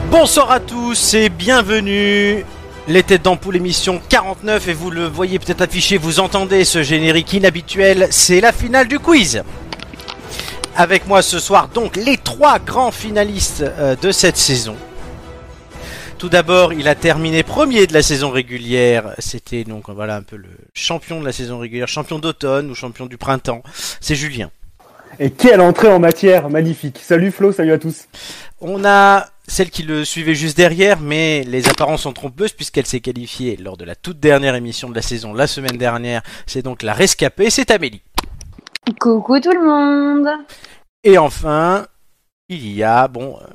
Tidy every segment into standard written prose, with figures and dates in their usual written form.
Bonsoir à tous et bienvenue. Les Têtes d'Ampoule émission 49 et vous le voyez peut-être affiché, vous entendez ce générique inhabituel, c'est la finale du quiz. Avec moi ce soir donc les trois grands finalistes de cette saison. Tout d'abord, il a terminé premier de la saison régulière, c'était donc voilà un peu le champion de la saison régulière, champion d'automne ou champion du printemps, c'est Julien. Et quelle entrée en matière, magnifique. Salut Flo, salut à tous. On a celle qui le suivait juste derrière, mais les apparences sont trompeuses puisqu'elle s'est qualifiée lors de la toute dernière émission de la saison la semaine dernière. C'est donc la rescapée, c'est Amélie. Coucou tout le monde. Et enfin, il y a,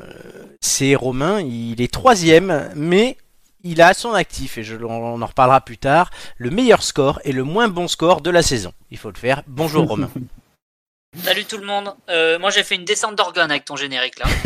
c'est Romain, il est troisième, mais il a à son actif, et on en reparlera plus tard, le meilleur score et le moins bon score de la saison. Il faut le faire. Bonjour Romain. Salut tout le monde. Moi j'ai fait une descente d'organes avec ton générique là.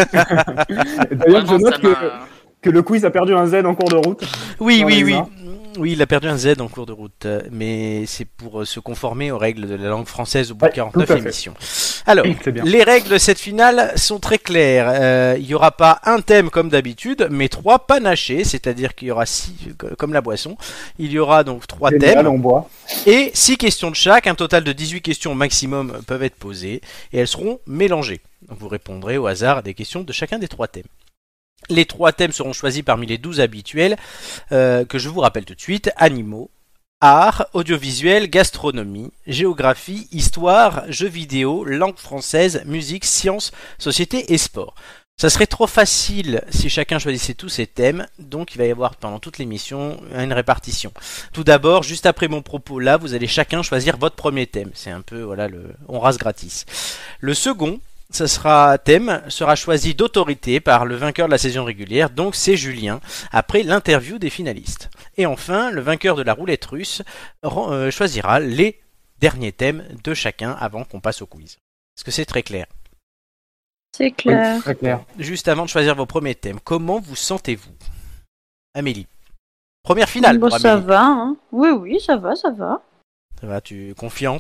D'ailleurs, je note que le quiz a perdu un Z en cours de route. Oui, il a perdu un Z en cours de route, mais c'est pour se conformer aux règles de la langue française au bout de 49 émissions. Alors, les règles de cette finale sont très claires. Il n'y aura pas un thème comme d'habitude, mais 3 panachés, c'est-à-dire qu'il y aura 6, comme la boisson. Il y aura donc 3 thèmes on boit. et 6 questions de chaque. Un total de 18 questions au maximum peuvent être posées et elles seront mélangées. Donc vous répondrez au hasard à des questions de chacun des 3 thèmes. Les 3 thèmes seront choisis parmi les 12 habituels que je vous rappelle tout de suite. Animaux, art, audiovisuel, gastronomie, géographie, histoire, jeux vidéo, langue française, musique, sciences, société et sport. Ça serait trop facile si chacun choisissait tous ces thèmes, donc il va y avoir pendant toute l'émission une répartition. Tout d'abord, juste après mon propos là, vous allez chacun choisir votre premier thème. C'est un peu, on rase gratis. Le second, thème sera choisi d'autorité par le vainqueur de la saison régulière, donc c'est Julien, après l'interview des finalistes. Et enfin, le vainqueur de la roulette russe choisira les derniers thèmes de chacun avant qu'on passe au quiz. Est-ce que c'est très clair ? C'est clair. Oui, très clair. Juste avant de choisir vos premiers thèmes, comment vous sentez-vous ? Amélie. Première finale pour Amélie. Ça va, hein. Oui, ça va. Ça va, tu es confiante ?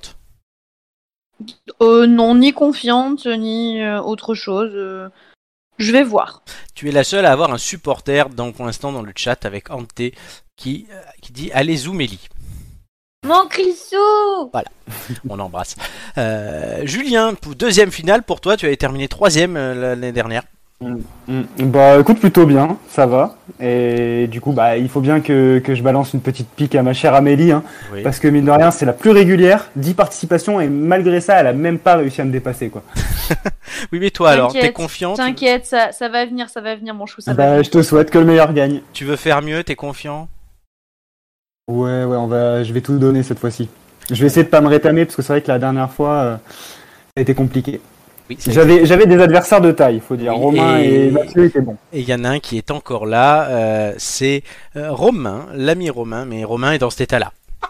Non, ni confiante, ni autre chose. Je vais voir. Tu es la seule à avoir un supporter pour l'instant dans le chat avec Ante qui dit « Allez Zoumélie ». Mon Crissou. Voilà, on embrasse. Julien, pour deuxième finale, pour toi, tu avais terminé 3ème l'année dernière. Bah écoute, plutôt bien, ça va. Et du coup, il faut bien que je balance une petite pique à ma chère Amélie, hein, Oui. parce que mine de rien, c'est la plus régulière, 10 participations, et malgré ça, elle a même pas réussi à me dépasser, quoi. Oui, mais toi alors, t'es confiante ? T'inquiète, ça va venir, mon chou, ça va Bah, venir. je te souhaite que le meilleur gagne. Tu veux faire mieux, t'es confiant ? Ouais, je vais tout donner cette fois-ci. Je vais essayer de pas me rétamer, parce que c'est vrai que la dernière fois, ça a été compliqué. Oui, J'avais des adversaires de taille, faut dire. Oui, Romain et Mathieu étaient bons. Et il y en a un qui est encore là, c'est Romain, l'ami Romain, mais Romain est dans cet état-là.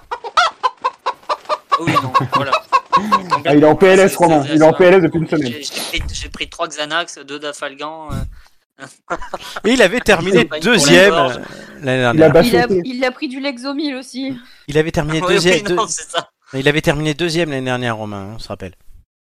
Oui, non, voilà. Ah, il est en PLS, Romain. Il est en PLS depuis une semaine. J'ai pris 3 Xanax, 2 Dafalgan. Et il avait terminé Pas une deuxième pour la l'année Il a dernière. Il a pris du Lexomil aussi. Il avait terminé Oui, deuxième. non, c'est ça. Il avait terminé deuxième l'année dernière, Romain, on se rappelle.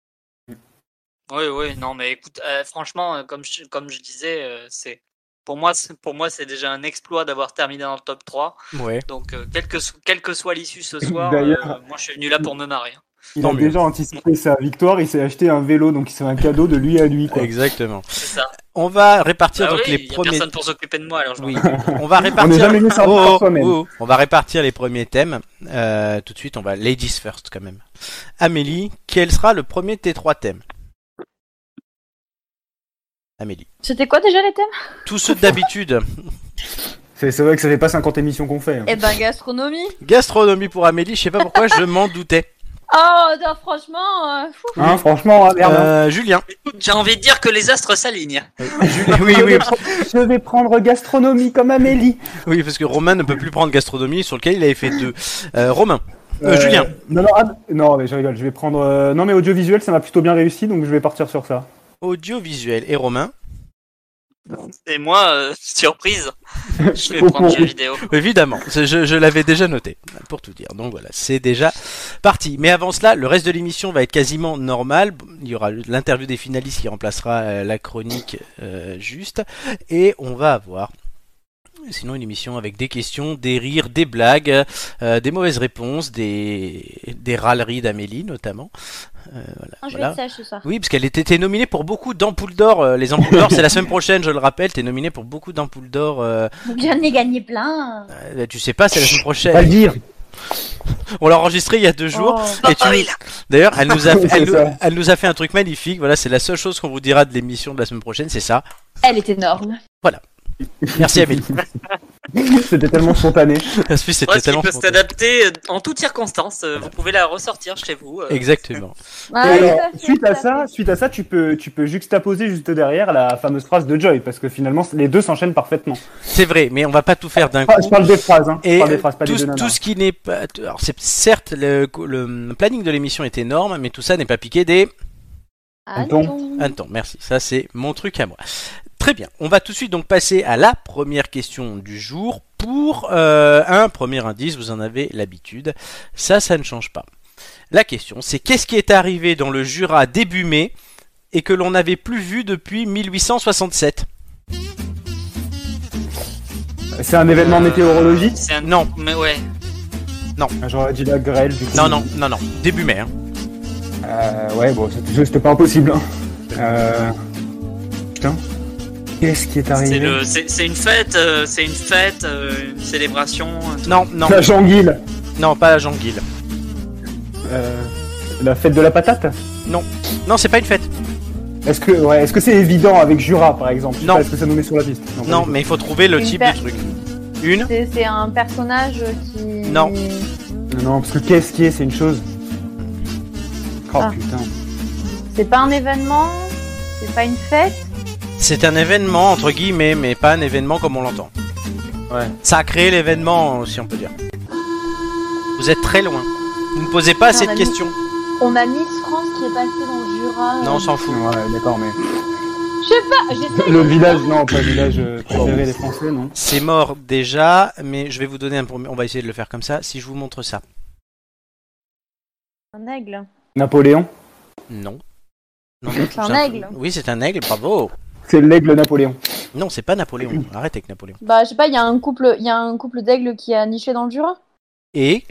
Oui, non, mais écoute, franchement, comme je disais, pour moi, c'est déjà un exploit d'avoir terminé dans le top 3. Ouais. Donc, quelle que soit l'issue ce soir, D'ailleurs, moi je suis venu là pour me marrer. Il Tant a mieux. déjà anticipé sa victoire, il s'est acheté un vélo, donc c'est un cadeau de lui à lui, quoi. Exactement. C'est ça. On va répartir donc oui, les il y a premiers. personne pour s'occuper de moi, alors je m'en Oui, vais. on va répartir. On n'est jamais mieux servi par soi-même. On va répartir les premiers thèmes. Tout de suite, on va ladies first quand même. Amélie, quel sera le premier de tes 3 thèmes ? Amélie. C'était quoi déjà les thèmes ? Tous ceux d'habitude. C'est vrai que ça fait pas 50 émissions qu'on fait. Hein. Eh ben, gastronomie. Gastronomie pour Amélie, je sais pas pourquoi, je m'en doutais. Oh, non, franchement, Hein, franchement, merde. Julien. Écoute, j'ai envie de dire que les astres s'alignent. Oui. Je vais prendre gastronomie comme Amélie. Oui, parce que Romain ne peut plus prendre gastronomie, sur lequel il avait fait 2. Romain. Julien. Non, mais je rigole. Je vais prendre. Non, mais audiovisuel, ça m'a plutôt bien réussi, donc je vais partir sur ça. Audiovisuel. Et Romain. Et moi, surprise, Je vais prendre jeux vidéo. Évidemment, je l'avais déjà noté, pour tout dire. Donc voilà, c'est déjà parti. Mais avant cela, le reste de l'émission va être quasiment normal. Il y aura l'interview des finalistes qui remplacera la chronique juste. Et on va avoir sinon une émission avec des questions, des rires, des blagues, des mauvaises réponses, des râleries d'Amélie notamment. Je vais être sage ce soir. Oui, parce qu'elle était nominée pour beaucoup d'ampoules d'or. Les ampoules d'or, c'est la semaine prochaine, je le rappelle. T'es nominée pour beaucoup d'ampoules d'or. Donc j'en ai gagné plein. Tu sais pas, c'est la semaine prochaine. Pas le dire. On l'a enregistré il y a 2 jours. Et d'ailleurs, elle nous a fait un truc magnifique. Voilà, c'est la seule chose qu'on vous dira de l'émission de la semaine prochaine, c'est ça. Elle est énorme. Voilà. Merci Amélie. C'était tellement spontané. C'était tellement peut s'adapter en toutes circonstances. Vous pouvez la ressortir chez vous. Exactement. Et alors, suite à ça, tu peux juxtaposer juste derrière la fameuse phrase de Joy, parce que finalement, les deux s'enchaînent parfaitement. C'est vrai, mais on va pas tout faire d'un coup. Je parle des phrases, hein. Et je parle des phrases, pas des deux nanas. tout ce qui n'est pas... Alors, c'est certes, le planning de l'émission est énorme, mais tout ça n'est pas piqué des... Attends, merci. Ça, c'est mon truc à moi. Très bien. On va tout de suite donc passer à la première question du jour pour un premier indice. Vous en avez l'habitude. Ça ne change pas. La question, c'est qu'est-ce qui est arrivé dans le Jura début mai et que l'on n'avait plus vu depuis 1867 ? C'est un événement météorologique ? Non. Mais ouais. Non. J'aurais dit la grêle, du coup. Non. Début mai. Hein. Ouais, bon, c'était pas impossible. Putain. Qu'est-ce qui est arrivé ? C'est une fête, une célébration. Non. La janguille. Non, pas la janguille. La fête de la patate ? Non, c'est pas une fête. Est-ce que c'est évident avec Jura, par exemple ? Non. Est-ce que ça nous met sur la piste ? Non, mais il faut trouver le type de truc. Une ? C'est un personnage qui... Non. Non, parce que qu'est-ce qui est, c'est une chose. Oh putain. C'est pas un événement ? C'est pas une fête ? C'est un événement, entre guillemets, mais pas un événement comme on l'entend. Ouais. Ça a créé l'événement, si on peut dire. Vous êtes très loin. Vous ne posez pas assez de questions. On a Miss France qui est passée dans le Jura. Non, on s'en fout. Ouais, d'accord, mais... Je sais pas, j'essaie. Le village, non, pas le village préféré des Français, non ? C'est mort déjà, mais je vais vous donner on va essayer de le faire comme ça. Si je vous montre ça. Un aigle. Napoléon ? Non. C'est un aigle. Oui, c'est un aigle, bravo. C'est l'aigle Napoléon. Non, c'est pas Napoléon. Arrête avec Napoléon. Bah, je sais pas, il y a un couple d'aigles qui a niché dans le Jura. Et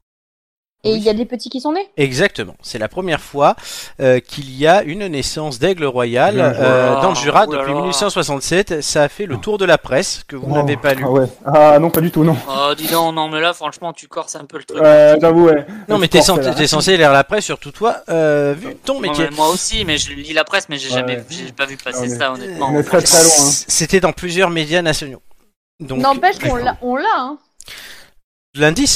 il y a des petits qui sont nés. Exactement. C'est la première fois qu'il y a une naissance d'aigle royal dans le Jura depuis 1867. Ça a fait le tour de la presse que vous n'avez pas lu. Ah ouais. Ah non, pas du tout, non. Oh, dis donc, non, mais là, franchement, tu corses un peu le truc. J'avoue, ouais. Non, mais t'es censé lire la presse, surtout toi, vu ton métier. Ouais, moi aussi, mais je lis la presse, mais j'ai pas vu passer ça, honnêtement. On est très très loin. Hein. C'était dans plusieurs médias nationaux. Donc, n'empêche qu'on l'a, hein. L'indice ?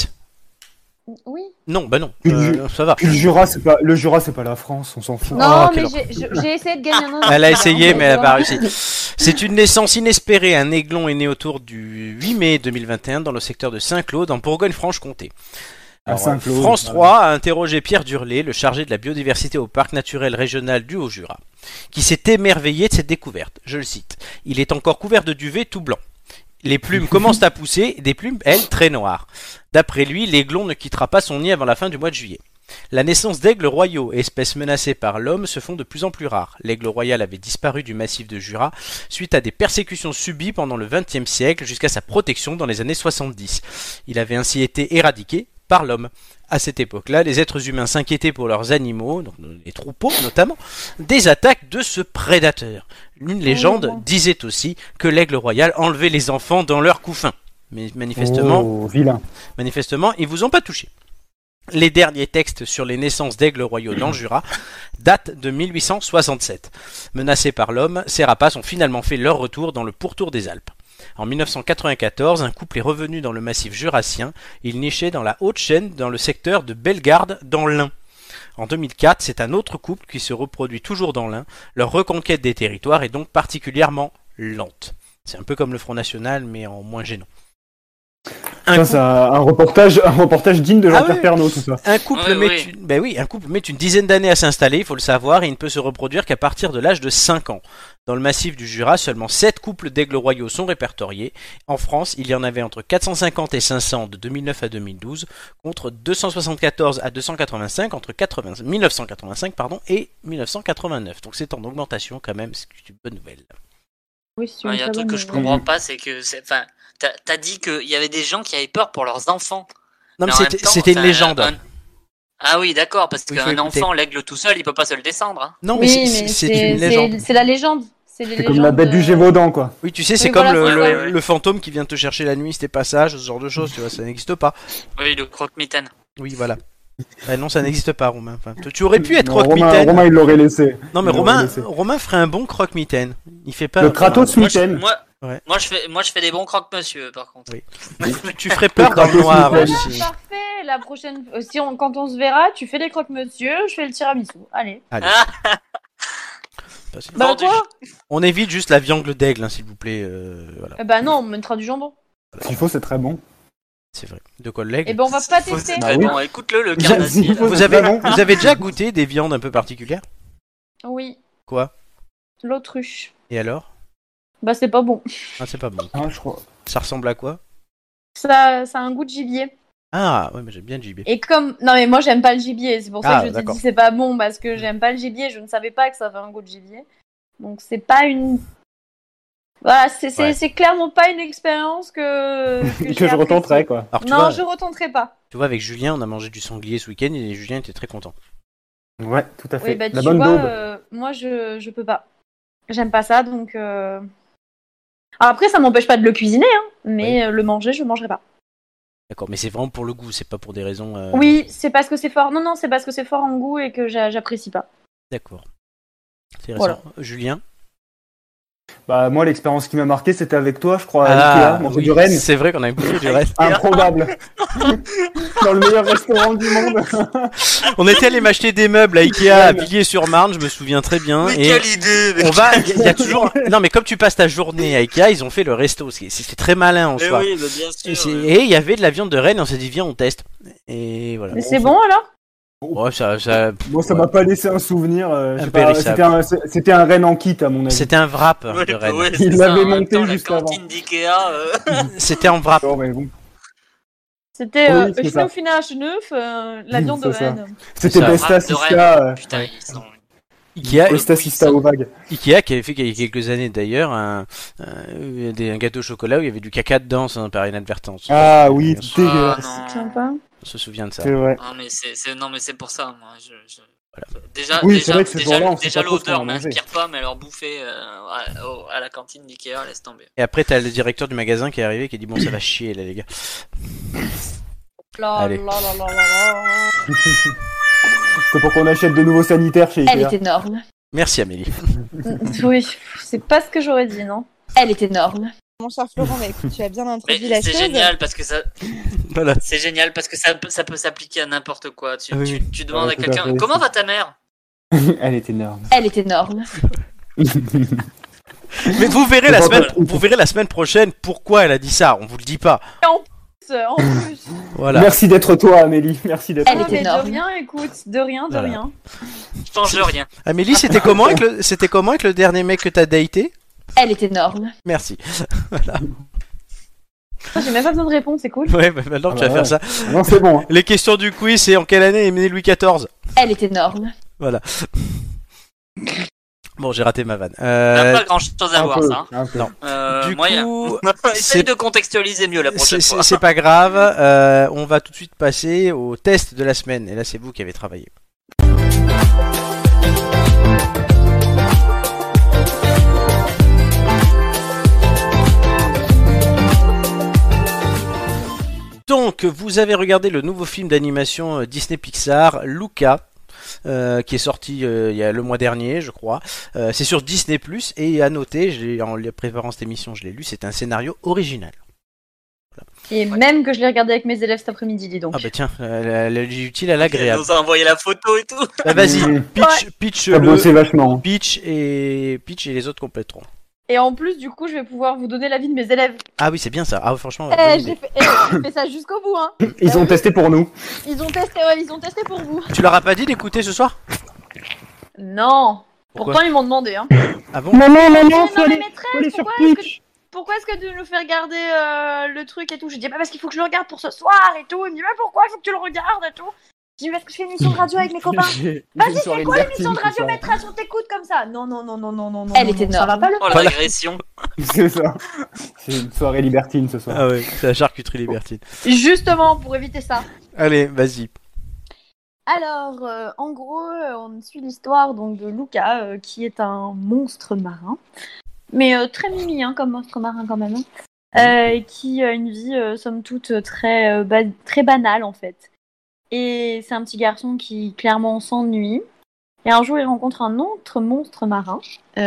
Oui. Non, bah non. Ça va. Le Jura, c'est pas la France, on s'en fout. Non, mais j'ai essayé de gagner un indice. Elle a essayé, mais elle n'a pas réussi. C'est une naissance inespérée. Un aiglon est né autour du 8 mai 2021 dans le secteur de Saint-Claude, en Bourgogne-Franche-Comté. Alors, France 3 a interrogé Pierre Durlet, le chargé de la biodiversité au parc naturel régional du Haut-Jura, qui s'est émerveillé de cette découverte. Je le cite. Il est encore couvert de duvet tout blanc. Les plumes commencent à pousser, des plumes, elles, très noires. D'après lui, l'aiglon ne quittera pas son nid avant la fin du mois de juillet. La naissance d'aigles royaux, espèces menacées par l'homme, se font de plus en plus rares. L'aigle royal avait disparu du massif de Jura suite à des persécutions subies pendant le XXe siècle jusqu'à sa protection dans les années 70. Il avait ainsi été éradiqué par l'homme. À cette époque-là, les êtres humains s'inquiétaient pour leurs animaux, donc les troupeaux notamment, des attaques de ce prédateur. Une légende disait aussi que l'aigle royal enlevait les enfants dans leurs couffins. Mais manifestement, ils vous ont pas touché. Les derniers textes sur les naissances d'aigles royaux dans le Jura datent de 1867. Menacés par l'homme, ces rapaces ont finalement fait leur retour dans le pourtour des Alpes. En 1994, un couple est revenu dans le massif jurassien. Il nichait dans la Haute-Chaîne, dans le secteur de Bellegarde, dans l'Ain. En 2004, c'est un autre couple qui se reproduit toujours dans l'Ain. Leur reconquête des territoires est donc particulièrement lente. C'est un peu comme le Front National, mais en moins gênant. Ça, c'est un reportage digne de Ah Jean-Pierre oui. Pernaut, tout ça. Un couple, Ouais, met ouais. un couple met une dizaine d'années à s'installer, il faut le savoir, et il ne peut se reproduire qu'à partir de l'âge de 5 ans. Dans le massif du Jura, seulement 7 couples d'aigles royaux sont répertoriés. En France, il y en avait entre 450 et 500 de 2009 à 2012, contre 274 à 285 entre 1985 et 1989. Donc c'est en augmentation quand même, c'est une bonne nouvelle. Oui, c'est Il y a un truc que je comprends pas, c'est que enfin, t'as dit qu'il y avait des gens qui avaient peur pour leurs enfants. Non mais en même temps, c'était une enfin, légende. Ah oui, d'accord, parce Oui, faut qu'un écouter. enfant, l'aigle tout seul, il peut pas se le descendre. Hein. Non mais Oui, c'est une légende. c'est la légende. C'est C'est comme la bête du Gévaudan, quoi. Oui, tu sais, c'est Oui, comme voilà, ouais. le fantôme qui vient te chercher la nuit, c'était pas sage, ce genre de choses, tu vois, ça n'existe pas. Oui, le croque-mitaine. Oui, voilà. Non, ça n'existe pas, Romain. Enfin, tu aurais pu être Non, croque-mitaine. Romain, il l'aurait laissé. Non, mais il l'aurait Romain, laissé. Romain ferait un bon croque-mitaine. Il fait pas. Le Kratos Moi, je, mitaine. Ouais. moi, je fais des bons croque-monsieur, par contre. Oui. Tu ferais peur dans le noir Kratos aussi. Parfait, la prochaine. Quand on se verra, tu fais les croque-monsieur, je fais le tiramisu. Allez. Allez. Ah, Bah vendu. quoi On évite juste la viande d'aigle, hein, s'il vous plaît. Voilà, Bah non, on mettra du jambon. S'il faut, c'est très bon. c'est vrai. De quoi l'aigle Et ben on va pas Faut- tester. c'est Bah très oui. bon. Écoute-le, le S'il carnassier. faut, vous c'est avez, très bon. vous avez déjà goûté des viandes un peu particulières? Oui, Quoi? l'autruche. Et alors? Bah c'est pas bon. Ah, c'est pas bon. Ah, je crois. Ça ressemble à quoi? Ça a un goût de gibier. Ah, ouais, mais j'aime bien le gibier. Et comme. Non mais moi j'aime pas le gibier, c'est pour ça Ah, que je t'ai d'accord. dit c'est pas bon, parce que j'aime pas le gibier, je ne savais pas que ça avait un goût de gibier. Donc c'est pas une. Voilà, Ouais. c'est clairement pas une expérience que Que j'ai je retenterai, quoi. Alors, Non, je retenterai pas. tu vois, avec Julien, on a mangé du sanglier ce week-end et Julien était très content. Ouais, tout à fait. Oui, bah La tu bonne vois, daube. moi je peux pas. J'aime pas ça, donc. Alors après, ça m'empêche pas de le cuisiner, hein, mais le manger, je mangerai pas. D'accord, mais c'est vraiment pour le goût, c'est pas pour des raisons. Oui, c'est parce que c'est fort. Non, c'est parce que c'est fort en goût et que j'apprécie pas. D'accord. Intéressant. Voilà. Julien? Bah, moi, l'expérience qui m'a marqué, c'était avec toi, je crois, à Ikea, manger oui, du renne. c'est vrai qu'on avait bouffé du renne. Improbable. Dans le meilleur restaurant du monde. On était allé m'acheter des meubles à Ikea à Villiers-sur-Marne, je me souviens très bien. Mais Et quelle idée! on va, il y a toujours. Non, mais comme tu passes ta journée à Ikea, ils ont fait le resto. C'est très malin en Mais soi. oui, bah, bien sûr. Et il y avait de la viande de renne, et on s'est dit viens on teste. Et voilà. Mais c'est bon alors? Ouais, ça, Moi, ça ouais. m'a pas laissé un souvenir. Je sais pas, Impérissable. c'était un renne en kit, à mon avis. C'était un wrap Ouais, de bah renne. ouais, Il c'est ça, l'avait en même monté temps, juste la avant. cantine d'Ikea. C'était en wrap. Non, mais bon. C'était Oui, c'est ça. la viande de C'est ça. Rennes. C'était ça. Besta Rap de Siska, Putain, ils sont. Ikea, Besta Siska au vague. Ikea qui avait fait il y a quelques années d'ailleurs un gâteau au chocolat où il y avait du caca dedans, ça par inadvertance. Ah oui, on dégueulasse. non. Sympa. se souvient de ça. C'est vrai. Ah, mais non, mais c'est pour ça, moi. Voilà. Déjà, Oui, c'est vrai que ce jour-là, on sait déjà pas trop ce qu'on l'odeur a mangé. m'inspire pas, mais leur bouffer à la cantine d'Ikea, laisse tomber. Et après t'as le directeur du magasin qui est arrivé qui a dit bon ça va chier là les gars. La, Allez. la, la, la, la. C'est pour qu'on achète de nouveaux sanitaires chez Elle Ikea. est énorme. Merci Amélie. Oui, c'est pas ce que j'aurais dit, non? Elle est énorme. Mon cher Florent, bah, écoute, tu as bien Mais introduit la c'est chose. génial parce que ça, Voilà. c'est génial parce que ça peut s'appliquer à n'importe quoi. Tu, Ah oui. tu demandes Ouais, à tout à quelqu'un fait. comment va ta mère? Elle est énorme. Elle est énorme. Mais vous verrez C'est pas vous verrez la semaine prochaine pourquoi elle a dit ça. On vous le dit pas. En plus. Voilà. Merci d'être toi, Amélie. Merci d'être Elle toi. est mais énorme. de rien, écoute, de rien, Voilà. rien. Je change rien. Amélie, c'était comment avec le dernier mec que t'as daté? Elle est énorme. Merci. J'ai même pas besoin de réponse, c'est cool. Ouais, bah maintenant Ah tu vas bah faire ouais. ça. Non, c'est bon. Hein. Les questions du quiz, c'est en quelle année est né Louis XIV? Elle est énorme. Voilà. Bon, j'ai raté ma vanne. T'as pas grand chose à Un voir, peu, ça. un peu. non. Du Moyen. coup, Essaye c'est- de contextualiser mieux la prochaine fois. c'est pas grave. On va tout de suite passer au test de la semaine. Et là, c'est vous qui avez travaillé. Donc, vous avez regardé le nouveau film d'animation Disney Pixar, Luca, qui est sorti il y a le mois dernier, je crois. C'est sur Disney+, et à noter, en préparant cette émission, je l'ai lu, c'est un scénario original. Et même que je l'ai regardé avec mes élèves cet après-midi, dis donc. Ah bah tiens, l'utile à Elle l'agréable. nous a envoyé la photo et tout. Bah, vas-y, Mmh. pitch Ça bossait le, vachement. pitch et les autres compléteront. Et en plus, du coup, je vais pouvoir vous donner l'avis de mes élèves. Ah oui, c'est bien ça. Ah, franchement, Eh, bonne j'ai idée. fait ça jusqu'au bout, hein. Ils ont testé pour nous. Ils ont testé pour vous. Tu leur as pas dit d'écouter ce soir? Non. Pourquoi? Pourtant, ils m'ont demandé, hein. Ah bon? Maman, Mais faut non, mais aller, maîtresse, faut aller sur pourquoi est-ce que Twitch. pourquoi est-ce que tu nous fais regarder le truc et tout? Je dis parce qu'il faut que je le regarde pour ce soir et tout. Il me dit mais pourquoi il faut que tu le regardes et tout? Je dis parce que je fais une émission de radio avec mes copains. Vas-y, c'est quoi l'émission de radio maîtresse? On t'écoute comme ça. Non. Elle était ça va énorme. pas le Oh Voilà. l'agression. C'est ça. C'est une soirée libertine ce soir. Ah ouais, c'est la charcuterie libertine. Justement pour éviter ça. Allez, vas-y. Alors, en gros, on suit l'histoire donc de Luca, qui est un monstre marin, mais très mimi hein, comme monstre marin quand même, hein. Qui a une vie somme toute très banale en fait. Et c'est un petit garçon qui clairement s'ennuie. Et un jour, il rencontre un autre monstre marin.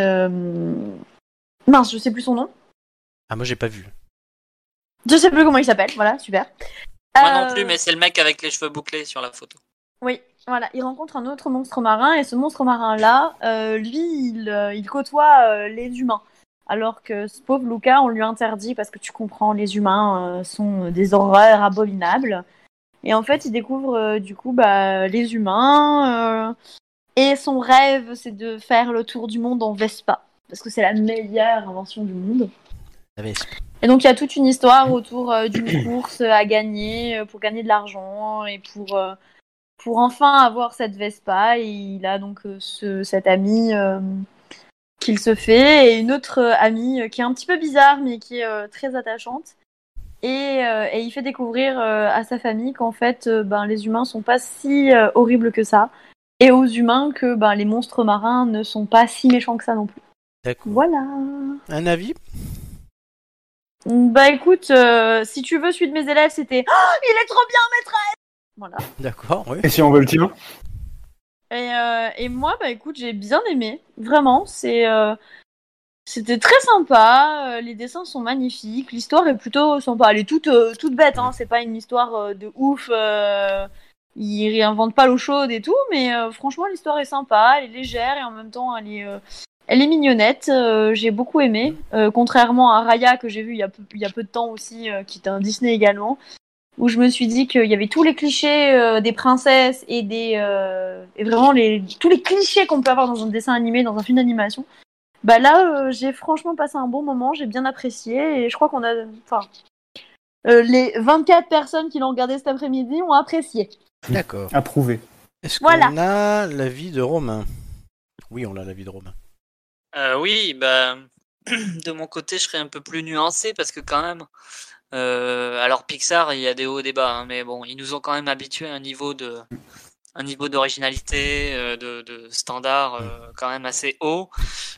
Mince, je sais plus son nom. Ah, moi j'ai pas vu. Je sais plus comment il s'appelle. Voilà, super. Moi non plus, mais c'est le mec avec les cheveux bouclés sur la photo. Oui, voilà, il rencontre un autre monstre marin et ce monstre marin-là, lui, il côtoie les humains. Alors que ce pauvre Luca, on lui interdit parce que tu comprends, les humains sont des horreurs abominables. Et en fait, il découvre du coup les humains. Et son rêve, c'est de faire le tour du monde en Vespa. Parce que c'est la meilleure invention du monde. La Vespa. Et donc, il y a toute une histoire autour d'une course à gagner pour gagner de l'argent et pour enfin avoir cette Vespa. Et il a donc cette amie qu'il se fait et une autre amie qui est un petit peu bizarre mais qui est très attachante. Et il fait découvrir à sa famille qu'en fait, les humains sont pas si horribles que ça. Et aux humains que les monstres marins ne sont pas si méchants que ça non plus. D'accord. Voilà. Un avis? Bah écoute, si tu veux, celui de mes élèves, c'était oh, il est trop bien, maîtresse. Voilà. D'accord, oui. Et si on veut le tien? Et moi, bah écoute, j'ai bien aimé. Vraiment, c'était très sympa. Les dessins sont magnifiques. L'histoire est plutôt sympa. Elle est toute bête, hein. C'est pas une histoire de ouf. Ils réinventent pas l'eau chaude et tout, mais franchement, l'histoire est sympa. Elle est légère et en même temps, elle est mignonnette. J'ai beaucoup aimé. Contrairement à Raya que j'ai vu il y a peu de temps aussi, qui est un Disney également, où je me suis dit qu'il y avait tous les clichés des princesses et et vraiment tous les clichés qu'on peut avoir dans un dessin animé, dans un film d'animation. Bah là, j'ai franchement passé un bon moment, j'ai bien apprécié et je crois les 24 personnes qui l'ont regardé cet après-midi ont apprécié. D'accord. Approuvé. Est-ce Voilà. qu'on a l'avis de Romain? Oui, on a l'avis de Romain. Oui, bah de mon côté, je serais un peu plus nuancé parce que quand même, alors Pixar, il y a des hauts et des bas, hein, mais bon, ils nous ont quand même habitués à un niveau d'originalité, de standard quand même assez haut.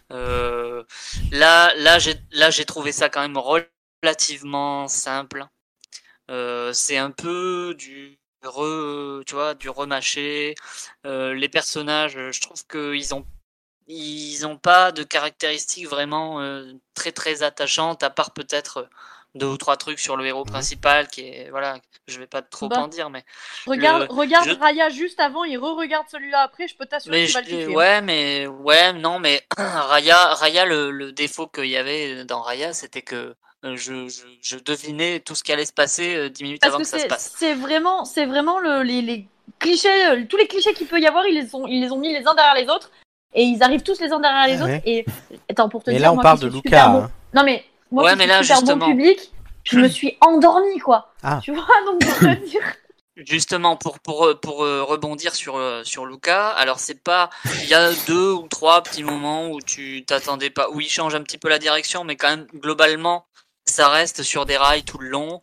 Là, j'ai trouvé ça quand même relativement simple. C'est un peu du remâché. Les personnages, je trouve ils ont pas de caractéristiques vraiment très très attachantes, à part peut-être 2 ou 3 trucs sur le héros principal qui est voilà, je vais pas trop en dire, mais regarde Raya juste avant, il re-regarde celui-là après, je peux t'assurer que tu vas le kiffer. Non, mais Raya, le défaut qu'il y avait dans Raya, c'était que je devinais tout ce qui allait se passer 10 minutes avant que ça se passe. C'est vraiment les clichés, tous les clichés qu'il peut y avoir, ils les ont mis les uns derrière les autres. Et ils arrivent tous les uns derrière les autres. Et attends, pour te dire, là, on moi, parle qui de suis Luca. bon... Non, mais moi, qui suis super bon public, je me suis endormie, quoi. Ah. Tu vois, donc pour te dire. Justement, pour rebondir sur Luca, alors c'est pas, il y a 2 ou 3 petits moments où tu t'attendais pas, où il change un petit peu la direction, mais quand même globalement, ça reste sur des rails tout le long.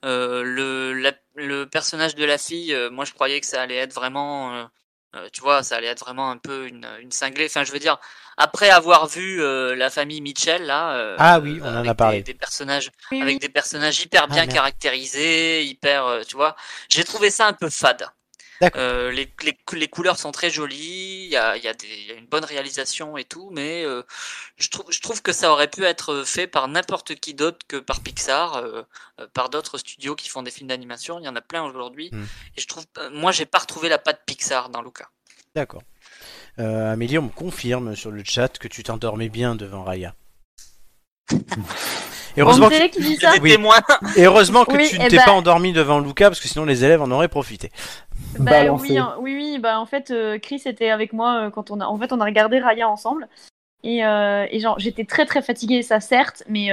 Le personnage de la fille, moi je croyais que ça allait être vraiment tu vois, ça allait être vraiment un peu une cinglée. Enfin, je veux dire, après avoir vu la famille Mitchell, là, ah oui, on en a parlé. Des personnages, avec des personnages hyper bien caractérisés, hyper, tu vois, j'ai trouvé ça un peu fade. Les couleurs sont très jolies, il y a une bonne réalisation et tout, mais je trouve que ça aurait pu être fait par n'importe qui d'autre que par Pixar, par d'autres studios qui font des films d'animation. Il y en a plein aujourd'hui, et je trouve, moi, j'ai pas retrouvé la patte Pixar dans Luca. D'accord. Amélie, on me confirme sur le chat que tu t'endormais bien devant Raya. Et heureusement André qui dit ça. Des Oui. témoins. Et heureusement que Oui, tu ne eh t'es ben- pas endormi devant Lucas parce que sinon les élèves en auraient profité. Bah, Balancé. oui, bah en fait, Chris était avec moi quand on a regardé Raya ensemble. Et genre, j'étais très très fatiguée, ça certes, mais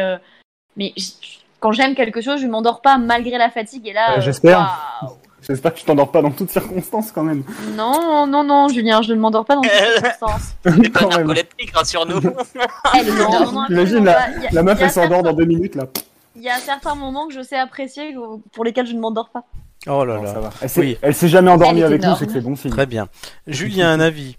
quand j'aime quelque chose, je m'endors pas malgré la fatigue. Et là, j'espère. waouh. J'espère que tu t'endors pas dans toutes circonstances quand même. Non, Julien, je ne m'endors pas dans toutes circonstances. C'est pas Quand même. narcoleptique, rassure-nous. Non, Imagine, la meuf elle s'endort dans 2 minutes là. Il y a certains moments que je sais apprécier pour lesquels je ne m'endors pas. Oh là Non, ça là. va. Oui. Elle s'est jamais endormie Elle est avec nous, énorme. c'est que c'est bon signe. Très bien. Julien, un avis.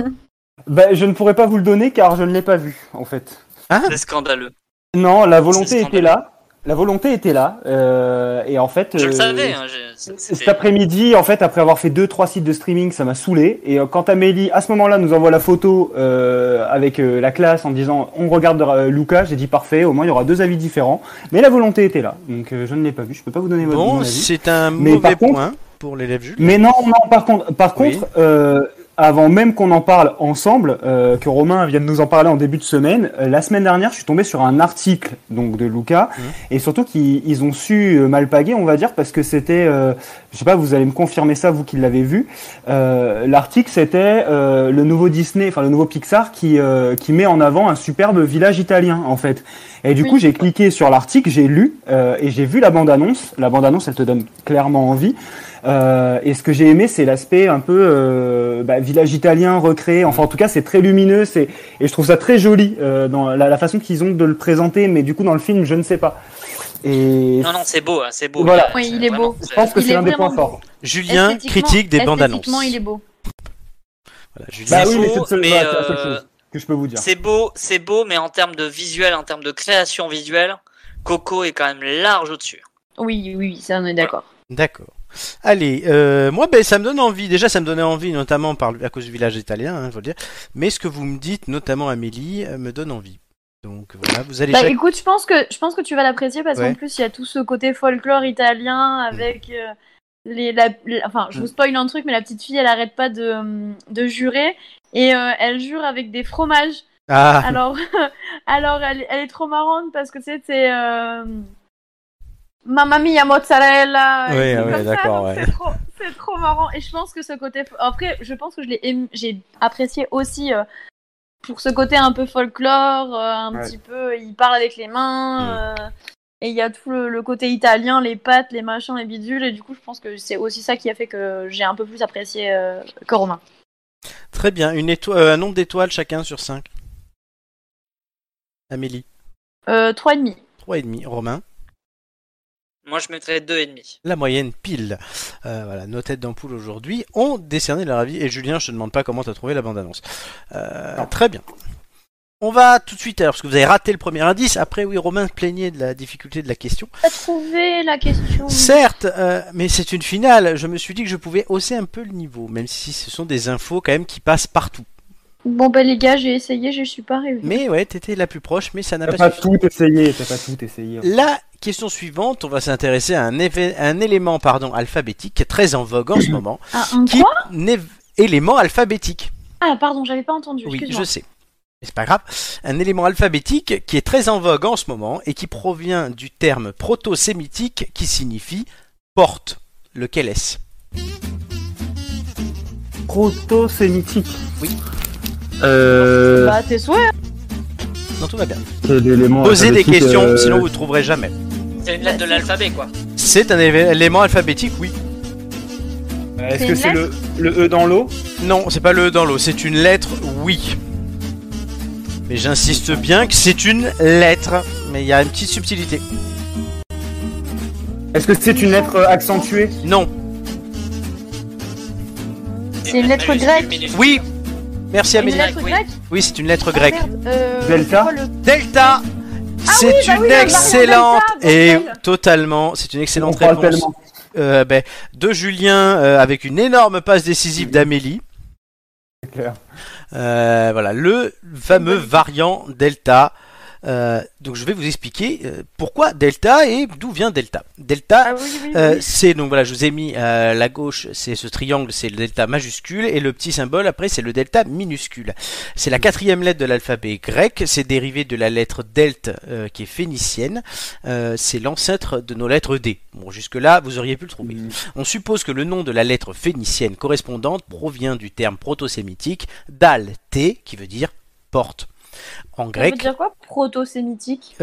Bah, je ne pourrais pas vous le donner car je ne l'ai pas vu en fait. C'est scandaleux. Non, la C'est volonté scandaleux. était là. La volonté était là. Et en fait. Je le savais. Hein, Cet après-midi, en fait, après avoir fait 2-3 sites de streaming, ça m'a saoulé. Et quand Amélie, à ce moment-là, nous envoie la photo avec la classe en disant on regarde Lucas, j'ai dit parfait, au moins il y aura 2 avis différents. Mais la volonté était là, donc je ne l'ai pas vu. Je peux pas vous donner mon Bon, avis. c'est un Mais mauvais par contre- point pour l'élève Julien. Mais non, par contre, Oui. avant même qu'on en parle ensemble, que Romain vienne nous en parler en début de semaine, la semaine dernière, je suis tombé sur un article donc de Lucas, et surtout qu'ils ont su m'alpaguer, on va dire, parce que c'était, je sais pas, vous allez me confirmer ça, vous qui l'avez vu. L'article, c'était le nouveau Disney, enfin le nouveau Pixar, qui met en avant un superbe village italien, en fait. Et du coup, j'ai cliqué sur l'article, j'ai lu, et j'ai vu la bande-annonce. La bande-annonce, elle te donne clairement envie. Et ce que j'ai aimé, c'est l'aspect un peu village italien recréé. Enfin, en tout cas, c'est très lumineux. Et je trouve ça très joli dans la façon qu'ils ont de le présenter. Mais du coup, dans le film, je ne sais pas. Et Non, c'est beau, hein, c'est beau. Voilà. Oui, il est Vraiment, beau. je pense que Il c'est est l'un des points vraiment forts. Julien, Esthétiquement- critique des bandes annonces. Esthétiquement, il est beau. Voilà, Julien. Bah C'est oui, mais beau, c'est le seul- mais, voilà, c'est la seule chose que je peux vous dire. C'est beau, mais en termes de visuel, en termes de création visuelle, Coco est quand même large au-dessus. Oui, ça on est d'accord. D'accord. Allez, moi, ça me donne envie. Déjà, ça me donnait envie, notamment à cause du village italien, hein, faut le dire. Mais ce que vous me dites, notamment Amélie, me donne envie. Donc voilà, vous allez. Bah écoute, je pense que tu vas l'apprécier parce Ouais. qu'en plus il y a tout ce côté folklore italien avec enfin je vous spoil un truc mais la petite fille elle arrête pas de jurer et elle jure avec des fromages. Ah, Alors elle est trop marrante parce que c'est Mamma mia mozzarella. Oui, et tout ouais, comme ça, d'accord, donc ouais. c'est trop marrant et je pense que ce côté après je pense que j'ai apprécié aussi pour ce côté un peu folklore, un Ouais. petit peu, il parle avec les mains, et il y a tout le côté italien, les pâtes, les machins, les bidules, et du coup, je pense que c'est aussi ça qui a fait que j'ai un peu plus apprécié que Romain. très bien. Un nombre d'étoiles chacun sur 5. Amélie. 3,5. 3,5. Romain. Moi, je mettrais 2,5. La moyenne pile. Voilà, nos têtes d'ampoule aujourd'hui ont décerné leur avis. Et Julien, je te demande pas comment t'as trouvé la bande-annonce. Très bien. On va tout de suite, alors, parce que vous avez raté le premier indice. Après, oui, Romain se plaignait de la difficulté de la question. T'as trouvé la question? Certes, mais c'est une finale. Je me suis dit que je pouvais hausser un peu le niveau, même si ce sont des infos quand même qui passent partout. Bon, bah les gars, j'ai essayé, je suis pas arrivée. Mais ouais, t'étais la plus proche, mais ça n'a T'as pas pas suffi. tout essayé, t'as pas tout essayé. La question suivante, on va s'intéresser à un élément alphabétique qui est très en vogue en ce moment. Ah, un Qui quoi? Élément alphabétique. Ah, pardon, j'avais pas entendu, Oui, excuse-moi. je sais. Mais c'est pas grave. Un élément alphabétique qui est très en vogue en ce moment et qui provient du terme proto-sémitique qui signifie porte. Lequel est-ce? Proto-sémitique. Oui. Bah, tes souhaits. Non, tout va bien. Quel élément Posez des alphabétique, questions, sinon vous ne trouverez jamais. C'est une lettre de l'alphabet, quoi. C'est un élément alphabétique, oui. Est-ce C'est que une c'est le E dans l'eau? Non, c'est pas le E dans l'eau, c'est une lettre, oui. Mais j'insiste bien que c'est une lettre, mais il y a une petite subtilité. Est-ce que c'est une lettre accentuée? Non, C'est une lettre grecque. oui. Merci Une Amélie. lettre oui. grecque? Oui, c'est une lettre Ah, grecque. merde, Delta? c'est quoi le- Delta. C'est oui, bah une oui, la excellente variante Delta, et bordel. totalement, c'est une On excellente parle réponse tellement. de Julien avec une énorme passe décisive d'Amélie. C'est clair. Voilà, le fameux variant Delta. Donc je vais vous expliquer pourquoi delta et d'où vient delta. Delta, Ah oui. c'est donc voilà, je vous ai mis la gauche, c'est ce triangle, c'est le delta majuscule et le petit symbole après c'est le delta minuscule. C'est la 4e lettre de l'alphabet grec, c'est dérivé de la lettre delte qui est phénicienne. C'est l'ancêtre de nos lettres D. Bon, jusque là vous auriez pu le trouver. On suppose que le nom de la lettre phénicienne correspondante provient du terme proto-sémitique dal-té qui veut dire porte. En Ça grec, veut dire quoi, proto-sémitique?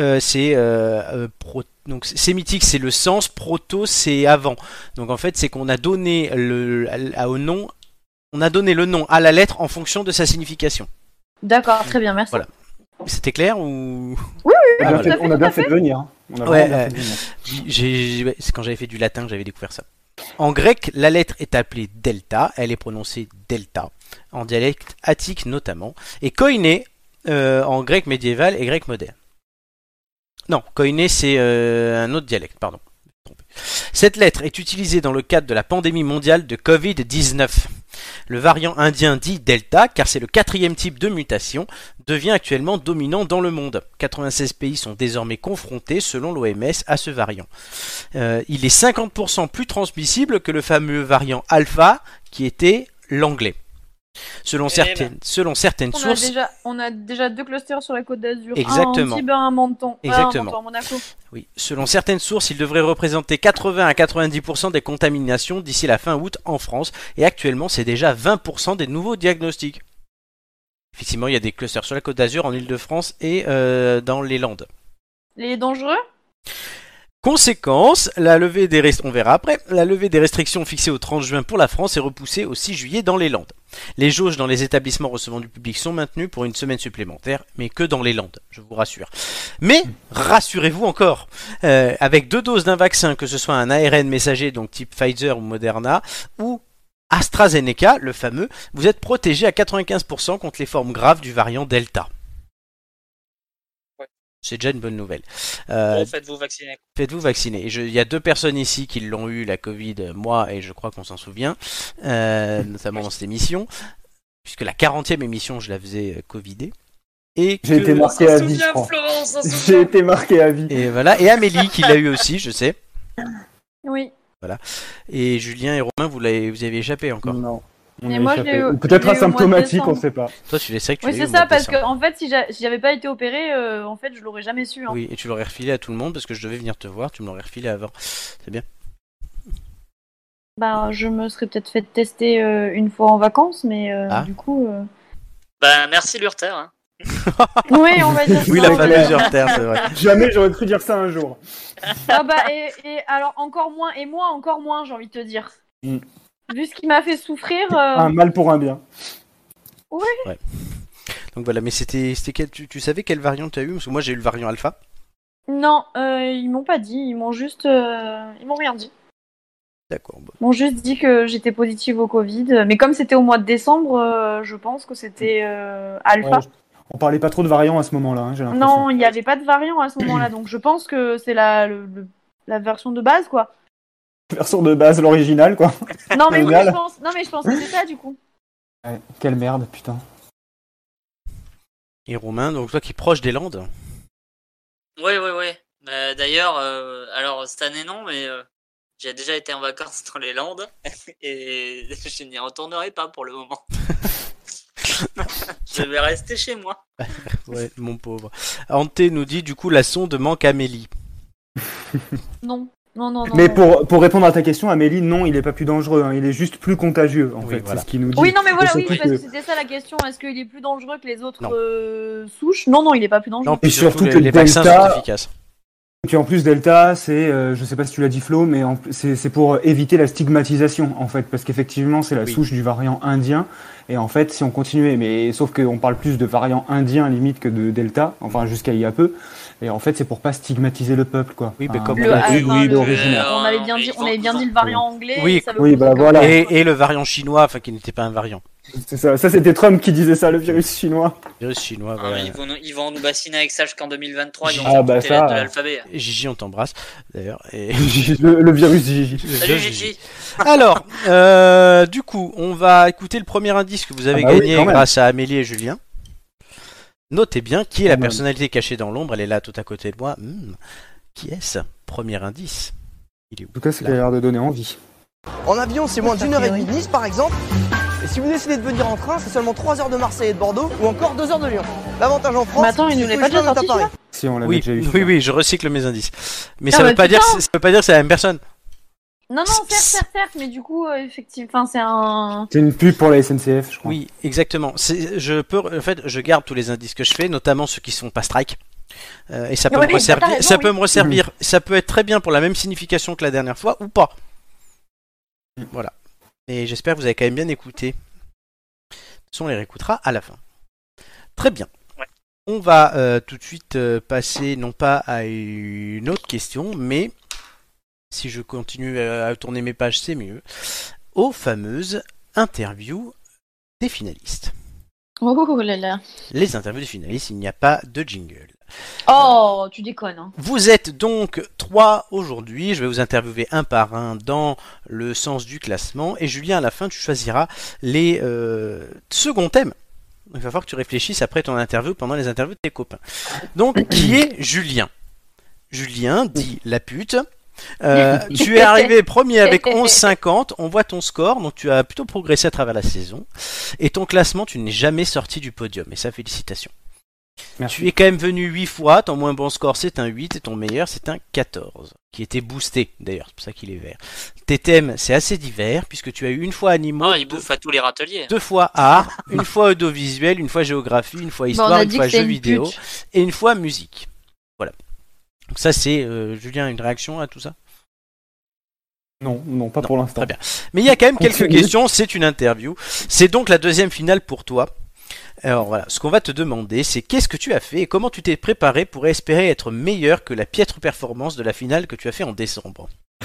donc sémitique c'est le sens, proto c'est avant. Donc en fait c'est qu'on a donné au nom, on a donné le nom à la lettre en fonction de sa signification. D'accord, très bien, merci. Voilà. C'était clair ou On a tout à fait, on a bien fait de venir. Hein. On a Ouais, vraiment bien fait de venir. ouais, c'est quand j'avais fait du latin que j'avais découvert ça. En grec, la lettre est appelée delta, elle est prononcée delta, en dialecte attique notamment, et koiné en grec médiéval et grec moderne. Non, koiné c'est un autre dialecte, pardon. Cette lettre est utilisée dans le cadre de la pandémie mondiale de Covid-19. Le variant indien dit Delta, car c'est le 4e type de mutation, devient actuellement dominant dans le monde. 96 pays sont désormais confrontés, selon l'OMS, à ce variant. Il est 50% plus transmissible que le fameux variant Alpha, qui était l'anglais. Selon certaines sources... On a déjà 2 clusters sur la Côte d'Azur. Exactement. Un en Tibet, un Menton. Exactement. À Monaco. Oui, selon certaines sources, il devrait représenter 80 à 90% des contaminations d'ici la fin août en France, et actuellement c'est déjà 20% des nouveaux diagnostics. Effectivement, il y a des clusters sur la Côte d'Azur, en Île-de-France et dans les Landes. Les dangereux? Conséquence, on verra après, la levée des restrictions fixées au 30 juin pour la France est repoussée au 6 juillet dans les Landes. Les jauges dans les établissements recevant du public sont maintenues pour une semaine supplémentaire, mais que dans les Landes, je vous rassure. Mais, rassurez-vous encore, avec 2 doses d'un vaccin, que ce soit un ARN messager, donc type Pfizer ou Moderna, ou AstraZeneca, le fameux, vous êtes protégé à 95% contre les formes graves du variant Delta. C'est déjà une bonne nouvelle. Bon, faites-vous vacciner. Faites-vous vacciner. Il y a 2 personnes ici qui l'ont eu, la Covid, moi, et je crois qu'on s'en souvient, notamment dans cette émission, puisque la 40e émission, je la faisais Covidée. Et J'ai été marqué à vie, je crois. Florence, J'ai été marqué à vie. Et voilà. Et Amélie qui l'a eu aussi, je sais. Oui. Voilà. Et Julien et Romain, vous avez échappé encore. Non. On Et a moi, échappé. je l'ai eu- Ou peut-être je l'ai eu au mois de asymptomatique, on décembre. sait pas. Toi, tu sais que tu Oui, l'as eu c'est au mois ça, de parce que décembre. en fait, si j'avais pas été opérée, en fait, je l'aurais jamais su. Hein. Oui, et tu l'aurais refilé à tout le monde parce que je devais venir te voir, tu me l'aurais refilé avant. C'est bien. Bah, je me serais peut-être fait tester une fois en vacances, mais Ah. du coup. Bah, merci l'Urter. Hein. Oui, on va dire. Oui, ça, la on va fameuse dire. Urter, c'est vrai. Jamais j'aurais cru dire ça un jour. Ah bah, et alors encore moins, et moi encore moins, j'ai envie de te dire. Mm. Vu ce qui m'a fait souffrir. Un mal pour un bien. Donc voilà, mais c'était tu savais quelle variant tu as eu? Parce que moi j'ai eu le variant alpha. Non, ils m'ont pas dit, ils m'ont juste. Ils m'ont rien dit. D'accord. Bon. Ils m'ont juste dit que j'étais positive au Covid. Mais comme c'était au mois de décembre, je pense que c'était alpha. Ouais, on parlait pas trop de variants à ce moment-là, hein, j'ai l'impression. Non, il n'y avait pas de variant à ce moment-là, donc je pense que c'est la version de base, quoi. Version de base, l'original, quoi. Non, mais oui, Génial. je pense que c'est ça, du coup. Ouais, quelle merde, putain. Et Romain, donc toi qui es proche des Landes. Oui. Bah, d'ailleurs, alors cette année non, mais j'ai déjà été en vacances dans les Landes et je n'y retournerai pas pour le moment. Je vais rester chez moi. Ouais, mon pauvre. Ante nous dit du coup la sonde manque Amélie. Non. Mais pour répondre à ta question, Amélie, non, il est pas plus dangereux, hein, il est juste plus contagieux, en Oui, fait, voilà. c'est ce qu'il nous dit. Oui, non, mais voilà, Et oui, surtout parce que que- c'était ça la question. Est-ce qu'il est plus dangereux que les autres Non. souches? Non, il est pas plus dangereux. Non, puis Et surtout les, que les vaccins Delta- sont efficaces. Et puis en plus, Delta, c'est, je sais pas si tu l'as dit Flo, mais c'est pour éviter la stigmatisation, en fait, parce qu'effectivement, c'est la Oui. souche du variant indien, et en fait, si on continuait, mais sauf qu'on parle plus de variant indien limite que de Delta, enfin jusqu'à il y a peu, et en fait, c'est pour pas stigmatiser le peuple, quoi. Oui, mais Enfin, comme Le, voilà. enfin, le- originaire. on avait bien dit, le variant anglais. Oui. et ça veut Oui, poser bah comme- voilà. Et le variant chinois, enfin qui n'était pas un variant. C'est ça. Ça, c'était Trump qui disait ça, le virus chinois. Virus chinois, Ah, voilà. mais ils vont nous bassiner avec ça jusqu'en 2023. Ils vont Ah, faire bah, toutes les lettres ça, de l'alphabet. Gigi, on t'embrasse d'ailleurs. Et... le virus Gigi. Salut Gigi. Alors, du coup, on va écouter le premier indice que vous avez Ah bah oui, gagné quand même. grâce à Amélie et Julien. Notez bien qui est la Quand même. personnalité cachée dans l'ombre. Elle est là tout à côté de moi. Qui est-ce? Premier indice. Il est où? En tout cas, ça a Là. l'air de donner envie. En avion, c'est moins d'une heure et demie de Nice, par exemple. Et si vous décidez de venir en train, c'est seulement 3 heures de Marseille et de Bordeaux, ou encore 2 heures de Lyon. L'avantage en France, Mais attends, il c'est nous que l'est tous pas les déjà chemins sorti, à Paris. Si on l'avait Oui, déjà eu. oui, je recycle mes indices. Mais Non, ça mais veut pas dire, putain. ça veut pas dire que c'est la même personne. Non, certes, mais du coup, effectivement, enfin, c'est un. C'est une pub pour la SNCF, je crois. Oui, exactement. En fait, je garde tous les indices que je fais, notamment ceux qui sont pas strike. Et ça peut Oui, me resservir. t'as raison, Ça peut oui. me resservir. Ça peut être très bien pour la même signification que la dernière fois ou pas. Voilà. Et j'espère que vous avez quand même bien écouté. De toute façon, on les réécoutera à la fin. Très bien. Ouais. On va tout de suite passer non pas à une autre question, mais si je continue à tourner mes pages, c'est mieux. Aux fameuses interviews des finalistes. Oh là là. Les interviews des finalistes, il n'y a pas de jingle. Oh, tu déconnes. Hein. Vous êtes donc 3 aujourd'hui. Je vais vous interviewer un par un dans le sens du classement. Et Julien, à la fin, tu choisiras les seconds thèmes. Il va falloir que tu réfléchisses après ton interview pendant les interviews de tes copains. Donc, qui est Julien? Julien dit la pute. Tu es arrivé premier avec 11,50. On voit ton score, donc tu as plutôt progressé à travers la saison. Et ton classement, tu n'es jamais sorti du podium. Et ça, félicitations. Merci. Tu es quand même venu 8 fois, ton moins bon score c'est un 8 et ton meilleur c'est un 14, qui était boosté d'ailleurs, c'est pour ça qu'il est vert. Tes thèmes c'est assez divers, puisque tu as eu une fois animaux, Oh, il bouffe à tous les râteliers. 2 fois art, une fois audiovisuel, une fois géographie, une fois Bon, on histoire, a une dit fois que c'était jeux une vidéo, pute. et une fois musique. Voilà. Donc ça c'est, Julien, une réaction à tout ça? Non, pas pour l'instant. Très bien. Mais il y a quand même quelques Continue. questions, c'est une interview. C'est donc la deuxième finale pour toi. Alors voilà, ce qu'on va te demander, c'est qu'est-ce que tu as fait et comment tu t'es préparé pour espérer être meilleur que la piètre performance de la finale que tu as fait en décembre.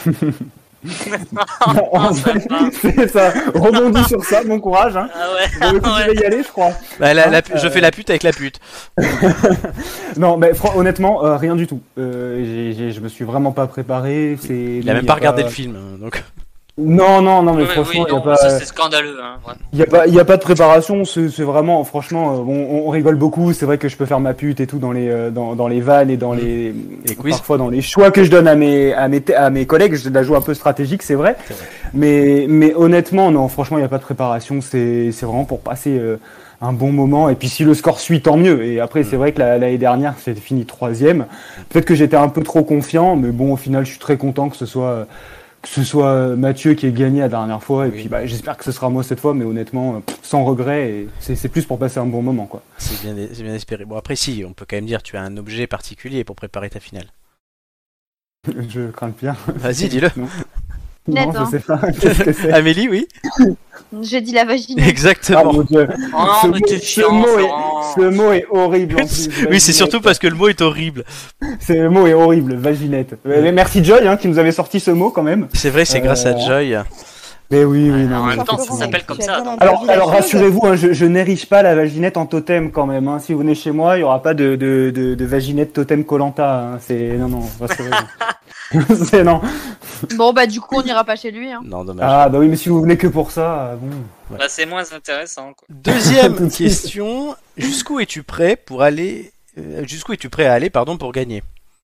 C'est ça. Rebondis sur ça, bon courage. Hein. Ah ouais. Bon, écoute, je vais y aller, je crois. Bah, je fais la pute avec la pute. Non, mais honnêtement, rien du tout. Je me suis vraiment pas préparé. Il a même pas regardé le film, hein, donc. Non, mais Ouais, franchement, oui, il non, ça c'est scandaleux. Hein, vraiment. y a pas de préparation. C'est vraiment, franchement, on rigole beaucoup. C'est vrai que je peux faire ma pute et tout dans les vannes et dans les quiz. parfois dans les choix que je donne à mes collègues. Je la joue un peu stratégique, c'est vrai. C'est vrai. Mais honnêtement, non, franchement, il y a pas de préparation. C'est vraiment pour passer un bon moment. Et puis si le score suit, tant mieux. Et après, c'est vrai que l'année dernière, c'était fini 3e. Peut-être que j'étais un peu trop confiant, mais bon, au final, je suis très content que ce soit Mathieu qui ait gagné la dernière fois. Et Oui. puis, j'espère que ce sera moi cette fois, mais honnêtement, sans regret. Et c'est plus pour passer un bon moment, quoi. C'est bien espéré. Bon, après, si, on peut quand même dire tu as un objet particulier pour préparer ta finale. Je crains le pire. Vas-y, dis-le. Non, Net, je hein. sais pas. Qu'est-ce que c'est? Amélie, oui. J'ai dit la vagine. Ah, Exactement. mon Dieu. Oh non, mais t'es chiant, Florent. Ce mot est horrible. En plus, Oui, c'est vaginette. surtout parce que le mot est horrible. Le mot est horrible, vaginette. Mais merci Joy qui nous avait sorti ce mot quand même. C'est vrai, c'est grâce à Joy. Mais oui, Ouais, non. en mais même temps, ça effectivement. s'appelle comme Tu as ça. bien donc. entendu la Alors chose. rassurez-vous, hein, je n'érige pas la vaginette en totem quand même. Hein. Si vous venez chez moi, il n'y aura pas de vaginette totem Koh-Lanta. Hein. C'est non, rassurez-vous. C'est non. Bon, bah, du coup, on n'ira pas chez lui. Hein. Non, dommage. Ah bah oui, mais si vous venez que pour ça, bon. Bah, c'est moins intéressant. Quoi. Deuxième Tout de suite. question. Jusqu'où es-tu prêt pour aller jusqu'où es-tu prêt à aller, pour gagner?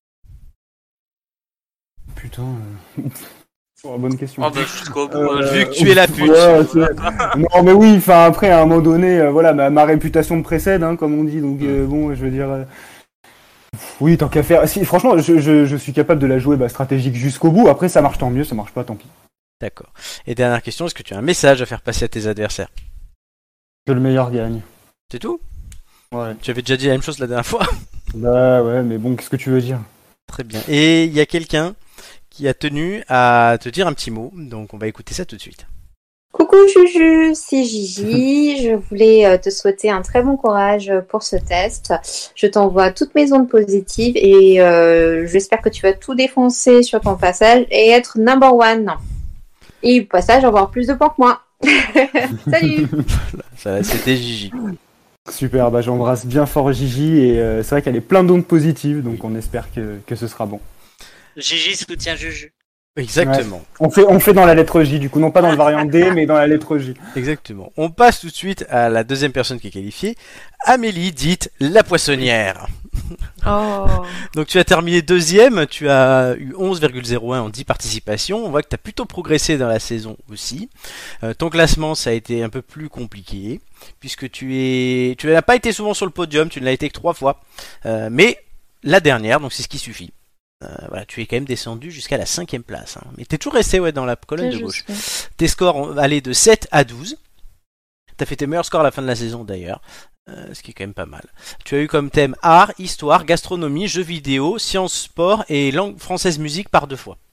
Putain. Oh, bonne question. Oh, bah, jusqu'au bout. hein, vu que tu es la pute. ouais, non mais oui, enfin après à un moment donné, voilà, ma réputation me précède, hein, comme on dit, donc bon, je veux dire, oui, tant qu'à faire. Si, franchement, je suis capable de la jouer stratégique jusqu'au bout. Après, ça marche tant mieux, ça marche pas, tant pis. D'accord. Et dernière question, est-ce que tu as un message à faire passer à tes adversaires? Que le meilleur gagne. C'est tout? Ouais. Tu avais déjà dit la même chose la dernière fois. Bah ouais, mais bon, qu'est-ce que tu veux dire? Très bien. Et il y a quelqu'un qui a tenu à te dire un petit mot, donc on va écouter ça tout de suite. Coucou Juju, c'est Gigi. Je voulais te souhaiter un très bon courage pour ce test. Je t'envoie toutes mes ondes positives et j'espère que tu vas tout défoncer sur ton passage et être number one. Et au passage, avoir plus de points que moi. Salut. Ça, c'était Gigi. Super, j'embrasse bien fort Gigi et c'est vrai qu'elle est plein d'ondes positives, donc on espère que ce sera bon. Gigi soutient Juju. Exactement. Ouais. On fait dans la lettre J, du coup, non pas dans le variant D, mais dans la lettre J. Exactement. On passe tout de suite à la deuxième personne qui est qualifiée, Amélie, dite la poissonnière. Oh. Donc tu as terminé deuxième, tu as eu 11,01 en 10 participations. On voit que tu as plutôt progressé dans la saison aussi. Ton classement, ça a été un peu plus compliqué, puisque tu n'as pas été souvent sur le podium, tu ne l'as été que 3 fois. Mais la dernière, donc c'est ce qui suffit. Voilà, tu es quand même descendu jusqu'à la 5e place. Hein. Mais tu es toujours resté dans la colonne de gauche. Tes scores ont allé de 7 à 12. Tu as fait tes meilleurs scores à la fin de la saison d'ailleurs. Ce qui est quand même pas mal. Tu as eu comme thème art, histoire, gastronomie, jeux vidéo, sciences, sport et langue française musique par 2 fois.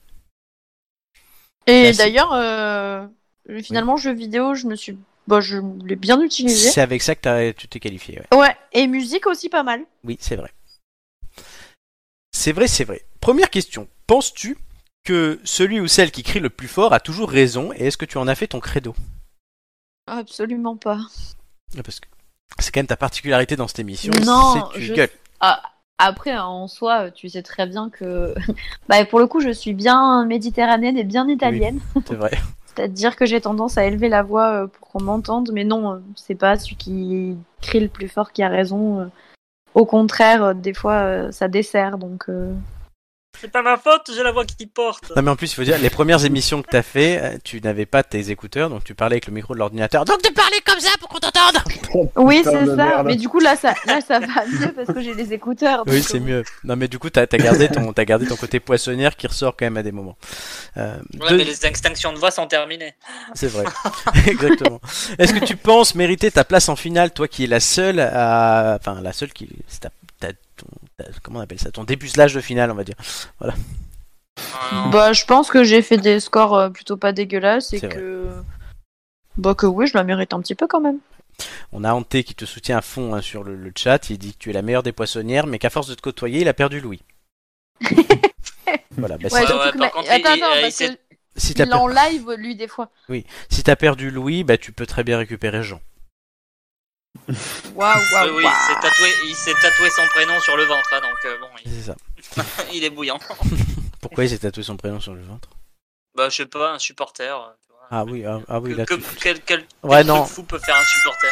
Et Merci. d'ailleurs, finalement, jeux vidéo, je l'ai bien utilisé. C'est avec ça que tu t'es qualifié. Ouais, et musique aussi pas mal. Oui, c'est vrai. C'est vrai. Première question. Penses-tu que celui ou celle qui crie le plus fort a toujours raison et est-ce que tu en as fait ton credo ? Absolument pas. Parce que c'est quand même ta particularité dans cette émission, Non, c'est que tu gueules. Après, en soi, tu sais très bien que... bah, pour le coup, je suis bien méditerranéenne et bien italienne. Oui, c'est vrai. C'est-à-dire que j'ai tendance à élever la voix pour qu'on m'entende. Mais non, c'est pas celui qui crie le plus fort qui a raison. Au contraire, des fois, ça dessert. Donc, C'est pas ma faute, j'ai la voix qui porte. Non mais en plus il faut dire, les premières émissions que t'as fait, tu n'avais pas tes écouteurs, donc tu parlais avec le micro de l'ordinateur. Donc tu parlais comme ça pour qu'on t'entende. oui, Putain c'est de ça. merde. Mais du coup, là, ça va mieux parce que j'ai les écouteurs. Oui, donc, c'est mieux. Non mais du coup t'as gardé ton côté poissonnière qui ressort quand même à des moments. Ouais, mais les extinctions de voix sont terminées. C'est vrai. Exactement. Est-ce que tu penses mériter ta place en finale, toi qui es la seule à... Enfin, la seule qui... Comment on appelle ça ? Ton dépucelage de finale, on va dire. Voilà. Bah, je pense que j'ai fait des scores plutôt pas dégueulasses et C'est que... Bah, que oui, je la mérite un petit peu quand même. On a Ante qui te soutient à fond hein, sur le chat. Il dit que tu es la meilleure des poissonnières, mais qu'à force de te côtoyer, il a perdu Louis. Voilà. Bah, Ouais, si surtout ouais, que par contre, attends, il parce s'est- que si t'as il est en live, lui, des fois. si t'as perdu Louis, bah, tu peux très bien récupérer Jean. Waouh, waouh, Oui, il s'est tatoué son prénom sur le ventre, hein, donc bon, C'est ça. il est bouillant. Pourquoi il s'est tatoué son prénom sur le ventre ? Bah, je sais pas, un supporter. Tu vois. Ah oui, là Que- tu... quel Ouais, truc non. fou peut faire un supporter?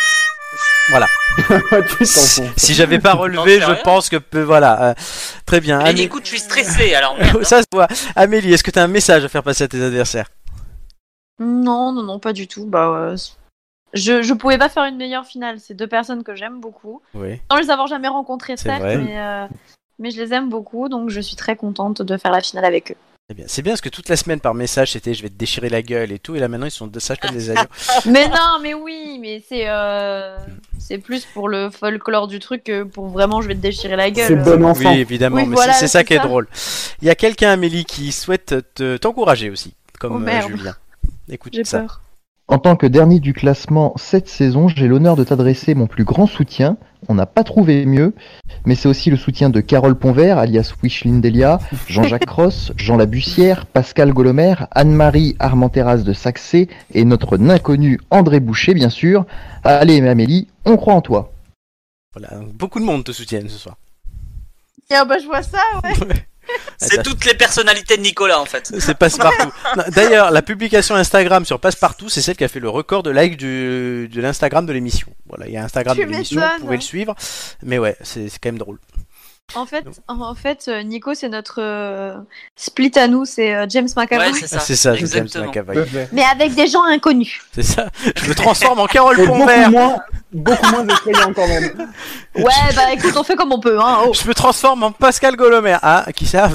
Tu t'en fous. Si j'avais pas relevé, Non, je c'est pense que voilà. Très bien. Mais écoute, je suis stressé, alors merde. Ça se voit. Amélie, est-ce que t'as un message à faire passer à tes adversaires ? Non, pas du tout. Bah, je pouvais pas faire une meilleure finale. C'est deux personnes que j'aime beaucoup. Oui. Sans les avoir jamais rencontrées, C'est certes, vrai. mais je les aime beaucoup, donc je suis très contente de faire la finale avec eux. Très bien. C'est bien parce que toute la semaine par message c'était je vais te déchirer la gueule et tout, et là maintenant ils sont de sages comme des agneaux. Mais non, mais oui, mais c'est plus pour le folklore du truc que pour vraiment je vais te déchirer la gueule. C'est bon enfant. Oui, évidemment, Oui, mais voilà, c'est ça c'est qui est ça. drôle. Il y a quelqu'un, Amélie, qui souhaite t'encourager aussi, Oh, comme merde. Julien. Écoute J'ai ça. peur. En tant que dernier du classement cette saison, j'ai l'honneur de t'adresser mon plus grand soutien. On n'a pas trouvé mieux, mais c'est aussi le soutien de Carole Ponvert, alias Wishlindelia, Jean-Jacques Cross, Jean Labussière, Pascal Golomer, Anne-Marie Armenteras de Saxé et notre inconnu André Boucher, bien sûr. Allez, Amélie, on croit en toi. Voilà, donc, beaucoup de monde te soutiennent ce soir. Ah bah je vois ça, ouais. C'est toutes les personnalités de Nicolas, en fait. C'est Passepartout. Non, d'ailleurs, la publication Instagram sur Passepartout, c'est celle qui a fait le record de like de l'Instagram de l'émission. Voilà, il y a Instagram Tu de l'émission, m'étonnes. vous pouvez le suivre. Mais ouais, c'est quand même drôle. En fait, Nico, c'est notre split à nous, c'est James McAvoy. Ouais, c'est ça. C'est ça, c'est James Exactement. McAvoy. Mais avec des gens inconnus. C'est ça. Je me transforme en Carole Et Ponvert. beaucoup moins effrayant quand même. Ouais, bah écoute, on fait comme on peut, hein. Oh. Je me transforme en Pascal Golomer. Ah, qui ça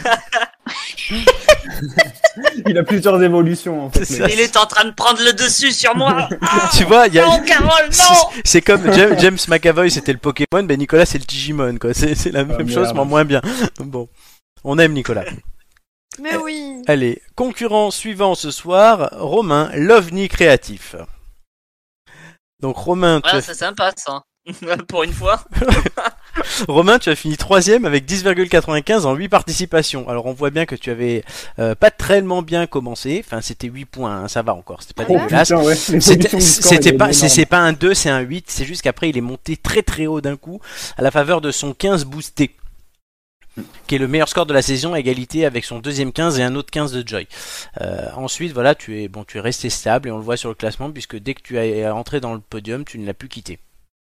Il a plusieurs évolutions en fait. C'est ça. Il est en train de prendre le dessus sur moi. Tu vois, il y a... Non, Carole, non. C'est comme James McAvoy, c'était le Pokémon, ben Nicolas, c'est le Digimon, quoi. C'est la même chose, merde. mais en moins bien. Bon, on aime Nicolas. Mais oui. Allez, concurrent suivant ce soir, Romain, l'OVNI créatif. Donc Romain, Voilà, c'est sympa, ça. Pour une fois. Romain, tu as fini 3ème avec 10,95 en 8 participations. Alors on voit bien que tu avais pas tellement bien commencé. Enfin, c'était 8 points, hein, ça va encore, c'était pas Oh dégueulasse. putain, ouais. L'évolution du score, C'était elle est pas, énorme. c'est pas un 2, c'est un 8. C'est juste qu'après il est monté très très haut d'un coup à la faveur de son 15 boosté. qui est le meilleur score de la saison à égalité avec son deuxième 15 et un autre 15 de Joy. Ensuite, voilà, tu es resté stable et on le voit sur le classement puisque dès que tu es entré dans le podium, tu ne l'as plus quitté.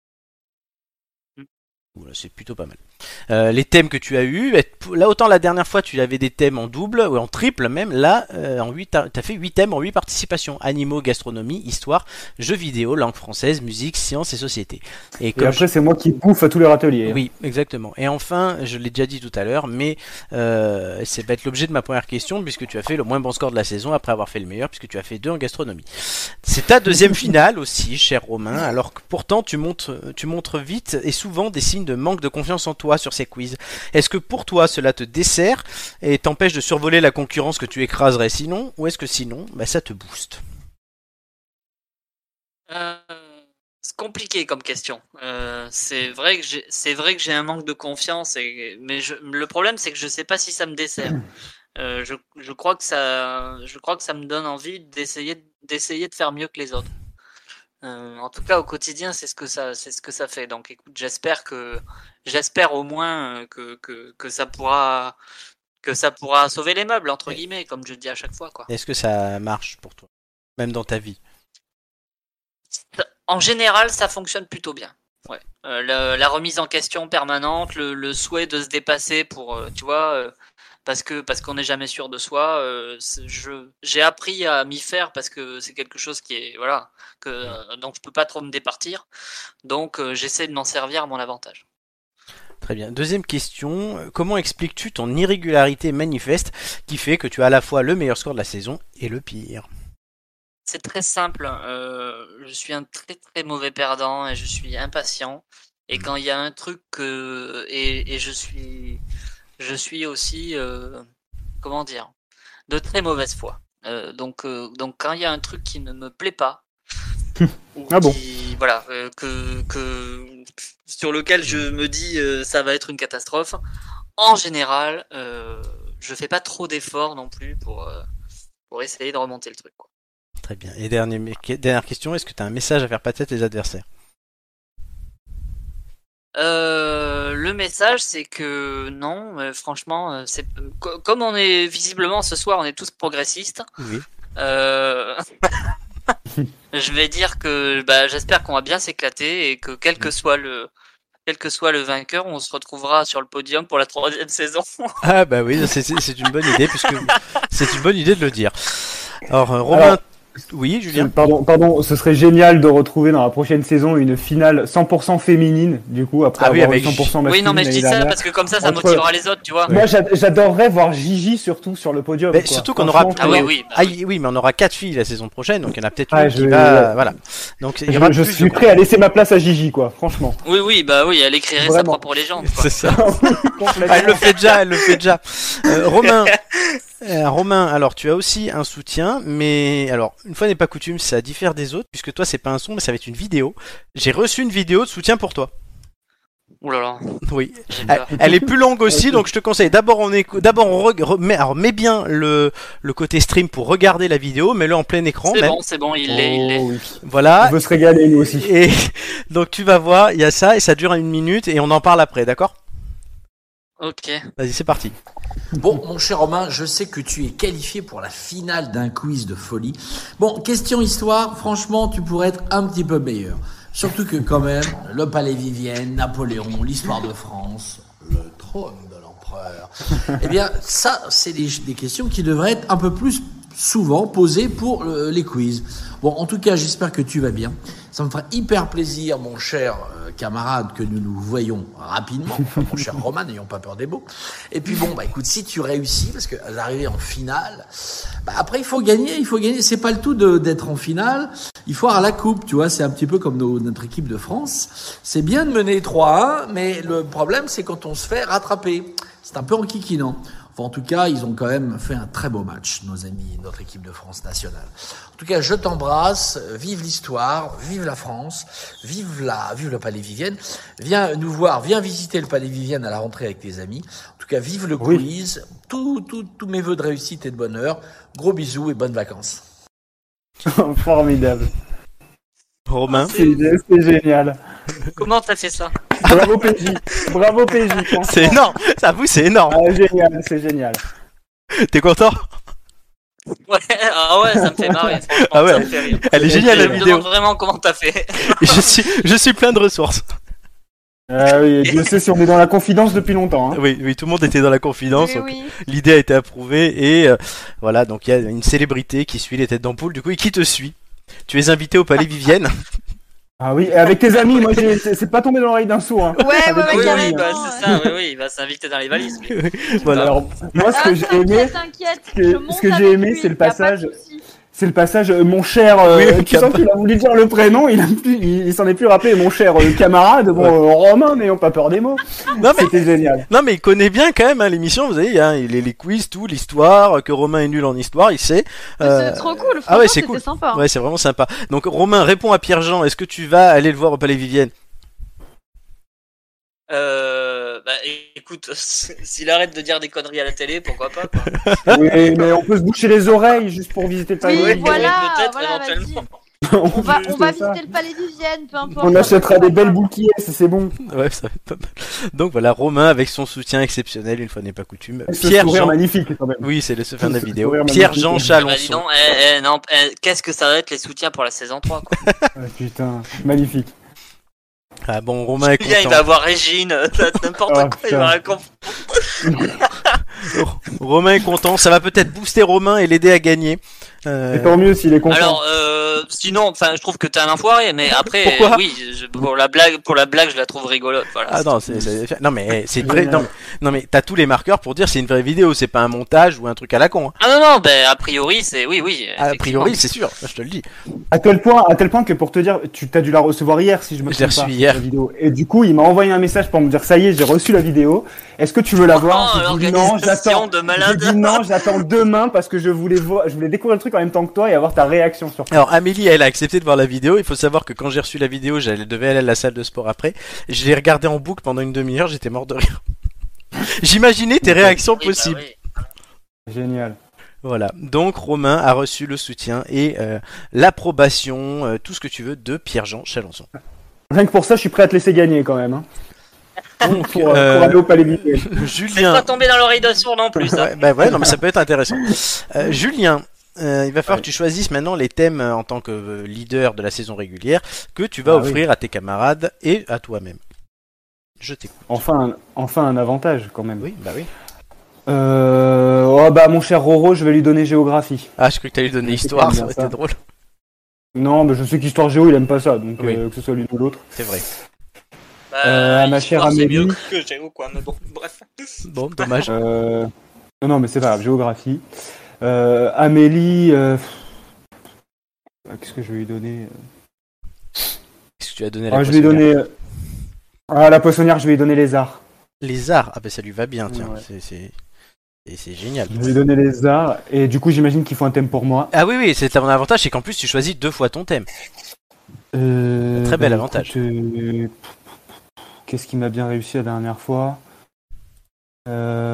Voilà, c'est plutôt pas mal. Les thèmes que tu as eu, là autant la dernière fois tu avais des thèmes en double ou en triple même, là en 8 t'as fait 8 thèmes en 8 participations: animaux, gastronomie, histoire, jeux vidéo, langue française, musique, sciences et société. Et après c'est moi qui bouffe à tous les râteliers. Oui, exactement. Et enfin, je l'ai déjà dit tout à l'heure, mais ça va être l'objet de ma première question puisque tu as fait le moins bon score de la saison après avoir fait le meilleur puisque tu as fait 2 en gastronomie. C'est ta deuxième finale aussi, cher Romain, alors que pourtant tu montres vite et souvent des signes de manque de confiance en toi sur ces quiz. Est-ce que pour toi cela te dessert et t'empêche de survoler la concurrence que tu écraserais sinon, ou est-ce que sinon ça te booste? C'est compliqué comme question. C'est vrai que j'ai un manque de confiance, mais le problème c'est que je sais pas si ça me dessert. Je crois que ça me donne envie d'essayer de faire mieux que les autres. En tout cas au quotidien c'est ce que ça fait. Donc écoute, j'espère au moins que ça pourra sauver les meubles entre guillemets, comme je dis à chaque fois, quoi. Est-ce que ça marche pour toi, même dans ta vie? En général, ça fonctionne plutôt bien. Ouais. La remise en question permanente, le souhait de se dépasser pour, tu vois, parce qu'on n'est jamais sûr de soi. J'ai appris à m'y faire parce que c'est quelque chose qui est, voilà, donc je peux pas trop me départir. Donc j'essaie de m'en servir à mon avantage. Très bien. Deuxième question, comment expliques-tu ton irrégularité manifeste qui fait que tu as à la fois le meilleur score de la saison et le pire? C'est très simple. Je suis un très très mauvais perdant et je suis impatient. Et quand il y a un truc et je suis aussi comment dire, de très mauvaise foi. Donc quand il y a un truc qui ne me plaît pas, ou voilà, sur lequel je me dis ça va être une catastrophe, en général, je fais pas trop d'efforts non plus pour essayer de remonter le truc, quoi. Très bien. Et dernière question, est-ce que tu as un message à faire passer à tes adversaires? Le message, c'est que non, franchement, c'est comme on est visiblement ce soir, on est tous progressistes. Oui. Je vais dire que j'espère qu'on va bien s'éclater et que quel que soit le vainqueur, on se retrouvera sur le podium pour la 3e saison. Ah bah oui, c'est une bonne idée puisque c'est une bonne idée de le dire. Alors Romain. Oui, Julien. Pardon, ce serait génial de retrouver dans la prochaine saison une finale 100% féminine, du coup, après avoir eu 100% masculine. Oui, non, mais je dis ça parce que comme ça motivera les autres, tu vois. Moi, j'adorerais voir Gigi surtout sur le podium. Mais surtout qu'on aura. Oui, mais on aura 4 filles la saison prochaine, donc il y en a peut-être une qui va. Voilà. Donc il y aura je suis prêt à laisser ma place à Gigi, quoi, franchement. Oui, elle écrirait sa propre légende. C'est ça. Elle le fait déjà. Romain, alors tu as aussi un soutien, mais alors une fois n'est pas coutume, ça diffère des autres puisque toi c'est pas un son, mais ça va être une vidéo. J'ai reçu une vidéo de soutien pour toi. Ouh là là. Oui. Elle est plus longue aussi, donc je te conseille. D'abord on mets bien le côté stream pour regarder la vidéo, mets-le en plein écran. C'est bon, il l'est. Oui. Voilà. On veut se régaler nous aussi. Et donc tu vas voir, il y a ça et ça dure 1 minute et on en parle après, d'accord? Ok. Vas-y, c'est parti. Bon, mon cher Romain, je sais que tu es qualifié pour la finale d'un quiz de folie. Bon, question histoire, franchement, tu pourrais être un petit peu meilleur. Surtout que quand même, le palais Vivienne, Napoléon, l'histoire de France, le trône de l'empereur. Eh bien, ça, c'est des questions qui devraient être un peu plus souvent posées pour les quiz. Bon, en tout cas, j'espère que tu vas bien. Ça me fera hyper plaisir, mon cher camarade, que nous nous voyons rapidement. Enfin, mon cher Romain, n'ayons pas peur des mots. Et puis bon, écoute, si tu réussis, parce que d'arriver en finale, après il faut gagner. C'est pas le tout d'être en finale. Il faut avoir la coupe, tu vois. C'est un petit peu comme notre équipe de France. C'est bien de mener 3-1, mais le problème, c'est quand on se fait rattraper. C'est un peu enquiquinant. Enfin, en tout cas, ils ont quand même fait un très beau match, nos amis, notre équipe de France nationale. En tout cas, je t'embrasse. Vive l'histoire, vive la France, vive le Palais Vivienne. Viens nous voir, viens visiter le Palais Vivienne à la rentrée avec tes amis. En tout cas, vive le quiz. Tous mes vœux de réussite et de bonheur. Gros bisous et bonnes vacances. Formidable. Romain. C'est génial. Comment t'as fait ça? Bravo PJ. Bravo PJ. franchement. C'est énorme. Ça vous, c'est énorme. Ah, génial, c'est génial. T'es content? Ouais, ah ouais, ça me fait marrer. Franchement, Ah ouais. ça me fait rire. Elle est géniale Je la me vidéo. demande vraiment comment t'as fait. Je suis plein de ressources. Ah oui, Dieu sait si on est dans la confidence depuis longtemps. Hein. Oui, tout le monde était dans la confidence. Oui, Donc oui. l'idée a été approuvée et voilà, donc il y a une célébrité qui suit les têtes d'ampoule, du coup, et qui te suit. Tu es invité au Palais Vivienne. Ah oui, et avec tes amis, moi c'est pas tombé dans l'oreille d'un sourd. Hein. Ouais, Avec ouais, tes Oui, amis, oui, hein. bah carrément, c'est ça, oui, il va s'inviter dans les valises. lui. Voilà. Alors, moi ce que j'ai aimé, T'inquiète, ce que- je ce monte que j'ai avec aimé, lui, c'est le y a pas de passage. souci. c'est le passage mon cher. Oui, tu sens qu'il a voulu dire le prénom, il s'en est plus rappelé, mon cher camarade, bon Romain, n'ayons pas peur des mots. Non mais, C'était génial. non mais il connaît bien quand même hein, l'émission, vous savez, hein, les quiz, tout, l'histoire, que Romain est nul en histoire, il sait. C'est trop cool, Ah ouais, franchement, c'est c'était cool. sympa. Ouais, c'est vraiment sympa. Donc Romain, réponds à Pierre-Jean, est-ce que tu vas aller le voir au Palais Vivienne? Bah écoute, s'il arrête de dire des conneries à la télé, pourquoi pas quoi. Oui, mais on peut se boucher les oreilles juste pour visiter le palais. Oui, Vivienne. voilà, peut-être, voilà, éventuellement. On va Juste ça. visiter le palais Vivienne, peu importe. On achètera des belles boules qui c'est bon. Ouais, ça va être pas mal. Donc voilà, Romain avec son soutien exceptionnel, une fois n'est pas coutume. Ce sourire Pierre-Jean, magnifique quand même. oui, c'est le fin de la Ce vidéo. sourire Pierre-Jean magnifique. Bah, dis Chalonson. donc, non, qu'est-ce que ça va être les soutiens pour la saison 3 quoi. Ah, putain, magnifique. Ah bon, Romain est Julien, il content. va avoir Régine, n'importe Oh, quoi, il va la confondre. Romain est content, ça va peut-être booster Romain et l'aider à gagner. Et tant mieux s'il est content. Alors, sinon, enfin, je trouve que t'es un enfoiré, mais après, Pourquoi oui, pour la blague, je la trouve rigolote. Voilà. Ah non, non mais c'est une vraie. Non mais t'as tous les marqueurs pour dire c'est une vraie vidéo, c'est pas un montage ou un truc à la con. Hein. Ah non, ben a priori, c'est oui. A priori, effectivement. c'est sûr, je te le dis. À tel point que pour te dire, tu t'as dû la recevoir hier si je me Je l'ai trompe pas. reçue hier. La vidéo. Et du coup, il m'a envoyé un message pour me dire ça y est, j'ai reçu la vidéo. Est-ce que tu veux la voir? Oh, J'ai dit non, l'organisation j'attends. de J'ai malade. dit non, j'attends demain parce que je voulais découvrir le truc en même temps que toi et avoir ta réaction sur ça. Alors Amélie, elle a accepté de voir la vidéo. Il faut savoir que quand j'ai reçu la vidéo, devais aller à la salle de sport après. Je l'ai regardée en boucle pendant une demi-heure. J'étais mort de rire. J'imaginais tes réactions Oui, bah possibles. oui. Génial. Voilà. Donc Romain a reçu le soutien et l'approbation, tout ce que tu veux, de Pierre-Jean Chalonson. Rien que pour ça, je suis prêt à te laisser gagner quand même. Hein. Donc Pour aller au Palais Vivienne. Fais Julien. pas tomber dans l'oreille de sourd non plus. Hein. Ouais, non mais ça peut être intéressant. Julien. Il va falloir que tu choisisses maintenant les thèmes en tant que leader de la saison régulière que tu vas offrir à tes camarades et à toi-même. Je t'écoute. Enfin un avantage quand même. Oui, bah oui. Oh bah mon cher Roro, je vais lui donner géographie. Ah, je crois que t'allais lui donner C'est histoire, pas ça bien, aurait ça. été drôle. Non, mais je sais qu'histoire géo, il aime pas ça, donc Oui. que ce soit l'une ou l'autre. C'est vrai. À ma chère l'histoire, c'est Amélie. mieux que Géo, quoi, mais bon, bref. Bon, dommage. Non, mais c'est pas grave, géographie. Amélie, qu'est-ce que je vais lui donner? Qu'est-ce que tu as donné à la Je vais lui poissonnière donner. La poissonnière, je vais lui donner les arts. Les arts. Ah bah ça lui va bien, tiens. Ouais. C'est génial. Je vais lui donner les arts, et du coup, j'imagine qu'il faut un thème pour moi. Ah oui, c'est mon avantage, c'est qu'en plus tu choisis 2 fois ton thème. Très bel avantage. Écoute, qu'est-ce qui m'a bien réussi la dernière fois? Je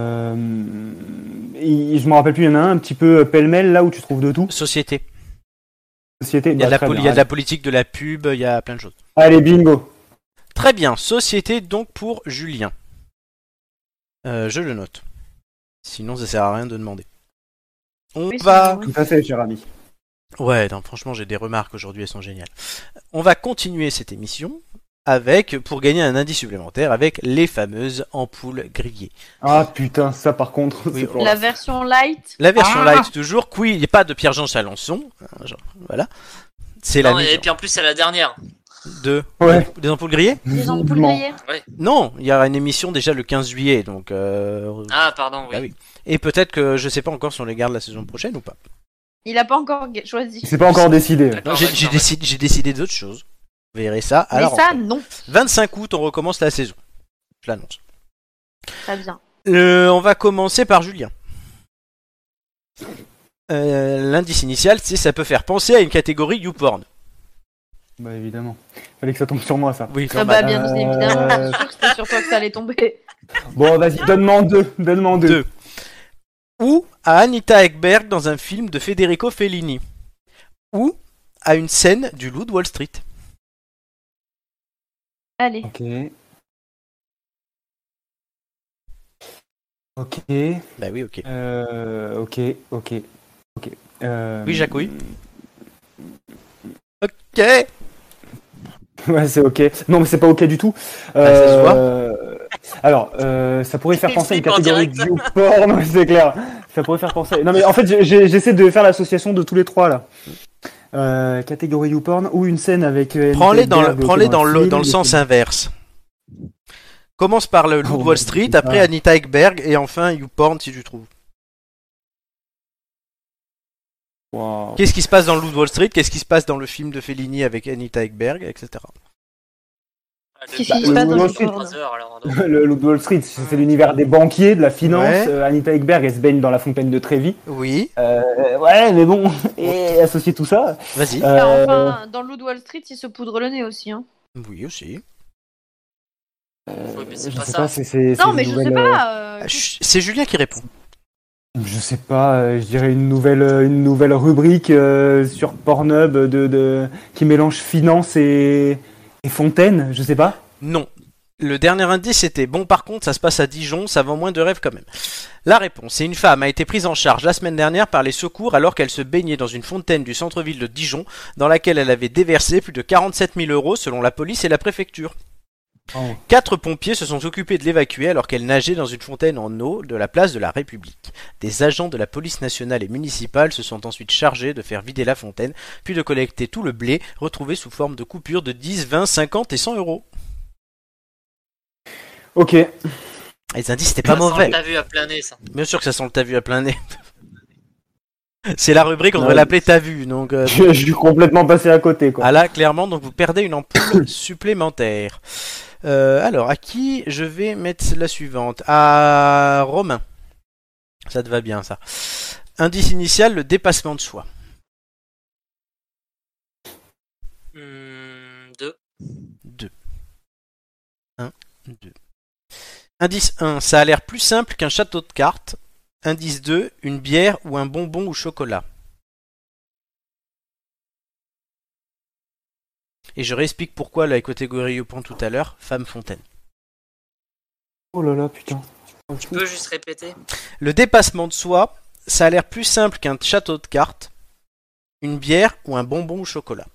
me rappelle plus, il y en a un petit peu pêle-mêle là où tu trouves de tout. Société. Société. Il y a, Bah, très bien. il y a de la politique, de la pub, il y a plein de choses. Allez, bingo. Très bien, société donc pour Julien. Je le note. Sinon ça sert à rien de demander. On Oui, va... Tout à fait, cher ami. Ouais, non, franchement j'ai des remarques aujourd'hui, elles sont géniales. On va continuer cette émission avec, pour gagner un indice supplémentaire, avec les fameuses ampoules grillées. Ah putain, ça par contre, Oui, c'est pour La version light. La version light toujours, il n'y a pas de Pierre-Jean Chalonson. Voilà. C'est la Non, et mise puis en plus, c'est la dernière. de... Ouais. Des ampoules grillées Les ampoules Visiblement. grillées. Non, il y aura une émission déjà le 15 juillet, donc... Ah, pardon, oui. Bah oui. Et peut-être que, je sais pas encore si on les garde la saison prochaine ou pas. Il a pas encore choisi. C'est pas encore décidé. D'accord, Non, j'ai d'accord, décidé d'autres choses. Vous verrez ça à Mais la ça, rentrée. non. 25 août, on recommence la saison. Je l'annonce. Très bien. On va commencer par Julien. L'indice initial, c'est ça peut faire penser à une catégorie YouPorn. Bah évidemment. Fallait que ça tombe sur moi ça. Oui, Ah bah bien évidemment, c'est sûr que c'était sur toi que ça allait tomber. Bon, vas-y, donne-moi en deux. Deux. Ou à Anita Ekberg dans un film de Federico Fellini. Ou à une scène du Loup de Wall Street. Allez. Ok. Ok. Bah oui, ok. Ok. Oui, Jacouille. Ok. Ouais, c'est ok. Non, mais c'est pas ok du tout. Ah, ça se voit. Alors, ça pourrait faire Il penser à une flippe en catégorie de direct. YouPorn, ouais, c'est clair. Ça pourrait faire penser. Non, mais en fait, j'essaie de faire l'association de tous les trois là. Catégorie YouPorn ou une scène avec. Prends-les dans le, Berg, ok, dans le, film, dans le sens inverse. Commence par le Loup de Oh, Wall je Street, sais après pas. Anita Ekberg, et enfin YouPorn si tu trouves. Wow. Qu'est-ce qui se passe dans le Loup de Wall Street? Qu'est-ce qui se passe dans le film de Fellini avec Anita Ekberg, etc. Qu'est-ce qui se se passe passe dans dans le le Street porn? 3 heures, alors. donc. Le Loup de Wall Street, c'est l'univers des banquiers, de la finance. Ouais. Anita Ekberg, elle se baigne dans la fontaine de Trévi. Oui, Ouais, mais bon, et associer tout ça. vas-y. Enfin, dans le Loup de Wall Street, il se poudre le nez aussi. Hein. Oui, aussi. Oui, mais c'est Je pas sais ça. pas, c'est Non, une mais je sais nouvelle, pas. C'est Julien qui répond. je sais pas, je dirais une nouvelle rubrique sur Pornhub qui mélange finance et fontaine, je sais pas. Non. Le dernier indice était bon, par contre, ça se passe à Dijon, ça vend moins de rêves quand même. La réponse, c'est une femme a été prise en charge la semaine dernière par les secours alors qu'elle se baignait dans une fontaine du centre-ville de Dijon dans laquelle elle avait déversé plus de 47 000 € selon la police et la préfecture. Oh. 4 pompiers se sont occupés de l'évacuer alors qu'elle nageait dans une fontaine en eau de la place de la République. Des agents de la police nationale et municipale se sont ensuite chargés de faire vider la fontaine, puis de collecter tout le blé retrouvé sous forme de coupures de 10, 20, 50 et 100 €. Ok. Les indices c'était pas Ça sent mauvais. le t'as vu à plein nez, ça. Bien sûr que ça sent le t'as vu à plein nez. C'est la rubrique, on devrait Ouais. l'appeler t'as vu. Donc, Je suis complètement passé à côté, quoi. ah là, clairement, donc vous perdez une ampoule supplémentaire. Alors, à qui je vais mettre la suivante? À Romain. Ça te va bien, ça. Indice initial, le dépassement de soi. 2. 2. 1, 2. Indice 1, ça a l'air plus simple qu'un château de cartes. Indice 2, une bière ou un bonbon ou chocolat. Et je réexplique pourquoi la catégorie au point tout à l'heure, femme fontaine. Oh là là, putain. Tu peux juste répéter? Le dépassement de soi, ça a l'air plus simple qu'un château de cartes, une bière ou un bonbon au chocolat.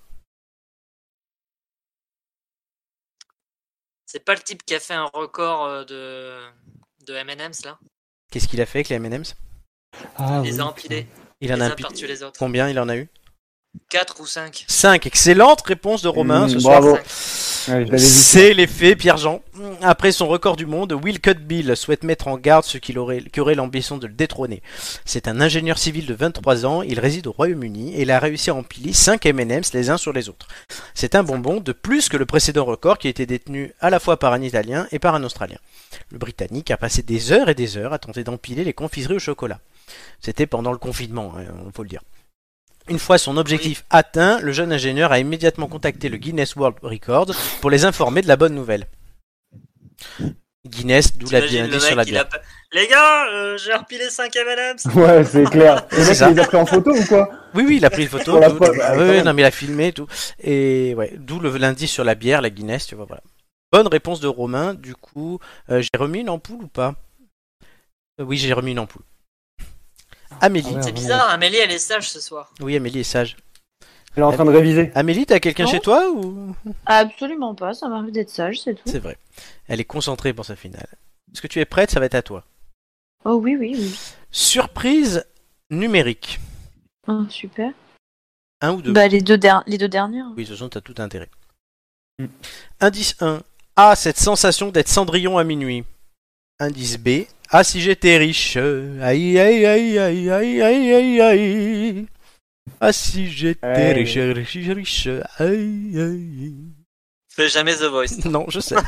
C'est pas le type qui a fait un record de M&M's là? Qu'est-ce qu'il a fait avec les M&M's? Ah, Il les oui, a empilés. Il en Les a uns empilé. par-dessus les autres. Combien il en a eu? 4 ou 5. 5. Excellente réponse de Romain ce soir. bravo. Ouais, je l'avais vu. C'est l'effet Pierre-Jean. Après son record du monde, Will Cutbill souhaite mettre en garde ceux qui auraient l'ambition de le détrôner. C'est un ingénieur civil de 23 ans, il réside au Royaume-Uni et il a réussi à empiler 5 M&M's les uns sur les autres. C'est un bonbon de plus que le précédent record qui était détenu à la fois par un Italien et par un Australien. Le Britannique a passé des heures et des heures à tenter d'empiler les confiseries au chocolat. C'était pendant le confinement, il faut le dire. Une fois son objectif atteint, le jeune ingénieur a immédiatement contacté le Guinness World Records pour les informer de la bonne nouvelle. Guinness, d'où la T'imagines bière le sur la mec, bière. Les gars, j'ai repilé 5 M&M's. Ouais, c'est clair. Le C'est mec, ça. il les a pris en photo ou quoi? Oui, il a pris une photo. Pour la tout. preuve, bah, Ah, quand oui, même. non, mais il a filmé et tout. Et ouais, d'où l'indice sur la bière, la Guinness, tu vois, voilà. Bonne réponse de Romain, du coup, j'ai remis une ampoule ou pas? Oui, j'ai remis une ampoule. Amélie. Ah ouais. C'est bizarre, Amélie elle est sage ce soir. Oui, Amélie est sage. Elle est en train de réviser. Amélie, t'as quelqu'un Non. chez toi ou? Absolument pas, ça m'arrive d'être sage, c'est tout. C'est vrai. Elle est concentrée pour sa finale. Est-ce que tu es prête? Ça va être à toi. Oh oui, oui, oui. Surprise numérique. Ah, super. Un ou deux? Bah, les deux dernières. Oui, de toute façon, t'as tout intérêt. Mm. Indice 1. A, cette sensation d'être Cendrillon à minuit. Indice B. Ah, si j'étais riche. Aïe, aïe, aïe, aïe, aïe, aïe, aïe, aïe. Ah, si j'étais Aïe. riche, riche, riche. Aïe, aïe. Fais jamais The Voice. Non, je sais.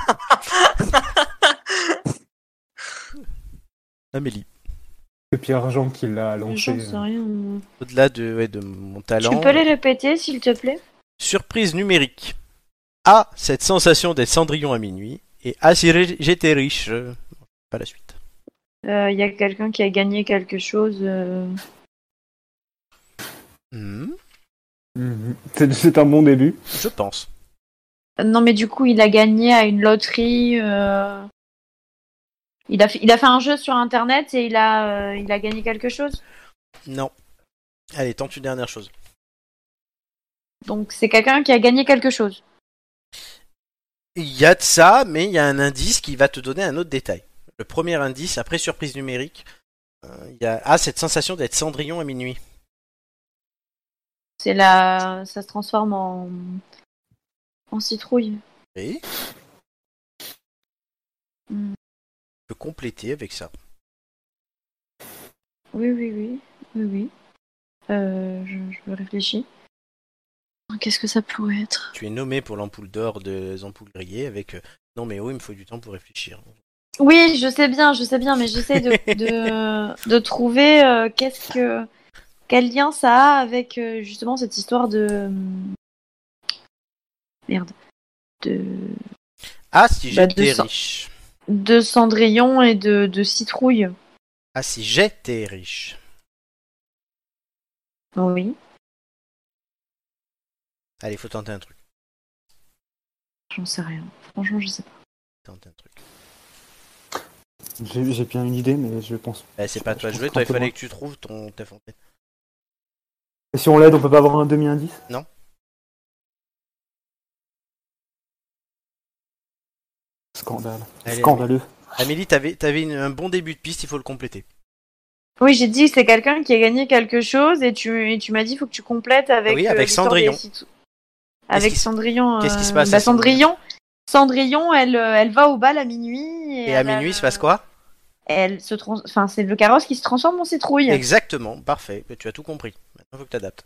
Amélie. C'est Pierre-Jean qui l'a lancé. J'en sais rien. moi. Au-delà de mon talent. Tu peux les répéter, s'il te plaît? Surprise numérique. A, cette sensation d'être Cendrillon à minuit. Et Ah, si j'étais riche. Pas la suite. Il y a quelqu'un qui a gagné quelque chose. Hmm, Mhm. C'est un bon début. je pense. Non, mais du coup, il a gagné à une loterie. Il a fait un jeu sur Internet et il a gagné quelque chose. Non. Allez, tente une dernière chose. Donc, c'est quelqu'un qui a gagné quelque chose. Il y a de ça, mais il y a un indice qui va te donner un autre détail. Le premier indice, après surprise numérique, il y a cette sensation d'être Cendrillon à minuit. Ça se transforme en citrouille. Oui. Mm. Tu peux compléter avec ça. Oui. Je réfléchis. Qu'est-ce que ça pourrait être? Tu es nommé pour l'ampoule d'or des ampoules grillées avec non mais il me faut du temps pour réfléchir. Oui, je sais bien, mais j'essaie de trouver quel lien ça a avec justement cette histoire de merde Ah si j'étais de riche. De Cendrillon et de citrouille. Ah si j'étais riche. Oui. Allez, faut tenter un truc. J'en sais rien. Franchement, je sais pas. Tente un truc. J'ai bien une idée, mais je pense. C'est pas à toi de jouer, toi il fallait que tu trouves ta fontaine. Et si on l'aide, on peut pas avoir un demi-indice? Non. Scandale. Allez, Scandaleux. Amélie, t'avais un bon début de piste, il faut le compléter. Oui, j'ai dit que c'est quelqu'un qui a gagné quelque chose et tu m'as dit il faut que tu complètes avec oui, avec l'histoire Cendrillon. Avec Cendrillon. Qu'est-ce qui se passe à Cendrillon, elle va au bal à minuit. Et à minuit, il se passe quoi? C'est le carrosse qui se transforme en citrouille. Exactement, parfait. Tu as tout compris. Maintenant, il faut que tu adaptes.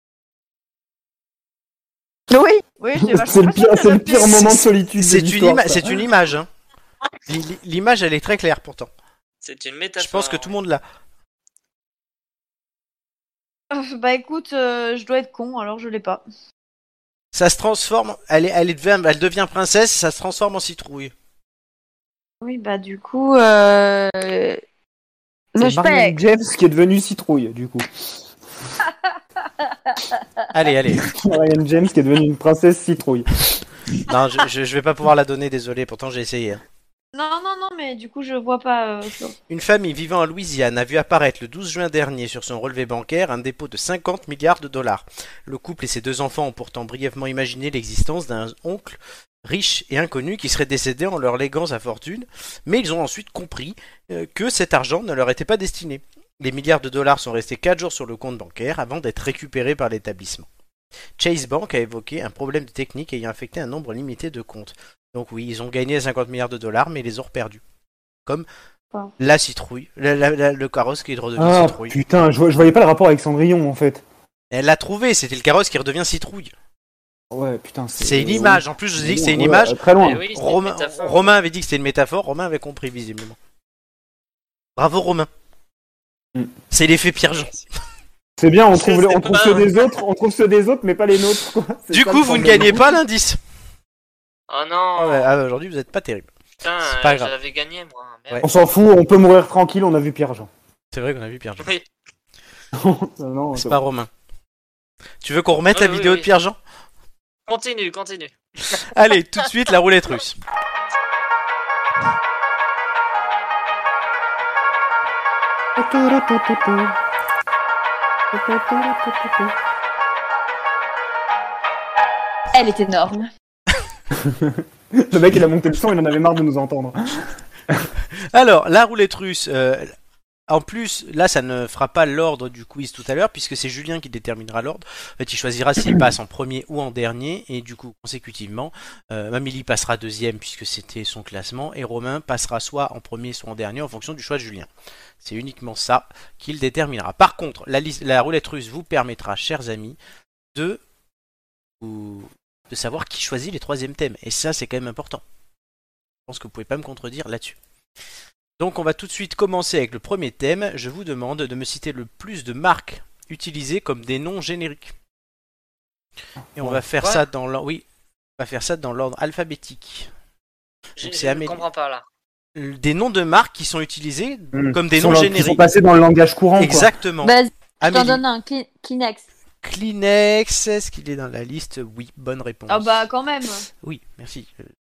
Oui, c'est le pire moment de solitude. C'est une image. Hein. L'image, elle est très claire pourtant. C'est une métaphore. Je pense que tout le monde l'a. Bah écoute, je dois être con, alors je l'ai pas. Ça se transforme, elle devient princesse, ça se transforme en citrouille. Oui, bah du coup, c'est Marianne James qui est devenue citrouille, du coup. Allez. Marianne James qui est devenue une princesse citrouille. Non, je vais pas pouvoir la donner, désolé, pourtant j'ai essayé. Hein. Non, mais du coup je vois pas. Une famille vivant en Louisiane a vu apparaître le 12 juin dernier sur son relevé bancaire un dépôt de 50 milliards de dollars. Le couple et ses 2 enfants ont pourtant brièvement imaginé l'existence d'un oncle riche et inconnu qui serait décédé en leur léguant sa fortune, mais ils ont ensuite compris que cet argent ne leur était pas destiné. Les milliards de dollars sont restés 4 jours sur le compte bancaire avant d'être récupérés par l'établissement. Chase Bank a évoqué un problème de technique ayant affecté un nombre limité de comptes. Donc oui, ils ont gagné 50 milliards de dollars, mais ils les ont perdus. Comme la citrouille, le carrosse qui est redevenu citrouille. Putain, je voyais pas le rapport avec Cendrillon en fait. Elle l'a trouvé, c'était le carrosse qui redevient citrouille. Ouais, putain, c'est une image. En plus, je dis que c'est une image. Très loin. Oui, Romain avait dit que c'était une métaphore. Romain avait compris visiblement. Bravo Romain. C'est l'effet Pierre-Jean. C'est bien, on trouve ceux des autres, mais pas les nôtres. Quoi. Du coup, vous ne gagnez pas l'indice. Oh non. Aujourd'hui, vous êtes pas terrible. Putain, c'est pas grave. j'avais gagné moi. Ouais. On s'en fout, on peut mourir tranquille. On a vu Pierre-Jean. C'est vrai qu'on a vu Pierre-Jean. Oui. Non, c'est pas Romain. Tu veux qu'on remette la vidéo de Pierre-Jean? Continue. Allez, tout de suite, la roulette russe. Elle est énorme. Le mec, il a monté le son, il en avait marre de nous entendre. Alors, la roulette russe... En plus, là, ça ne fera pas l'ordre du quiz tout à l'heure, puisque c'est Julien qui déterminera l'ordre. En fait, il choisira s'il passe en premier ou en dernier, et du coup, consécutivement, Amélie passera deuxième, puisque c'était son classement, et Romain passera soit en premier, soit en dernier, en fonction du choix de Julien. C'est uniquement ça qu'il déterminera. Par contre, la roulette russe vous permettra, chers amis, de savoir qui choisit les 3e thèmes. Et ça, c'est quand même important. Je pense que vous pouvez pas me contredire là-dessus. Donc on va tout de suite commencer avec le premier thème. Je vous demande de me citer le plus de marques utilisées comme des noms génériques. Et on va faire ça dans l'ordre. Oui, on va faire ça dans l'ordre alphabétique. Je ne comprends pas là. Des noms de marques qui sont utilisés comme des noms génériques. Qui sont passés dans le langage courant. Exactement. Bah, je t'en donne un. Kleenex. Kleenex, est-ce qu'il est dans la liste? Oui, bonne réponse. Ah bah quand même. Oui, merci.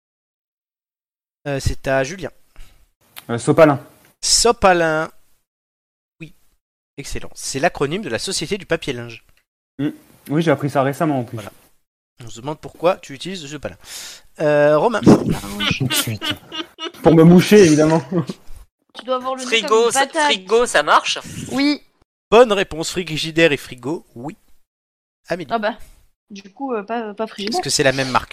C'est à Julien. Sopalin. Sopalin. Oui, excellent. C'est l'acronyme de la Société du papier linge. Oui, j'ai appris ça récemment en plus. Voilà. On se demande pourquoi tu utilises ce Sopalin. Romain. Tout de suite. Pour me moucher, évidemment. Tu dois avoir le nez comme une patate. Frigo, ça marche? Oui. Bonne réponse, frigidaire et frigo, oui. Amélie. Ah bah, du coup, pas frigidaire. Parce que c'est la même marque.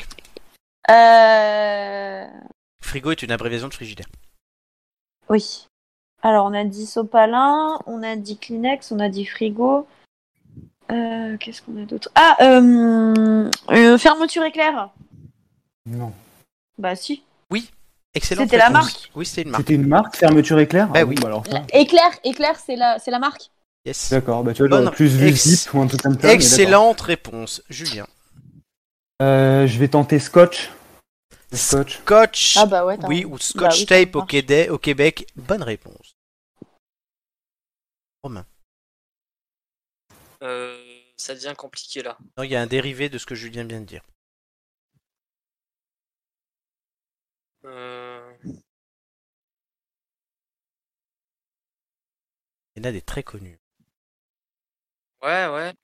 Frigo est une abréviation de frigidaire. Oui. Alors, on a dit sopalin, on a dit Kleenex, on a dit frigo. Qu'est-ce qu'on a d'autre? Ah, fermeture éclair. Non. Bah si. Oui, excellent. C'était la marque. Oui, c'était une marque. C'était une marque, fermeture éclair? Bah oui. Bon, bah alors ça. Éclair, c'est la marque. Yes. D'accord, bah tu vois, j'aurais plus vu Zip ou un truc comme ça. Excellente réponse, Julien. Je vais tenter Scotch. Scotch. Ah bah ouais. Oui, ou Scotch Tape au Québec. Bonne réponse. Romain. Ça devient compliqué là. Non, il y a un dérivé de ce que Julien vient de dire. Il y en a des très connus. Ouais.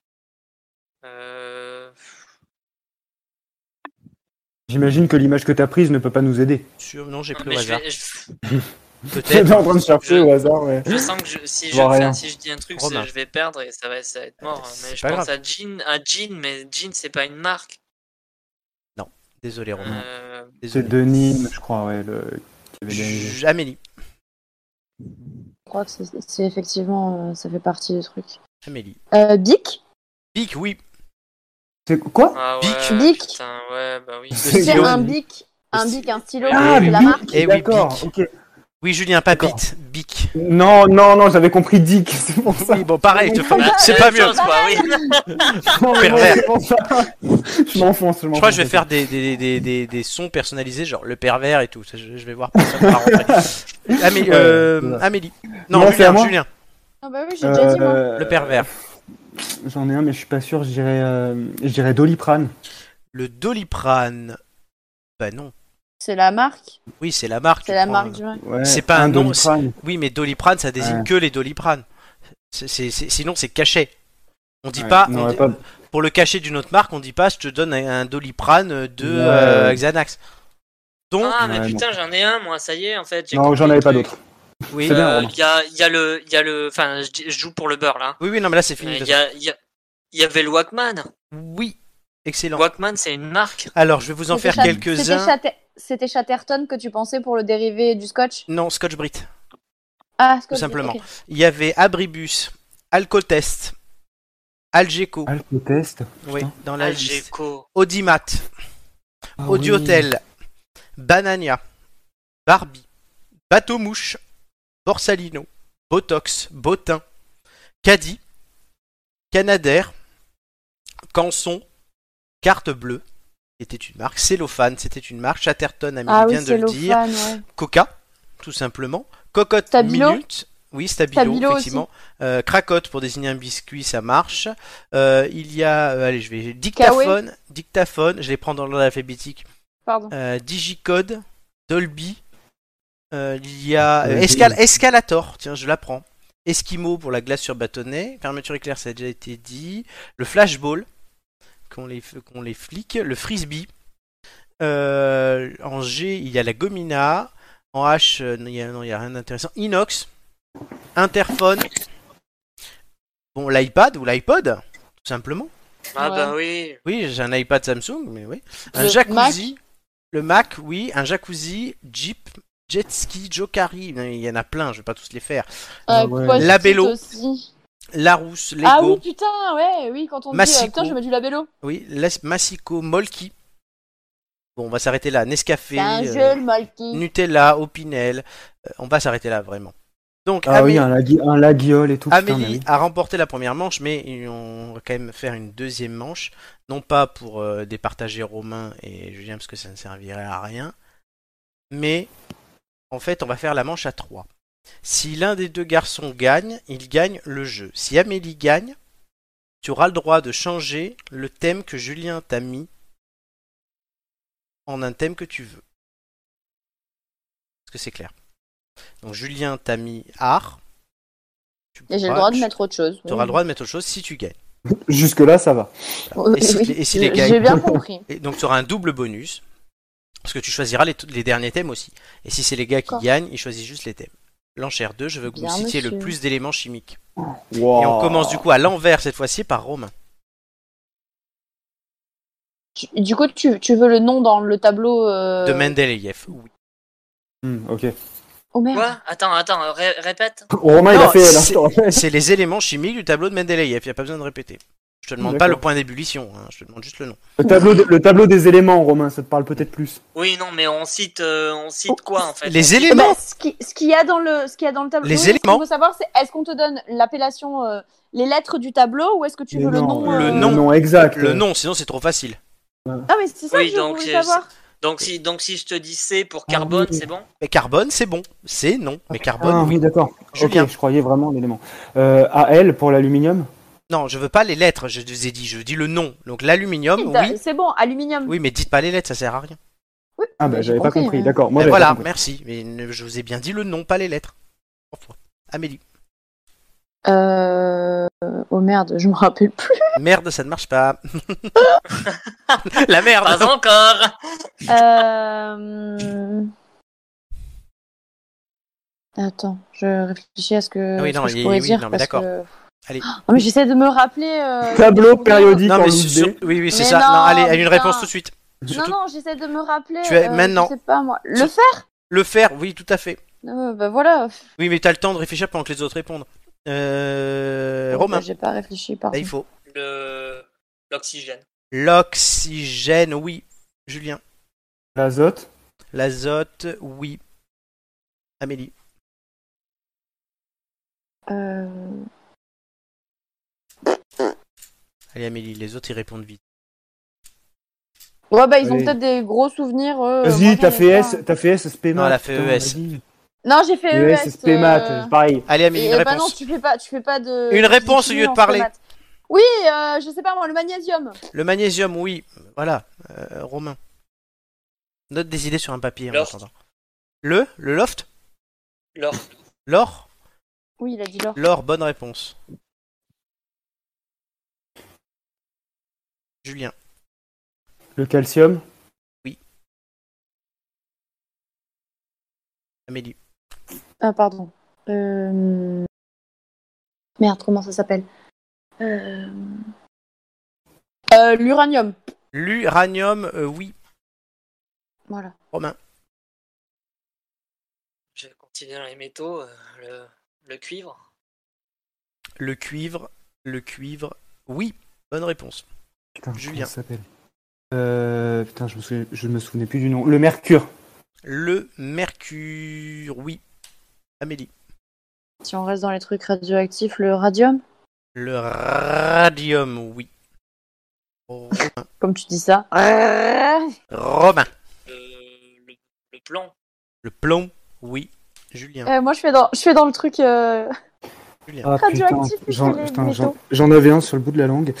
J'imagine que l'image que t'as prise ne peut pas nous aider. Non, j'ai pris au hasard. Peut-être. Peut-être. en train de chercher au hasard, ouais. Je sens que si je dis un truc, Romain. je vais perdre et ça va être mort. Mais je pas pense grave. à Jean, mais Jean c'est pas une marque. Non, désolé Romain. C'est de Nîmes, je crois, ouais. Qui avait gagné. Amélie. Je crois que c'est effectivement, ça fait partie du truc. Amélie. Bic. Bic, oui. C'est quoi? Ah Bic. ouais, Bic. putain, ouais, bah oui. C'est un bic, un stylo, Ah, c'est la Bic, marque. Eh oui, d'accord, Bic. ok. Oui, Julien, pas D'accord. Bit. Bic. Non, j'avais compris Dick, c'est pour ça. Oui, bon, pareil, c'est La pas même mieux. chose, quoi, oui. Non, mais bon, Pervers. c'est pour ça. Je m'enfonce. Je crois que je vais faire des sons personnalisés, genre le pervers et tout. Ça, je vais voir pour ça va rentrer. Amélie. Non, c'est à moi. Julien. Ah bah oui, j'ai déjà dit moi. Le pervers. J'en ai un, mais je suis pas sûr. Je dirais Doliprane. Le Doliprane. Bah non. C'est la marque. Oui, c'est la marque. C'est la marque du vin. Ouais, C'est pas un nom. Doliprane. Oui, mais Doliprane, ça désigne Ouais. que les Doliprane. Sinon, c'est cachet. On dit Ouais, pas. non, on ouais, dit- pas- Pour le cachet d'une autre marque, on dit pas je te donne un Doliprane de Xanax. Donc, Ah, mais Ouais, putain, j'en ai un, moi, ça y est, en fait. j'ai Non, compris j'en le avais pas truc. d'autres. oui. C'est bien, Romain. Il y a le. Enfin, je joue pour le beurre, là. Oui, non, mais là, c'est fini. Il y avait le Walkman. Oui, excellent. Walkman, c'est une marque. Alors, je vais vous en faire quelques-uns. C'était Chatterton que tu pensais pour le dérivé du scotch? Non, Scotch Brit. Ah, scotch. Tout simplement. ok. Il y avait Abribus, Alcotest, Algeco. Alcotest. Oui, dans la liste. Algeco. Audimat, Ah Audiotel, Banania, Barbie, Bateau Mouche, Borsalino, Botox, Botin, Caddy, Canadair, Canson, Carte Bleue, c'était une marque, Cellophane, c'était une marque, Chatterton, Amélie Ah oui, vient de c'est le dire, ouais. Coca, tout simplement, Cocotte Stabilo. Minute, oui, Stabilo, Stabilo effectivement, Cracotte pour désigner un biscuit, ça marche, il y a, allez, je vais, Dictaphone, je les prends dans l'ordre alphabétique, Pardon. Digicode, Dolby, il y a Escalator, tiens, je la prends. Esquimau pour la glace sur bâtonnet, fermeture éclair, ça a déjà été dit. Le flashball, qu'on les flique. Le frisbee. En G, il y a la gomina. En H, il y a rien d'intéressant. Inox, interphone. Bon, l'iPad ou l'iPod, tout simplement. Ah, Ouais. bah oui. Oui, j'ai un iPad Samsung, mais oui. Un Le jacuzzi. Le Mac, oui. Un jacuzzi, Jeep, jet ski, Jokari. Il y en a plein, je vais pas tous les faire. Ah ouais. Post-it Labello. aussi. Larousse, Lego. Ah oui, putain, ouais, oui, quand on dit Massico. putain, je mets du labello. Oui, Massico, Molki. Bon, on va s'arrêter là. Nescafé, C'est un jeu, le Molki. Nutella, Opinel. On va s'arrêter là, vraiment. Donc, Ah oui, un laguiole et tout. putain, mais Amélie oui. a remporté la première manche, mais on va quand même faire une deuxième manche. Non pas pour départager Romain et Julien, parce que ça ne servirait à rien. Mais, en fait, on va faire la manche à 3. Si l'un des deux garçons gagne, il gagne le jeu. Si Amélie gagne, tu auras le droit de changer le thème que Julien t'a mis en un thème que tu veux. Est-ce que c'est clair? Donc Julien t'a mis art. Et j'ai le droit de mettre autre chose. Tu auras le droit de mettre autre chose si tu gagnes. Jusque-là, ça va. Et si les gars... J'ai bien compris. Et donc tu auras un double bonus. Parce que tu choisiras les derniers thèmes aussi. Et si c'est les gars qui gagnent, ils choisissent juste les thèmes. L'enchère 2, je veux que vous citiez le plus d'éléments chimiques. Wow. Et on commence du coup à l'envers cette fois-ci par Romain. Du coup, tu veux le nom dans le tableau De Mendeleïev, oui. Ok. Oh merde. Quoi? Attends, répète. Romain, il Non, a fait elle, hein, je te rappelle. c'est les éléments chimiques du tableau de Mendeleïev, il n'y a pas besoin de répéter. Je te demande pas le point d'ébullition, hein, je te demande juste le nom. Le tableau des éléments, Romain, ça te parle peut-être plus. Oui, non, mais on cite quoi en fait? Les éléments. Ce qu'il y a dans le tableau. Les Oui, éléments. Ce qu'il faut savoir, c'est est-ce qu'on te donne l'appellation, les lettres du tableau, ou est-ce que tu veux le nom Le Le nom exact. Le nom, sinon c'est trop facile. Non, mais c'est ça Oui, que je donc, voulais savoir. Donc si je te dis C pour carbone, oui. c'est bon? Mais carbone, c'est bon. C'est non. Mais carbone, Ah oui. oui, d'accord. Julien. Ok, je croyais vraiment l'élément. AL pour l'aluminium. Non, je veux pas les lettres, je vous ai dit, je dis le nom. Donc l'aluminium, oui. C'est bon, aluminium. Oui, mais dites pas les lettres, ça sert à rien. Oui, Ah bah mais j'avais j'ai pas compris, ouais. d'accord. Moi, Ben j'avais voilà, pas compris. merci. Mais je vous ai bien dit le nom, pas les lettres. Amélie. Oh merde, je me rappelle plus. Merde, ça ne marche pas. La merde. Pas encore. Attends, je réfléchis à ce que, Oui, ce non, que je pourrais dire. non, mais parce d'accord. que- Allez. Non, mais j'essaie de me rappeler. Tableau des périodique Non, en mais loose D. oui, c'est Mais ça. non, Non, allez, une putain. réponse tout de suite. Surtout Non, j'essaie de me rappeler. Tu es maintenant. Je sais pas moi. Le Sur- fer. le fer, oui, tout à fait. Bah voilà. Oui, mais t'as le temps de réfléchir pendant que les autres répondent. Romain, Bah, j'ai pas réfléchi, pardon. là, il faut. L'oxygène. L'oxygène, oui. Julien. L'azote. L'azote, oui. Amélie. Allez, Amélie, les autres, ils répondent vite. Ouais, bah ils ont Allez. peut-être des gros souvenirs. moi, Vas-y, j'en t'as ai fait pas. S, t'as fait S, SP Non, maths. elle a fait putain, ES. vas-y. Non, j'ai fait ES, ES. SP maths, pareil. Allez, Amélie, une Bah non, réponse. tu fais pas de. Une réponse au de lieu de en parler. maths. Oui, je sais pas moi, le magnésium. Le magnésium, oui. Voilà. Romain. Note des idées sur un papier en Loft. attendant. Le loft. L'or. L'or. Oui, il a dit l'or. L'or, bonne réponse. Julien. Le calcium. Amélie. Ah, pardon. Merde, comment ça s'appelle L'uranium. L'uranium, oui. Voilà. Romain. Je vais continuer dans les métaux. Le cuivre. Le cuivre. Oui. Bonne réponse. Putain, Julien. comment ça s'appelle Putain, je me souvenais plus du nom. Le mercure. Le mercure, oui. Amélie. Si on reste dans les trucs radioactifs, le radium. Le radium, oui. Romain. Comme tu dis ça. Romain. Le plomb. Le plomb, oui. Julien. Moi, je fais dans le truc Julien. Ah radioactif. putain, plus que les métaux. j'en avais un sur le bout de la langue.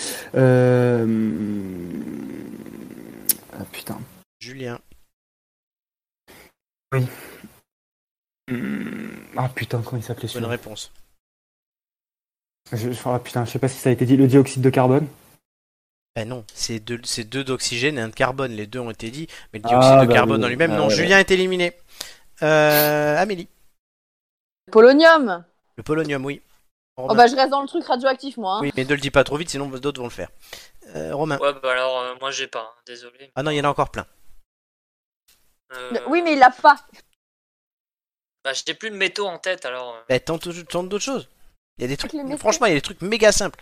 Ah putain. Julien. Oui. Ah putain, comment il s'appelait Bonne celui-là réponse. Ah putain, je sais pas si ça a été dit. Le dioxyde de carbone. Ben non, c'est deux d'oxygène et un de carbone. Les deux ont été dit, mais le Ah, dioxyde de bah carbone oui. dans lui-même, Ah, non. ouais, Julien est éliminé. Amélie. Polonium. Le polonium, oui. Oh Romain. bah je reste dans le truc radioactif moi. Hein. Oui, mais ne le dis pas trop vite, sinon d'autres vont le faire. Romain. Ouais, bah alors, moi j'ai pas, hein, désolé. Ah non, il y en a encore plein. Oui mais il l'a pas. Bah, j'ai plus de métaux en tête alors. Ben, tente d'autres choses. Il y a des trucs. les métaux. Franchement, il y a des trucs méga simples.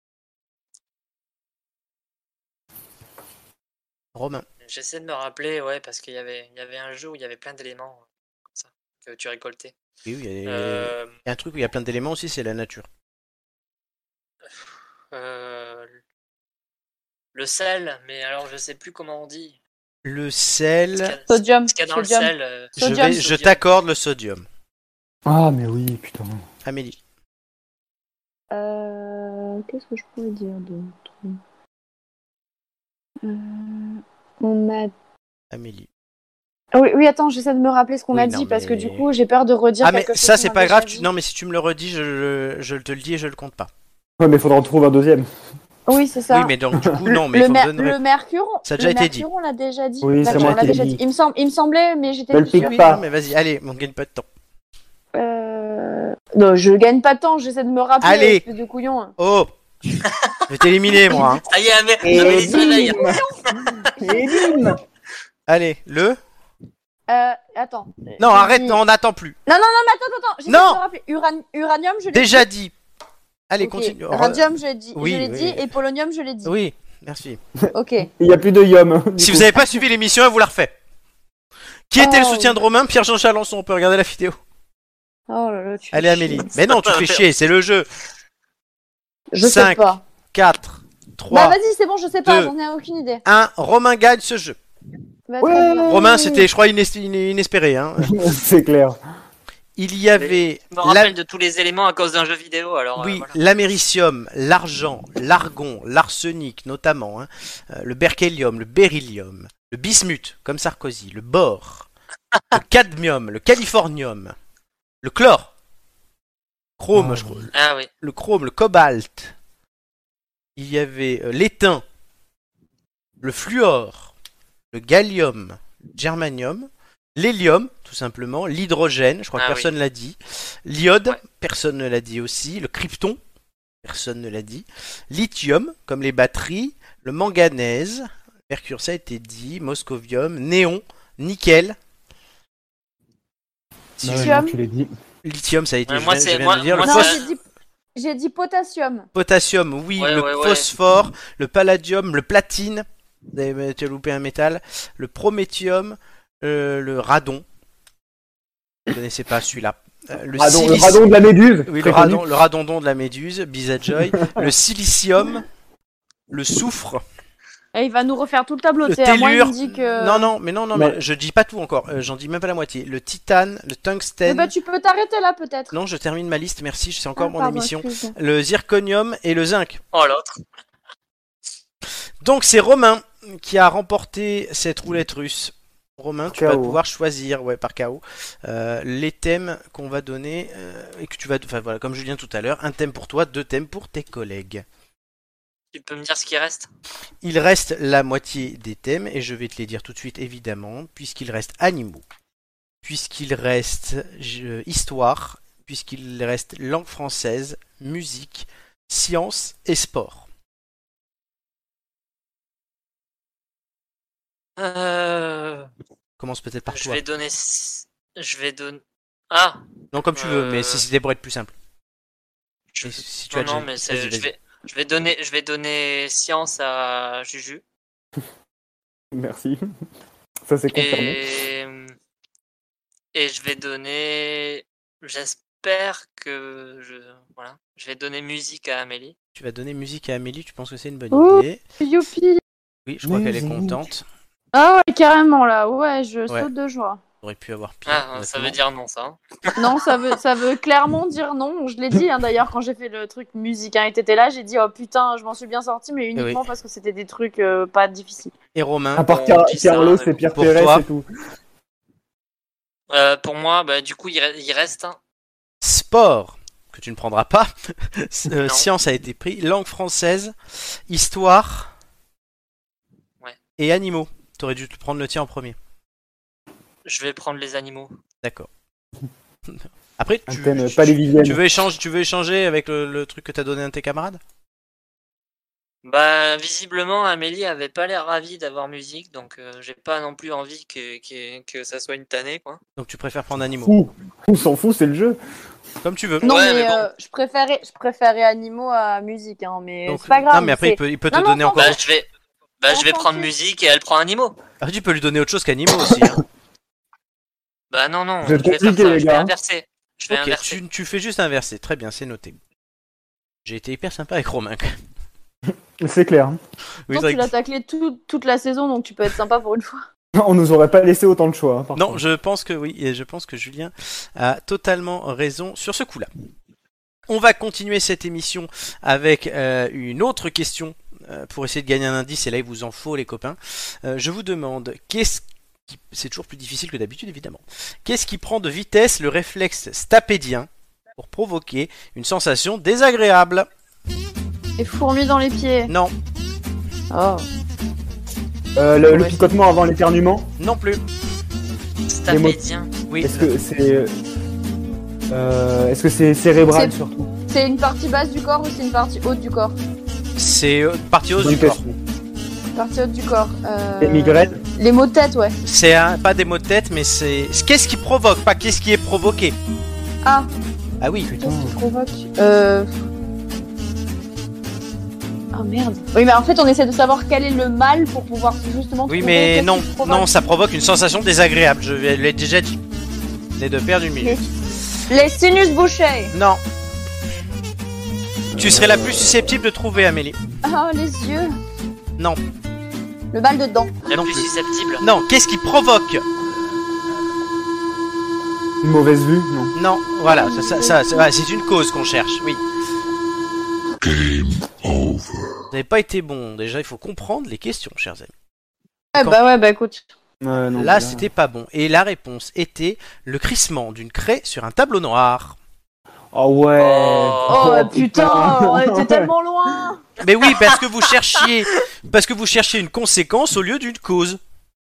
Romain. J'essaie de me rappeler, ouais, parce qu'il y avait un jeu où il y avait plein d'éléments comme ça que tu récoltais. Oui, il y a un truc où il y a plein d'éléments aussi, c'est la nature. Le sel, mais alors je sais plus comment on dit. Le sel. Sodium. Ce qu'il y a dans Sodium. le sel. Sodium. Je t'accorde le sodium. Ah mais oui, putain. Amélie. Qu'est-ce que je pourrais dire d'autre? On a... Amélie. Oui, attends, j'essaie de me rappeler ce qu'on Oui, a non, dit, parce que mais- du coup, j'ai peur de redire Ah mais quelque chose ça qu'on c'est a pas déjà grave, dit. non mais si tu me le redis, je te le dis et je le compte pas. Ouais, mais il faudra en trouver un deuxième. Oui, c'est ça. Oui mais donc du coup non, mais il faut me donner une le Mercure, Ça a déjà été dit. on l'a déjà dit. Oui, c'est D'accord, moi on l'a qui l'ai déjà dit. dit. Il me semblait, mais j'étais Ne le plus pique sûre. Oui, pas. non mais vas-y, allez, on gagne pas de temps. Non, je gagne pas de temps, j'essaie de me rappeler, Allez. espèce de couillon. Oh, je vais t'éliminer moi. Hein. Ça y est, Et Amélie se réveille. bim. Et bim. Allez, le. Attends. Non, J'ai arrête, dit- non, on n'attend plus. Non, attends, j'essaie Non. de me rappeler. Uranium, je l'ai Déjà dit. dit. Allez, Ok. continue. Radium, je l'ai dit, Oui, je l'ai oui. dit, et polonium, je l'ai dit. Oui, merci. Ok. Il y a plus de yum. Si vous avez pas suivi l'émission, elle vous la refait. Qui était le Oh. soutien de Romain? Pierre-Jean Chalençon, on peut regarder la vidéo. Oh là là, tu Allez fais Amélie. chier. Mais non, tu fais chier, c'est le jeu. Je sais 5, pas. 4, Bah 3, vas-y, c'est bon, je sais pas, deux. j'en ai aucune idée. 1. Romain gagne ce jeu. Bah, Ouais. très bien. Romain, c'était, je crois, inespéré. Hein. C'est clair. Il y avait Je me rappelle de tous les éléments à cause d'un jeu vidéo, alors oui, voilà. l'américium, l'argent, l'argon, l'arsenic notamment, hein, le berkelium, le beryllium, le bismuth, comme Sarkozy, le bore, le cadmium, le californium, le chlore, chrome, je crois, Ah oui. le chrome, le cobalt. Il y avait l'étain, le fluor, le gallium, le germanium, l'hélium, tout simplement, l'hydrogène, je crois que Ah personne l'a dit, l'iode, Ouais. personne ne l'a dit aussi, le krypton, personne ne l'a dit, lithium, comme les batteries, le manganèse, mercure, ça a été dit, moscovium, néon, nickel, Non, Lithium. non, tu l'as dit. lithium, ça a été, Ouais, moi, je c'est- viens moi- de le dire, moi, le Non, phos- j'ai dit potassium. potassium, oui, Ouais, le ouais, ouais. phosphore, le palladium, le platine, tu as loupé un métal, le prométhium, le radon, vous ne connaissez pas celui-là, le Radon, le silici- radon de la méduse. oui, très le radondon de la méduse, Bisajoy, le silicium, le soufre, Et il va nous refaire tout le tableau, le tu sais. À moi, il tellure, me dit que... non, Mais- je dis pas tout encore, j'en dis même pas la moitié, le titane, le Mais tungstène, bah, tu peux t'arrêter là, peut-être. non, je termine ma liste, merci, c'est encore Ah, mon pardon, émission, excuse-moi. le zirconium et le zinc. Oh l'autre. Donc c'est Romain qui a remporté cette roulette russe. Romain, tu vas KO. pouvoir choisir, ouais, par KO, les thèmes qu'on va donner et que tu vas, enfin voilà, comme Julien tout à l'heure, un thème pour toi, 2 thèmes pour tes collègues. Tu peux me dire ce qui reste? Il reste la moitié des thèmes et je vais te les dire tout de suite évidemment, puisqu'il reste animaux, puisqu'il reste histoire, puisqu'il reste langue française, musique, science et sport. Commence peut-être par Je toi. vais donner. Je vais donner. Ah. Non, comme tu veux, mais c'était pour être plus simple. Je- Et si tu Non, as non, déjà- mais vas-y, vas-y. je vais donner science à Juju. Merci. Ça c'est confirmé. Et je vais donner. J'espère que voilà. Je vais donner musique à Amélie. Tu vas donner musique à Amélie, tu penses que c'est une bonne Ouh. idée? Youpi. Oui, je crois qu'elle est Musique. contente. Ah ouais, carrément, là. Ouais, je Ouais. saute de joie. Aurait pu avoir pire. Ah, ça veut dire non, ça. Hein. Non, ça veut clairement dire non. Je l'ai dit, hein, d'ailleurs, quand j'ai fait le truc musique, hein, et t'étais là, j'ai dit, oh putain, je m'en suis bien sorti, mais uniquement parce que c'était des trucs pas difficiles. Et Romain, À part on dit ça, Carlos mais et Pierre pour Pérez toi. et tout. Pour moi, bah, du coup, il reste. Hein. sport, que tu ne prendras pas. Non. Science a été pris. Langue française, histoire Ouais. et animaux. T'aurais dû te prendre le tien en premier. Je vais prendre les animaux. D'accord. Après, Un thème palévivienne. tu veux échanger avec le truc que t'as donné à un de tes camarades? Bah, visiblement, Amélie avait pas l'air ravie d'avoir musique, donc j'ai pas non plus envie que ça soit une tannée, quoi. Donc tu préfères prendre animaux. Fou. On s'en fout, c'est le jeu. Comme tu veux. Non, Ouais, mais, mais bon. je préférais animaux à musique, hein, mais Donc, c'est pas grave. non, mais après, c'est- il peut te Non, non, donner non, encore. Bah, je vais prendre musique et elle prend animaux. Ah, tu peux lui donner autre chose qu'animaux aussi. Hein. Bah non, non, Vous je êtes vais faire compliqués, ça, les je vais gars. inverser. Je vais Ok, inverser. tu fais juste inverser. Très bien, c'est noté. J'ai été hyper sympa avec Romain. quand même. C'est clair. Oui, Non, c'est vrai tu que- l'as taclé toute la saison, donc tu peux être sympa pour une fois. On nous aurait pas laissé autant de choix. Hein, par Non, contre. je pense que oui, et je pense que Julien a totalement raison sur ce coup-là. On va continuer cette émission avec une autre question pour essayer de gagner un indice. Et là, il vous en faut, les copains. Je vous demande, c'est toujours plus difficile que d'habitude, évidemment. Qu'est-ce qui prend de vitesse le réflexe stapédien pour provoquer une sensation désagréable? Et fourmis dans les pieds. Non, Oh. Le picotement avant l'éternuement. non plus. Stapédien. Oui. Est-ce que c'est cérébral C'est- surtout? C'est une partie basse du corps ou c'est une partie haute du corps? C'est partie haute Bonne du corps. question. Partie haute du corps. Les migraines. Les maux de tête, ouais. C'est pas des maux de tête, mais c'est qu'est-ce qui provoque, pas qu'est-ce qui est provoqué. Ah, Ah oui. Putain. qu'est-ce qui provoque Ah merde. Oui, mais en fait, on essaie de savoir quel est le mal pour pouvoir justement. Oui, trouver mais qu'est-ce non, qui provoque. non, ça provoque une sensation désagréable. Je l'ai déjà dit. Les deux paires d'une minute. Les sinus bouchés. Non. Tu serais la plus susceptible de trouver, Amélie. Ah, les yeux. Non. Le mal de dents. La Non plus plus. susceptible. Non. Qu'est-ce qui provoque? Une mauvaise vue, non. Non. Voilà. C'est une cause qu'on cherche. Oui. Vous n'avez pas été bon. Déjà, il faut comprendre les questions, chers amis. Ouais, bah écoute. Non, Là, c'était pas bon. Et la réponse était le crissement d'une craie sur un tableau noir. Oh ouais. Oh putain, on était tellement loin. Mais oui, parce que vous cherchiez une conséquence au lieu d'une cause.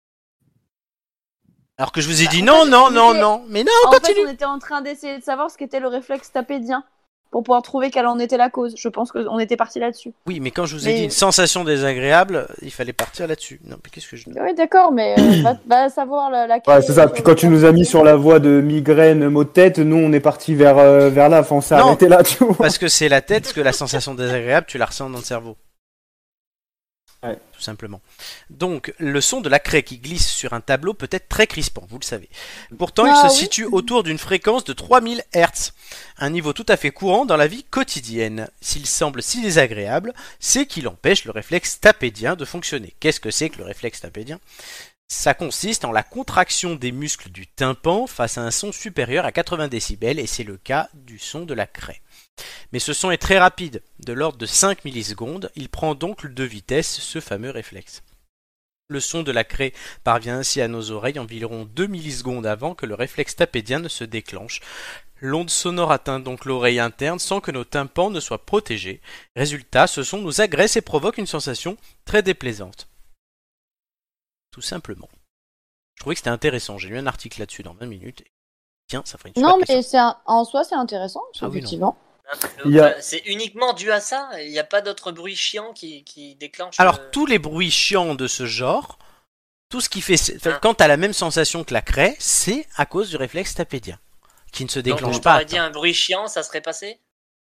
Alors que je vous ai dit non. Mais non, En continue. fait, on était en train d'essayer de savoir ce qu'était le réflexe stapédien pour pouvoir trouver quelle en était la cause. Je pense qu'on était parti là-dessus. Oui, mais quand je vous ai Mais- dit une sensation désagréable, il fallait partir là-dessus. Non, mais qu'est-ce que je dis? Oui, d'accord, mais va savoir la Ouais, c'est ça. Puis quand tu nous as mis sur la voie de migraine, maux de tête, nous on est parti vers là. Enfin, on s'est Non. arrêté là, tu vois. Parce que c'est la tête, parce que la sensation désagréable, tu la ressens dans le cerveau. Ouais. Tout simplement. Donc, le son de la craie qui glisse sur un tableau peut être très crispant, vous le savez. Pourtant, il Ah se oui. situe autour d'une fréquence de 3000 Hz, un niveau tout à fait courant dans la vie quotidienne. S'il semble si désagréable, c'est qu'il empêche le réflexe stapédien de fonctionner. Qu'est-ce que c'est que le réflexe stapédien? Ça consiste en la contraction des muscles du tympan face à un son supérieur à 80 décibels, et c'est le cas du son de la craie. Mais ce son est très rapide, de l'ordre de 5 millisecondes, il prend donc de vitesse ce fameux réflexe. Le son de la craie parvient ainsi à nos oreilles environ 2 millisecondes avant que le réflexe stapédien ne se déclenche. L'onde sonore atteint donc l'oreille interne sans que nos tympans ne soient protégés. Résultat, ce son nous agresse et provoque une sensation très déplaisante. Tout simplement. Je trouvais que c'était intéressant, j'ai lu un article là-dessus dans 20 minutes. Tiens, ça ferait une super Non, question. mais en soi, c'est intéressant, Ah oui, non. effectivement. Il y a- C'est uniquement dû à ça. Il n'y a pas d'autres bruits chiants qui déclenchent. Alors, tous les bruits chiants de ce genre, tout ce qui fait. Quand tu as la même sensation que la craie, c'est à cause du réflexe stapédien, qui ne se déclenche Donc, pas. t'aurais dit un bruit chiant, ça serait passé.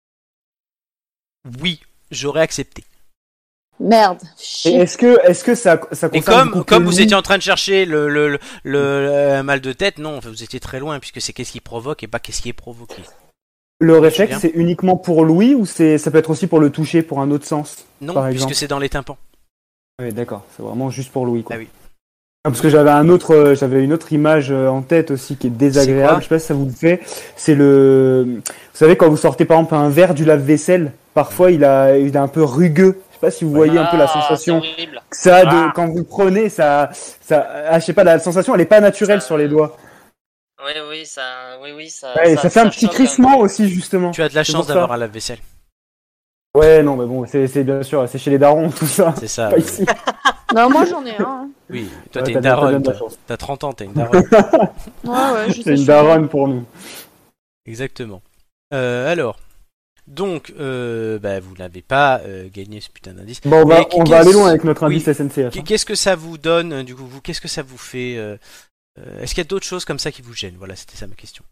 Oui, j'aurais accepté. Merde. Et Shit. est-ce que ça Et concerne du coup comme que vous lui étiez en train de chercher le mal de tête, non, vous étiez très loin, puisque c'est qu'est-ce qui provoque et pas qu'est-ce qui est provoqué. Le réflexe, Julien c'est uniquement pour l'ouïe ou ça peut être aussi pour le toucher, pour un autre sens? Non, Par puisque exemple. c'est dans les tympans. Oui, d'accord. C'est vraiment juste pour l'ouïe, quoi. Ah oui. Ah, parce que j'avais une autre image en tête aussi qui est C'est désagréable. quoi Je sais pas si ça vous le fait. C'est vous savez, quand vous sortez par exemple un verre du lave-vaisselle, parfois il est un peu rugueux. Je sais pas si vous voyez un peu la sensation C'est horrible. que ça a quand vous le prenez, je sais pas, la sensation elle est pas naturelle Ça- sur les doigts. Oui, ça. Ouais, et ça fait un petit choque crissement peu. aussi justement. Tu as de la C'est chance pour ça. d'avoir un lave-vaisselle. Ouais, non, mais bon, c'est bien sûr, c'est chez les darons tout ça. C'est ça. Pas ici. Non, moi j'en ai un. Oui, toi Ouais, t'es t'as une bien daronne. de la Toi. chance. T'as 30 ans, t'es une daronne. Ouais, je sais. C'est une je sais. daronne pour nous. Exactement. Alors, donc, vous n'avez pas gagné ce putain d'indice. Bon, Mais on va qu'est-ce- aller loin avec notre oui. indice SNCF. Qu'est-ce que ça vous donne, du coup, vous, qu'est-ce que ça vous fait Est-ce qu'il y a d'autres choses comme ça qui vous gênent? Voilà, c'était ça ma question.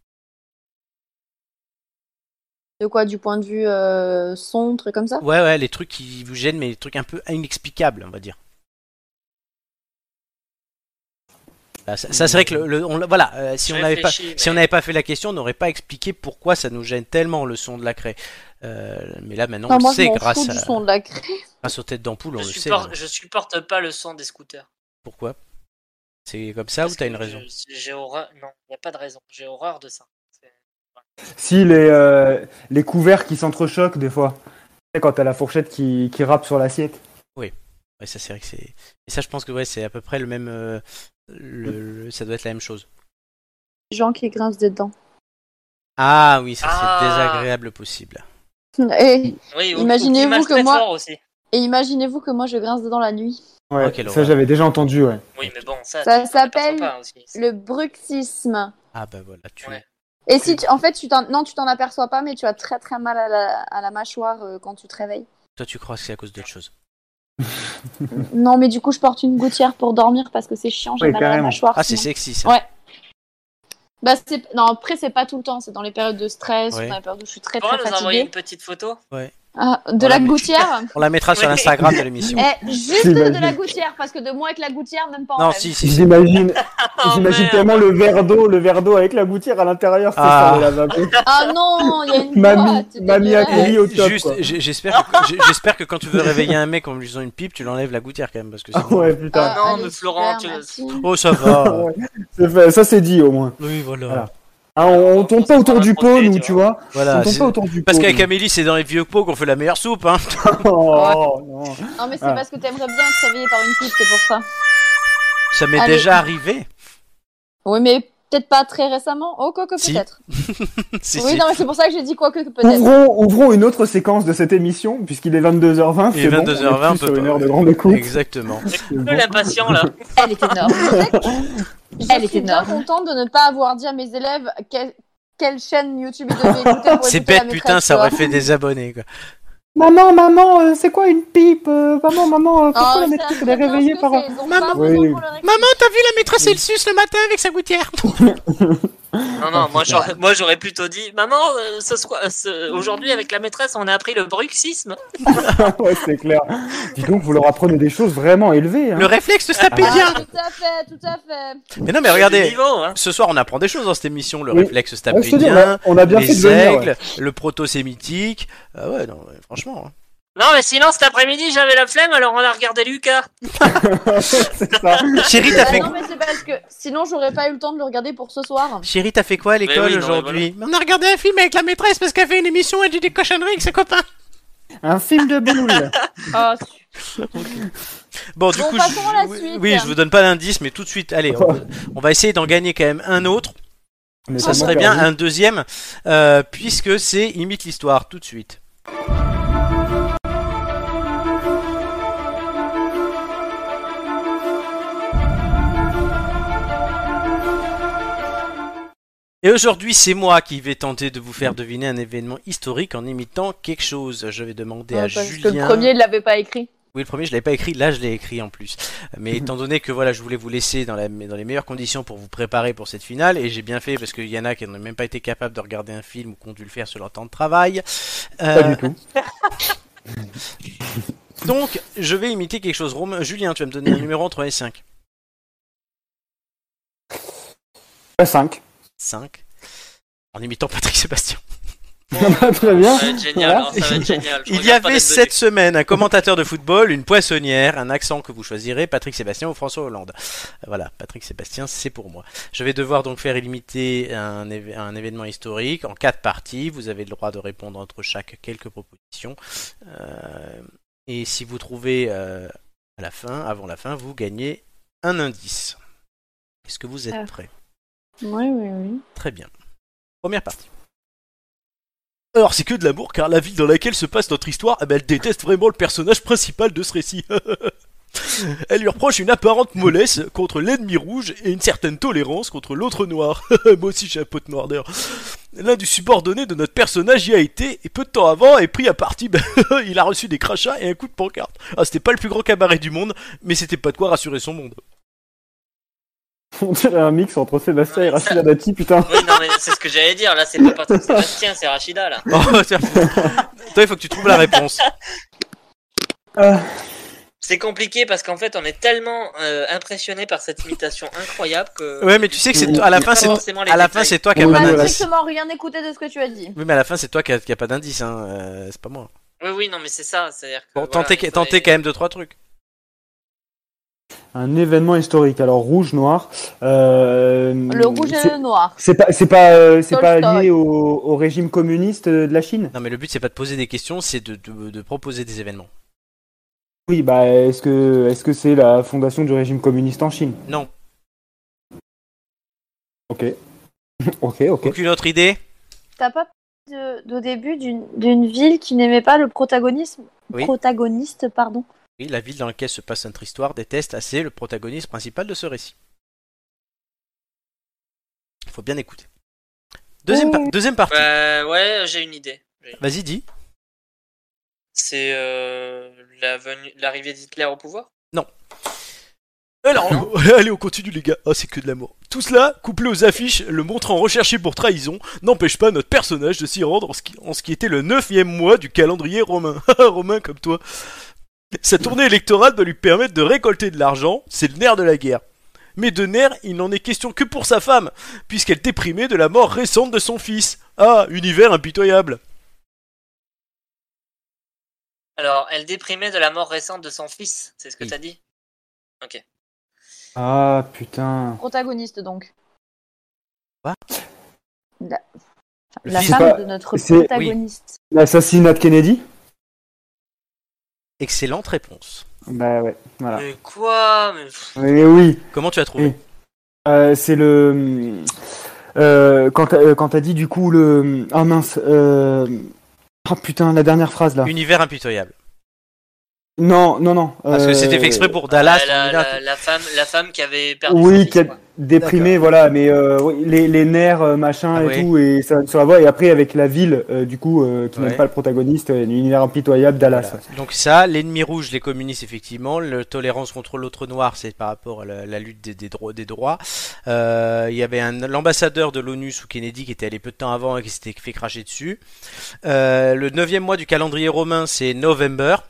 De quoi, du point de vue son, truc comme ça? Ouais, les trucs qui vous gênent, mais les trucs un peu inexplicables, on va dire. Là, ça serait que si on n'avait pas, réfléchis, si on mais- n'avait pas fait la question, on n'aurait pas expliqué pourquoi ça nous gêne tellement le son de la craie. Mais là maintenant Non, on moi le je sait m'en grâce fous du à, son de la craie. grâce aux têtes d'ampoule, on le sait. Je supporte pas le son des scooters. Pourquoi? C'est comme ça ou Parce t'as que une raison? j'ai horreur. Non, il n'y a pas de raison. J'ai horreur de ça. Si les couverts qui s'entrechoquent des fois. Tu sais, quand t'as la fourchette qui râpe sur l'assiette. Ouais, ça c'est vrai que c'est. Et ça, je pense que ouais, c'est à peu près le même. Ça doit être la même chose. Gens qui grincent des dents. Ah oui, ça c'est désagréable possible. Et Oui, imaginez-vous que moi. fort aussi. Et imaginez-vous que moi je grince des dents la nuit. Ouais, Oh, quelle ça horreur. j'avais déjà entendu, ouais. Oui, mais bon, ça Ça tu s'appelle t'aperçois pas aussi. Le bruxisme. Ah bah voilà, Ouais. Et si en fait tu t'en aperçois pas, mais tu as très très mal à la mâchoire quand tu te réveilles. Toi tu crois que c'est à cause d'autre chose. Non, mais du coup je porte une gouttière pour dormir parce que c'est chiant, j'ai Ouais, mal à la carrément. mâchoire. Ah c'est sinon. sexy ça. Ouais. Bah non, après c'est pas tout le temps, c'est dans les périodes de stress, Ouais. ou dans les périodes où je suis très Tu pourras très nous envoyer une fatiguée. petite photo? Ah, de Voilà, la mais- gouttière. On la mettra sur Oui. l'Instagram de l'émission. Juste J'imagine. de la gouttière, parce que de moi avec la gouttière, même pas en Non, rêve. si. J'imagine Oh, merde. tellement le verre d'eau avec la gouttière à l'intérieur, c'est Ah. sur le lavabo. Ah non, il y a une Mamie, boîte. c'est mamie dégueulasse. accueillie au top, Juste, quoi. j'espère que quand tu veux réveiller un mec en lui faisant une pipe, tu l'enlèves la gouttière quand même parce que Ah sinon... ouais, putain. Ah non, allez, mais Florent, super, tu- merci. Oh ça va. Ouais. C'est fait, ça c'est dit au moins. Oui voilà. Voilà. Ah, on tourne pas autour du pot, nous, tu vois. Voilà, On tourne c'est- pas autour du pot. Parce qu'avec nous. Amélie, c'est dans les vieux pots qu'on fait la meilleure soupe, hein. Oh, non. Non, mais c'est Ah. parce que t'aimerais bien être réveillé par une pipe, c'est pour ça. Ça m'est Allez. déjà arrivé. Oui, mais peut-être pas très récemment. Oh, quoique Si. peut-être. Si, Oui, si. non, mais c'est pour ça que j'ai dit quoique peut-être. Ouvrons une autre séquence de cette émission, puisqu'il est 22h20. Il est C'est bon, 22h20, on est on plus peut sur une pas- heure de grande écoute. Exactement. C'est Un bon. peu l'impatient là. Elle est énorme. Elle est bien contente de ne pas avoir dit à mes élèves quelle chaîne YouTube ils devaient écouter pour C'est écouter la bête, maîtresse, putain, ça tu vois. aurait fait des abonnés, quoi. Maman, c'est quoi une pipe Maman, Oh, pourquoi la ils maîtresse savent elle est très bien réveillée ce que par... c'est, ils ont Maman. pas besoin Oui. qu'on leur explique. Maman, t'as vu la maîtresse Elsus le matin avec sa gouttière? Non, moi j'aurais plutôt dit, maman, aujourd'hui avec la maîtresse, on a appris le bruxisme. Ouais, c'est clair. Dis donc, vous leur apprenez des choses vraiment élevées. Hein. Le réflexe de se taper Ah, bien. tout à fait. Mais non, mais Du regardez, niveau, hein. ce soir on apprend des choses dans cette émission. Le Oui. réflexe de se Ouais, taper je te dis, bien, on a bien fait de les venir. aigles, le proto-sémitique. Ah ouais, non, franchement. hein. Non, mais sinon cet après-midi j'avais la flemme, alors on a regardé Lucas. C'est ça. Chérie, t'as Ah fait non, mais c'est parce que sinon j'aurais pas eu le temps de le regarder pour ce soir. Chérie, t'as fait quoi à l'école oui, non, mais aujourd'hui? On a regardé un film avec la maîtresse parce qu'elle fait une émission, elle dit des cochonneries avec ses copains. Un film de boule. Ah, Bon, du Bon, coup, passons à la oui, suite. oui, je vous donne pas d'indice, mais tout de suite, allez, on va essayer d'en gagner quand même un autre. On est Ça tellement serait bien perdu. un deuxième, puisque c'est imite l'histoire tout de suite. Et aujourd'hui, c'est moi qui vais tenter de vous faire deviner un événement historique en imitant quelque chose. Je vais demander à parce que Julien. le premier il l'avait pas écrit. Oui, le premier, je l'avais pas écrit. Là, je l'ai écrit en plus. Mais étant donné que voilà, je voulais vous laisser dans les meilleures conditions pour vous préparer pour cette finale, et j'ai bien fait parce qu'il y en a qui n'ont même pas été capables de regarder un film ou qui ont dû le faire sur leur temps de travail. Pas du tout. Donc, je vais imiter quelque chose. Julien, tu vas me donner un numéro entre 1 et 5. 5. 5. En imitant Patrick Sébastien. Très bien. Ça va être génial, Voilà. hein, ça va être génial. Je Il y regarde pas avait d'être cette semaine un commentateur de football, une poissonnière, un accent que vous choisirez, Patrick Sébastien ou François Hollande. Voilà, Patrick Sébastien, c'est pour moi. Je vais devoir donc faire imiter un événement historique en 4 parties. Vous avez le droit de répondre entre chaque quelques propositions. Et si vous trouvez à la fin, avant la fin, vous gagnez un indice. Est-ce que vous êtes prêts? Oui. Très bien. Première partie. Alors c'est que de l'amour car la ville dans laquelle se passe notre histoire, elle déteste vraiment le personnage principal de ce récit. Elle lui reproche une apparente mollesse contre l'ennemi rouge et une certaine tolérance contre l'autre noir. Moi aussi j'ai un pote noir d'ailleurs. L'un du subordonné de notre personnage y a été et peu de temps avant est pris à partie. Il a reçu des crachats et un coup de pancarte. Ah, c'était pas le plus grand cabaret du monde, mais c'était pas de quoi rassurer son monde. On dirait un mix entre Sébastien et Rachida Dati, putain. Oui, non, mais c'est ce que j'allais dire. Là, c'est pas Patrick Sébastien, c'est Rachida, là. Oh, tiens. Toi il faut que tu trouves la réponse. C'est compliqué parce qu'en fait, on est tellement impressionné par cette imitation incroyable que. Ouais, mais tu sais que c'est à la fin, c'est toi qui a Oui, pas On a voilà. d'indice. strictement rien écouté de ce que tu as dit. Oui, mais à la fin, c'est toi qui a pas d'indice, hein. C'est pas moi. Oui, non, mais c'est ça. C'est-à-dire que. Bon, voilà, tentez quand même 2-3 trucs. Un événement historique. Alors rouge, noir. Le rouge et le noir. C'est pas Tolstoï. lié au régime communiste de la Chine. Non, mais le but c'est pas de poser des questions, c'est de proposer des événements. Oui, bah est-ce que c'est la fondation du régime communiste en Chine? Non. Ok. ok. Aucune autre idée? T'as pas parlé au début d'une ville qui n'aimait pas le protagonisme Oui. protagoniste, pardon. Oui, la ville dans laquelle se passe notre histoire déteste assez le protagoniste principal de ce récit. Il faut bien écouter. Deuxième partie. Ouais, j'ai une idée. Vas-y, dis. C'est l'arrivée d'Hitler au pouvoir. Alors, allez, on continue les gars. Oh, c'est que de l'amour. Tout cela, couplé aux affiches, le montrant recherché pour trahison, n'empêche pas notre personnage de s'y rendre en ce qui était le 9e mois du calendrier romain. Romain comme toi. Sa tournée électorale doit lui permettre de récolter de l'argent, c'est le nerf de la guerre. Mais de nerf, il n'en est question que pour sa femme, puisqu'elle déprimait de la mort récente de son fils. Ah, univers impitoyable. Alors, elle déprimait de la mort récente de son fils, c'est ce que Oui. t'as dit? Ok. Ah putain. Protagoniste donc. Quoi? La fils- femme pas- de notre c'est- protagoniste. L'assassinat de Kennedy? Excellente réponse. Bah ouais, voilà. Mais quoi? Mais oui. Comment tu as trouvé? C'est le. Quand t'as dit du coup le. Ah mince. Ah putain, la dernière phrase là. Univers impitoyable. Non. Parce que c'était fait exprès pour Dallas. La femme qui avait perdu Oui, son fils, qui a quoi. déprimé, voilà, mais oui, les nerfs, machin Ah et oui. tout, et ça sur la voie. Et après, avec la ville, du coup, qui Ouais. n'aime pas le protagoniste, l'univers impitoyable Dallas. Voilà. Donc ça, l'ennemi rouge, les communistes, effectivement. Le tolérance contre l'autre noir, c'est par rapport à la lutte des droits. Il y avait l'ambassadeur de l'ONU sous Kennedy qui était allé peu de temps avant et qui s'était fait cracher dessus. Le 9e mois du calendrier romain, c'est novembre.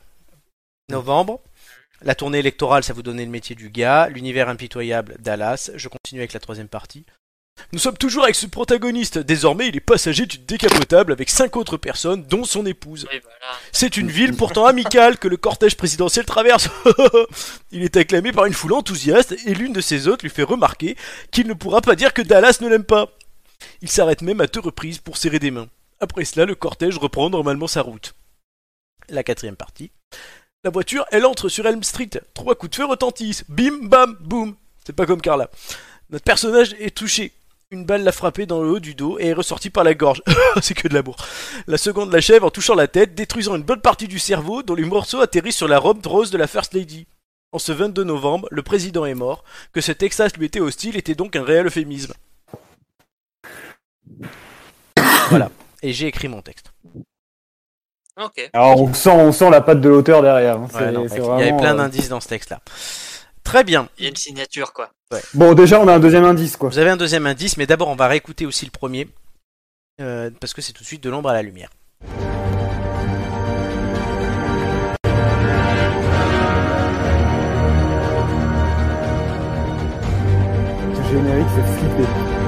La tournée électorale, ça vous donnait le métier du gars. L'univers impitoyable, Dallas. Je continue avec la troisième partie. Nous sommes toujours avec ce protagoniste. Désormais, il est passager d'une décapotable avec 5 autres personnes, dont son épouse. Oui, voilà. C'est une ville pourtant amicale que le cortège présidentiel traverse. Il est acclamé par une foule enthousiaste et l'une de ses hôtes lui fait remarquer qu'il ne pourra pas dire que Dallas ne l'aime pas. Il s'arrête même à 2 reprises pour serrer des mains. Après cela, le cortège reprend normalement sa route. La quatrième partie. La voiture, elle entre sur Elm Street. 3 coups de feu retentissent. Bim, bam, boum. C'est pas comme Carla. Notre personnage est touché. Une balle l'a frappé dans le haut du dos et est ressortie par la gorge. C'est que de l'amour. La seconde l'achève en touchant la tête, détruisant une bonne partie du cerveau dont les morceaux atterrissent sur la robe rose de la First Lady. En ce 22 novembre, le président est mort. Que ce Texas lui était hostile était donc un réel euphémisme. Voilà. Et j'ai écrit mon texte. Ok. Alors on sent la patte de l'auteur derrière. Hein. Ouais, non, C'est il y vraiment, avait plein d'indices dans ce texte-là. Très bien. Il y a une signature, quoi. Bon, déjà on a un deuxième indice quoi. Vous avez un deuxième indice, mais d'abord on va réécouter aussi le premier. Parce que c'est tout de suite de l'ombre à la lumière. Ce générique fait flipper.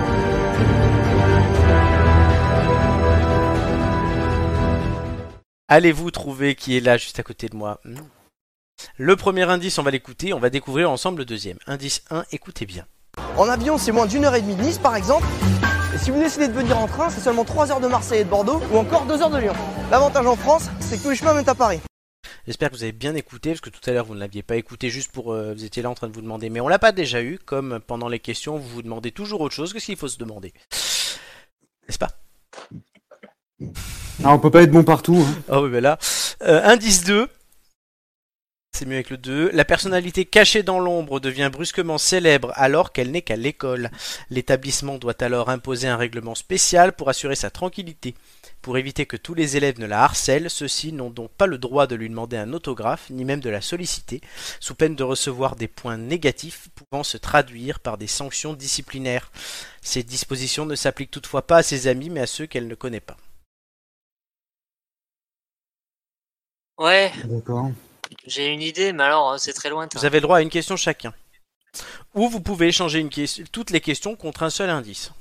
Allez-vous trouver qui est là juste à côté de moi? Le premier indice, on va l'écouter, on va découvrir ensemble le deuxième. Indice 1, écoutez bien. En avion, c'est moins d'1h30 de Nice, par exemple. Et si vous décidez de venir en train, c'est seulement 3 heures de Marseille et de Bordeaux, ou encore 2 heures de Lyon. L'avantage en France, c'est que tous les chemins mènent à Paris. J'espère que vous avez bien écouté, parce que tout à l'heure vous ne l'aviez pas écouté juste pour... vous étiez là en train de vous demander, mais on l'a pas déjà eu, comme pendant les questions, vous vous demandez toujours autre chose que ce qu'il faut se demander. N'est-ce pas? Ah, on peut pas être bon partout. Hein. Oh oui, ben là. Indice 2. C'est mieux avec le 2. La personnalité cachée dans l'ombre devient brusquement célèbre alors qu'elle n'est qu'à l'école. L'établissement doit alors imposer un règlement spécial pour assurer sa tranquillité. Pour éviter que tous les élèves ne la harcèlent, ceux-ci n'ont donc pas le droit de lui demander un autographe, ni même de la solliciter, sous peine de recevoir des points négatifs pouvant se traduire par des sanctions disciplinaires. Ces dispositions ne s'appliquent toutefois pas à ses amis, mais à ceux qu'elle ne connaît pas. Ouais, D'accord. j'ai une idée, mais alors c'est très lointain. Vous avez le droit à une question chacun. Ou vous pouvez échanger toutes les questions contre un seul indice.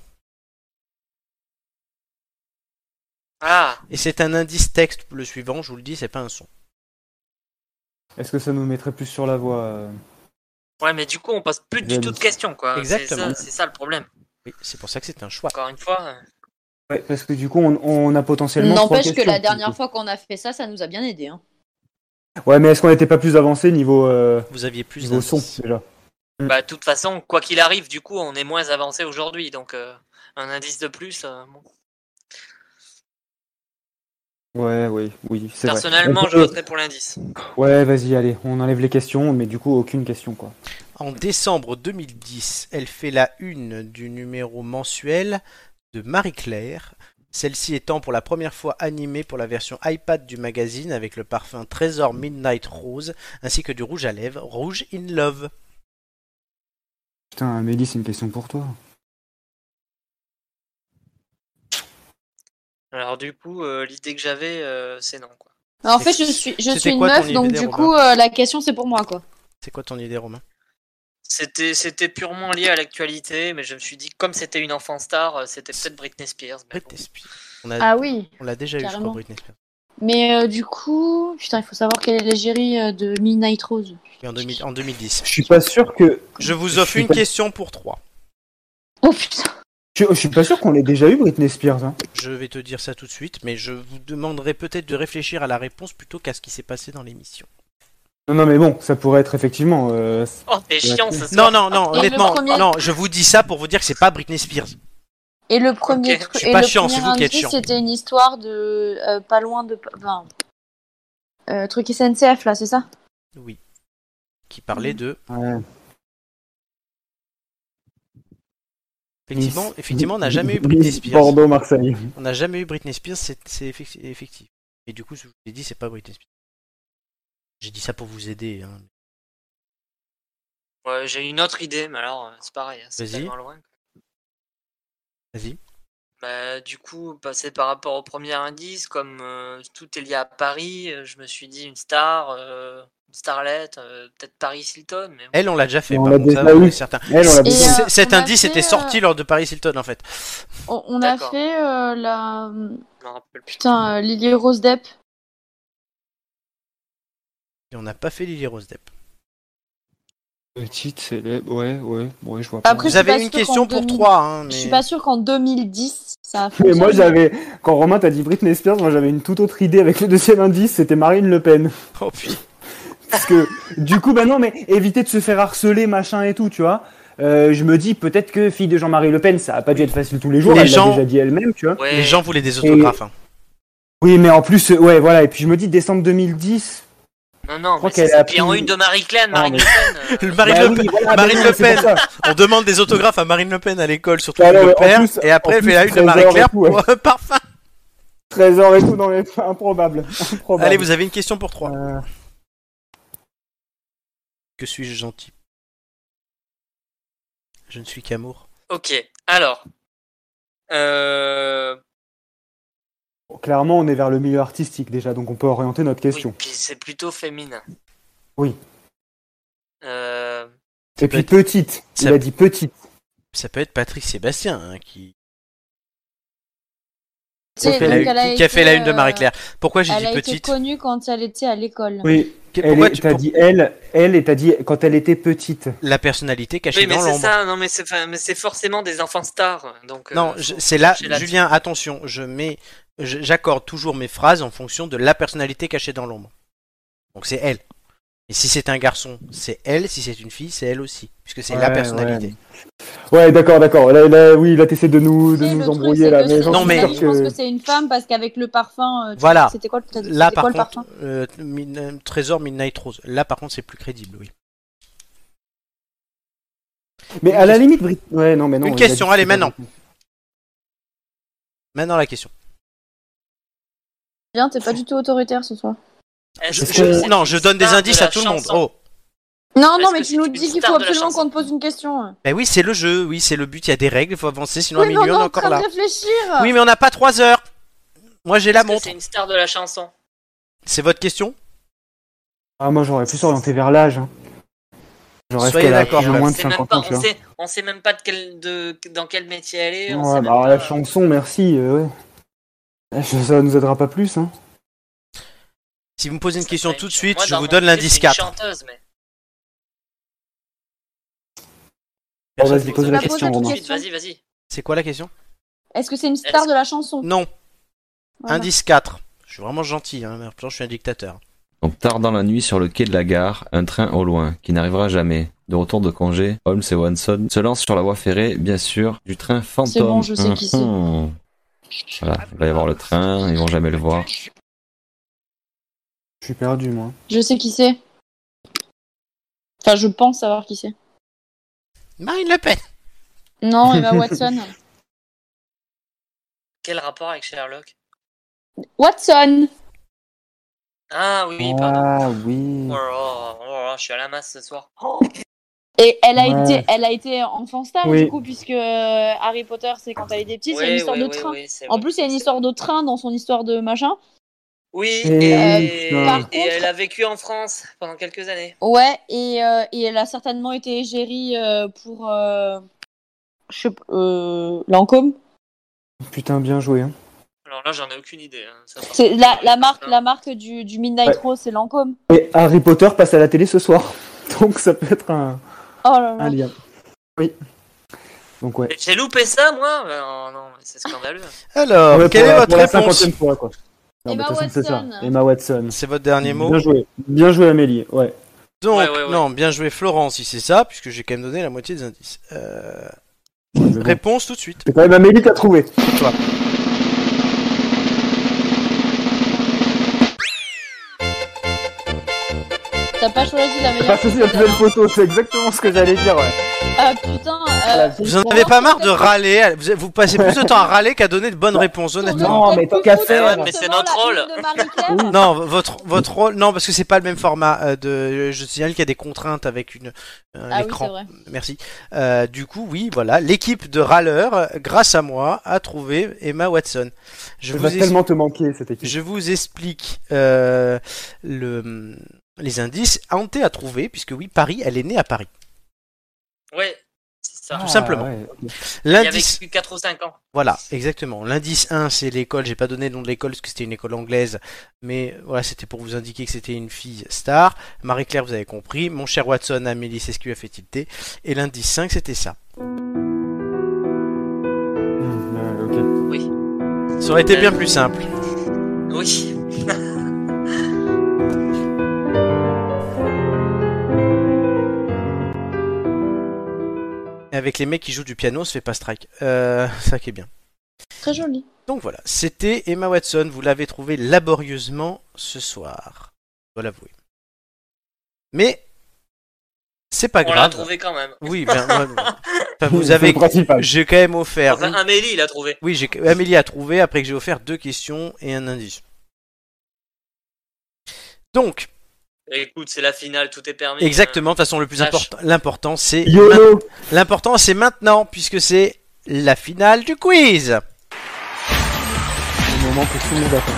Ah, Et c'est un indice texte le suivant, je vous le dis, c'est pas un son. Est-ce que ça nous mettrait plus sur la voie Ouais, mais du coup, on pose plus du tout de questions, quoi. Exactement. C'est ça le problème. Oui, c'est pour ça que c'est un choix. Encore une fois. Ouais, parce que du coup, on a potentiellement. 3 N'empêche que questions, la du dernière coup. fois qu'on a fait ça, ça nous a bien aidé. Hein. Ouais, mais est-ce qu'on n'était pas plus avancé niveau, Vous aviez plus niveau son d'indices. déjà? Bah, de toute façon, quoi qu'il arrive, du coup, on est moins avancé aujourd'hui. Donc, un indice de plus. Bon. Ouais, oui, c'est vrai. Personnellement, On je peut- voterais pour l'indice. Ouais, vas-y, allez, on enlève les questions, mais du coup, aucune question, quoi. En décembre 2010, elle fait la une du numéro mensuel de Marie-Claire, celle-ci étant pour la première fois animée pour la version iPad du magazine avec le parfum Trésor Midnight Rose ainsi que du rouge à lèvres Rouge in Love. Putain, Amélie, c'est une question pour toi. Alors, du coup, l'idée que j'avais, c'est non, quoi. En fait, je suis C'était une quoi ton meuf, donc idée, du Romain coup, la question c'est pour moi, quoi. C'est quoi ton idée, Romain? C'était purement lié à l'actualité, mais je me suis dit, comme c'était une enfant star, c'était peut-être Britney Spears. Mais Britney bon. Spears. Ah oui. On l'a déjà eu, je crois, Carrément. Britney Spears. Mais du coup, putain, il faut savoir quelle est l'égérie de Midnight Rose. Et en 2010. Je suis pas sûr que. Je vous offre une question pour 3. Oh putain. Je suis pas sûr qu'on l'ait déjà eu, Britney Spears. Hein. Je vais te dire ça tout de suite, mais je vous demanderai peut-être de réfléchir à la réponse plutôt qu'à ce qui s'est passé dans l'émission. Non, mais bon, ça pourrait être effectivement. Oh, t'es chiant ce Non, soir. non, Et honnêtement, le premier- non, je vous dis ça pour vous dire que c'est pas Britney Spears. Et le premier Ok, truc, je suis et pas le chiant, premier c'est vous qui êtes indice, chiant. c'était une histoire de pas loin de, enfin, truc SNCF là, c'est ça? Oui. Qui parlait de. Ouais. Effectivement, on n'a jamais eu Britney Nice, Spears. Bordeaux, Marseille. On n'a jamais eu Britney Spears, c'est effectif. Et du coup, je vous ai dit, c'est pas Britney Spears. J'ai dit ça pour vous aider. Hein. Ouais, j'ai une autre idée, mais alors, c'est pareil, c'est Vas-y. tellement loin. Vas-y. Bah, du coup, passer par rapport au premier indice, comme tout est lié à Paris, je me suis dit une star, une starlette, peut-être Paris Hilton. Mais bon. Elle, on l'a déjà fait, On par l'a contre, ça, déjà on eu. est certain. Elle, on l'a Et, déjà eu. Cet on a indice fait, était sorti lors de Paris Hilton, en fait. On a D'accord. fait la, Je m'en rappelle plus. putain, Lily Rose Depp. Et on n'a pas fait Lily Rose Depp. Petite, célèbre, ouais, je vois pas. Après, Vous je suis pas avez une sûre question qu'en pour 2000 3, hein, Je mais... suis pas sûre qu'en 2010 ça a Mais fonctionné. moi, quand Romain t'a dit Britney Spears, moi j'avais une toute autre idée avec le deuxième indice, c'était Marine Le Pen. Oh putain. Parce que, du coup, bah non, mais éviter de se faire harceler, machin et tout, tu vois. Je me dis, peut-être que fille de Jean-Marie Le Pen, ça a pas dû être facile tous les jours, Les elle gens- l'a déjà dit elle-même, tu vois. Ouais. Les gens voulaient des autographes. Hein. Oui, mais en plus, ouais, voilà, et puis je me dis, décembre 2010... Non, crois mais qu'elle c'est a ça. Puis en pris- une de Marie-Claire, Marine mais- Le Pen. Le Marine Bah Le oui, Pen, voilà, Marine bah Le non, c'est Pen. pour ça. On demande des autographes à Marine Le Pen à l'école, surtout Bah non, le mais en père. plus- Et après, en elle fait plus, la une de Trésor Marie-Claire et tout, ouais. pour parfum. Trésor et tout, non mais improbable. Allez, vous avez une question pour 3. Euh, Que suis-je gentil? Je ne suis qu'amour. Ok, alors. Clairement, on est vers le milieu artistique déjà, donc on peut orienter notre Oui, question. puis c'est plutôt féminin. Oui. Euh, Et puis petite, il Ça- a dit petite. Ça peut être Patrick Sébastien hein, qui Tu sais, a fait la donc une- elle a qui a fait la été, une de Marie-Claire. Pourquoi j'ai Elle dit a été petite? connue quand elle était à l'école. Oui, Pourquoi tu- t'as dit elle, et t'as dit quand elle était petite. La personnalité cachée Oui, mais dans c'est l'ombre. ça, non, mais c'est forcément des enfants stars. Donc, Non, faut c'est là, chercher là-dessus. Julien, attention, j'accorde toujours mes phrases en fonction de la personnalité cachée dans l'ombre. Donc c'est elle. Et si c'est un garçon, c'est elle. Si c'est une fille, c'est elle aussi, puisque c'est la Ouais, personnalité. Ouais, d'accord. Là, t'essaies de nous Tu sais, le truc, embrouiller c'est là, que mais c'est- j'en Non, suis mais- sûr je pense que... que c'est une femme parce qu'avec le parfum. Voilà. C'était quoi, t'as dit, Là, c'était par quoi le contre, parfum Trésor Midnight Rose. Là, par contre, c'est plus crédible, oui. Mais à la limite, ouais, non, mais non. Une il a question, dit que allez, c'était maintenant. Britney. Maintenant, la question. Bien, t'es pas du tout autoritaire ce soir. Est-ce que je- c'est non, une je donne des star de indices la à tout le monde. chanson Oh, Non, Est-ce non, que mais c'est tu nous une dis qu'il star faut de la absolument chanson qu'on te pose une question. ben oui, c'est le jeu, oui, c'est le but. Il y a des règles, il faut avancer, sinon Oui, à mais minuit, on on est est en encore train là. de réfléchir. Oui, mais on n'a pas 3 heures. Moi, j'ai la Est-ce que montre. c'est une star de la chanson? C'est votre question? Ah, moi, j'aurais plus orienté vers l'âge. Hein. Genre, est-ce Soyez qu'elle a d'accord, plus ou Fred. moins de sait même 50 pas, ans, tu vois. on sait même pas dans quel métier elle est. On Ouais, sait bah, même la pas. chanson, merci, ouais. Ça nous aidera pas plus, hein. Si vous me posez une Ça question serait tout de une- suite, moi, je dans vous mon donne idée, l'indice c'est une 4. chanteuse, mais... Bon, vas-y, pose la Pose question, la Romain. question. Vas-y. C'est quoi la question? Est-ce que c'est une star de la chanson? Non. Voilà. Indice 4. Je suis vraiment gentil, hein, mais pourtant je suis un dictateur. Donc tard dans la nuit sur le quai de la gare, un train au loin, qui n'arrivera jamais. De retour de congé, Holmes et Watson se lancent sur la voie ferrée, bien sûr, du train fantôme. C'est bon, je sais qui c'est. Voilà, il va y avoir le train, ils vont jamais le voir. Je suis perdu, moi. Je sais qui c'est. Enfin, je pense savoir qui c'est. Marine Le Pen. Non, Emma Watson. Quel rapport avec Sherlock? Watson. Ah oui, pardon. Ah oui. Oh là là, je suis à la masse ce soir. Et elle Ouais. a été enfant star, Oui. du coup, puisque Harry Potter, c'est quand elle était petite, il y a une histoire de train. c'est En vrai. plus, il y a une histoire de train dans son histoire de machin. Oui, Et- par et contre- elle a vécu en France pendant quelques années. Ouais, et elle a certainement été égérie pour Lancôme. Putain, bien joué. Hein. Alors là, j'en ai aucune idée. Hein. Ça, par C'est contre, la marque du Midnight Ouais. Rose, c'est Lancôme. Et Harry Potter passe à la télé ce soir. Donc ça peut être Oh là là. un lien. Oui. Donc ouais. J'ai loupé ça, moi? Oh, non, c'est scandaleux. Alors, Ouais, quelle est votre pour la réponse? 50e fois, quoi. Non, Emma mais de toute façon, c'est ça. Watson. Emma Watson. C'est votre dernier mot? Bien joué. Bien joué, Amélie. Ouais. Donc, Ouais. non, bien joué Florence si c'est ça, puisque j'ai quand même donné la moitié des indices. Mais bon, Réponse tout de suite. c'est quand même Amélie qui a trouvé. Toi. T'as pas choisi la Pas meilleure ceci la plus belle photo, c'est exactement ce que j'allais dire, ouais. Ah putain. Vous en avez pas marre de râler? Vous passez plus de temps à râler qu'à donner de bonnes réponses, honnêtement. Non, mais tant qu'à faire. Ouais, mais c'est notre rôle. Non, votre rôle, non, parce que c'est pas le même format. Je signale qu'il y a des contraintes avec Ah oui, l'écran. c'est vrai. Merci. Du coup, oui, voilà, l'équipe de râleurs, grâce à moi, a trouvé Emma Watson. Je vais tellement te manquer, cette équipe. Je vous explique les indices. Ante a trouvé, puisque oui, Paris, elle est née à Paris. Ouais, c'est ça. tout simplement. Ouais, ok. Il y avait L'indice, 4 ou 5 ans. voilà, exactement. L'indice 1, c'est l'école. J'ai pas donné le nom de l'école parce que c'était une école anglaise, mais voilà, c'était pour vous indiquer que c'était une fille star. Marie-Claire, vous avez compris. Mon cher Watson, Amélie, c'est ce qui lui a fait tilter. Et l'indice 5, c'était ça. Ok. Oui. Ça aurait été bien plus simple. Oui. Et avec les mecs qui jouent du piano, on se fait pas strike. Ça qui est bien. Très joli. Donc voilà, c'était Emma Watson. Vous l'avez trouvé laborieusement ce soir. Je dois l'avouer. Mais c'est pas On l'a grave. trouvé quand même. Oui, bien. Enfin, vous C'est avez. le principal. J'ai quand même offert. Enfin, Amélie l'a trouvé. Oui, Amélie a trouvé après que j'ai offert 2 questions et un indice. Donc, Écoute, c'est la finale, tout est permis. exactement. De toute façon, le plus Vache. important, l'important, c'est YOLO. l'important, c'est maintenant, puisque c'est la finale du quiz. Le moment que tout le monde attend.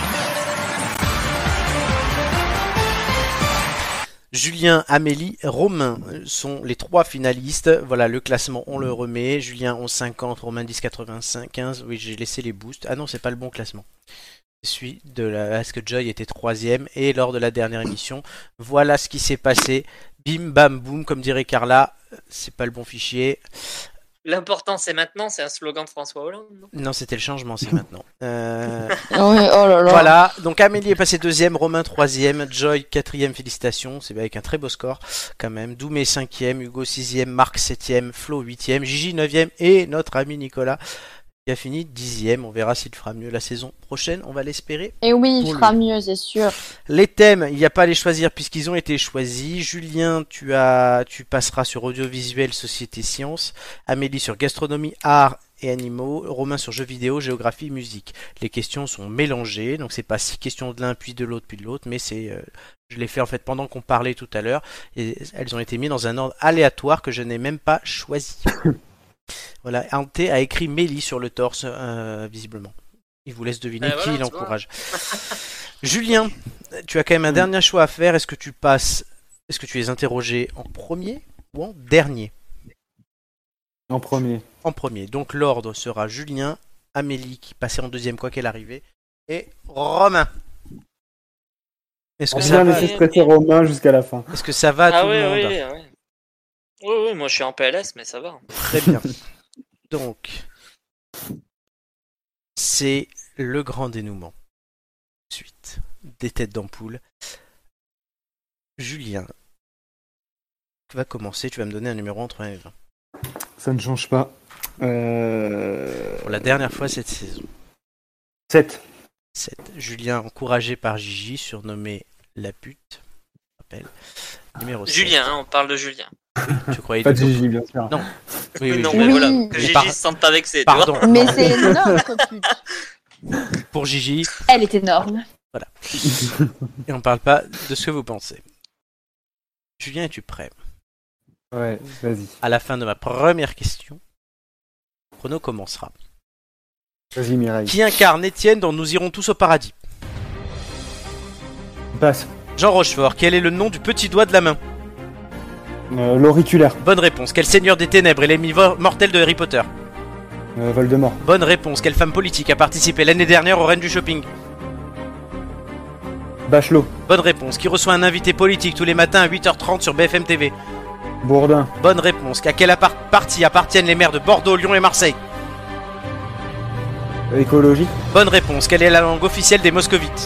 Julien, Amélie, Romain sont les 3 finalistes. Voilà, le classement, on le remet. Julien 11,50, Romain 10,85, 15. Oui, j'ai laissé les boosts. Ah non, c'est pas le bon classement. Je suis de la... Parce que Joy était 3ème. Et lors de la dernière émission, voilà ce qui s'est passé. Bim, bam, boum, comme dirait Carla. C'est pas le bon fichier. L'important, c'est maintenant, c'est un slogan de François Hollande. Non Non, c'était le changement, c'est maintenant. Oh là là. Voilà, donc Amélie est passée 2ème, Romain 3ème, Joy 4ème, félicitations, c'est avec un très beau score quand même. Doumé 5ème, Hugo 6ème, Marc 7ème, Flo 8ème, Gigi 9ème et notre ami Nicolas qui a fini 10ème. On verra s'il fera mieux la saison prochaine, on va l'espérer. Et oui, il Pour fera mieux, c'est sûr. Les thèmes, il n'y a pas à les choisir puisqu'ils ont été choisis. Julien, tu passeras sur audiovisuel, société, sciences. Amélie sur gastronomie, art et animaux. Romain sur jeux vidéo, géographie, musique. Les questions sont mélangées, donc c'est pas 6 questions de l'un puis de l'autre puis de l'autre, mais c'est je l'ai fait en fait pendant qu'on parlait tout à l'heure et elles ont été mises dans un ordre aléatoire que je n'ai même pas choisi. Voilà, Ante a écrit Mélie sur le torse, visiblement. Il vous laisse deviner qui voilà, il tu vois. encourage. Julien, tu as quand même un dernier choix à faire. Est-ce que tu es interrogé en premier ou en dernier? En premier. En premier. Donc l'ordre sera Julien, Amélie qui passait en 2ème quoi qu'elle arrivait, et Romain. Est-ce On que va ça bien va, laisser stresser Romain jusqu'à la fin. est-ce que ça va à Ah tout le oui, monde? oui, oui. Oui, moi je suis en PLS, mais ça va. Très bien. Donc, c'est le grand dénouement. Suite des têtes d'ampoule. Julien va commencer. Tu vas me donner un numéro entre 1 et 20. Ça ne change pas. Pour la dernière fois cette saison. 7. 7. Julien, encouragé par Gigi, surnommé la pute. Rappel. Numéro 7. Julien, hein, on parle de Julien. Tu croyais Pas de tout- Gigi, bien sûr. Non. Oui, non, je- mais Oui. voilà, que Mais Gigi se sente pas vexé. tu Pardon. vois. Mais c'est notre pute. Pour Gigi. Elle est énorme. Et on parle pas de ce que vous pensez. Julien, es-tu prêt? Ouais, vas-y. À la fin de ma première question, le chrono commencera. Vas-y, Mireille. Qui incarne Étienne dans Nous irons tous au paradis? Passe. Jean Rochefort, quel est le nom du petit doigt de la main? L'auriculaire. Bonne réponse. Quel seigneur des ténèbres est l'ennemi mortel de Harry Potter? Voldemort. Bonne réponse. Quelle femme politique a participé l'année dernière aux Reines du Shopping? Bachelot. Bonne réponse. Qui reçoit un invité politique tous les matins à 8h30 sur BFM TV? Bourdin. Bonne réponse. À quelle partie appartiennent les maires de Bordeaux, Lyon et Marseille? Écologie. Bonne réponse. Quelle est la langue officielle des Moscovites?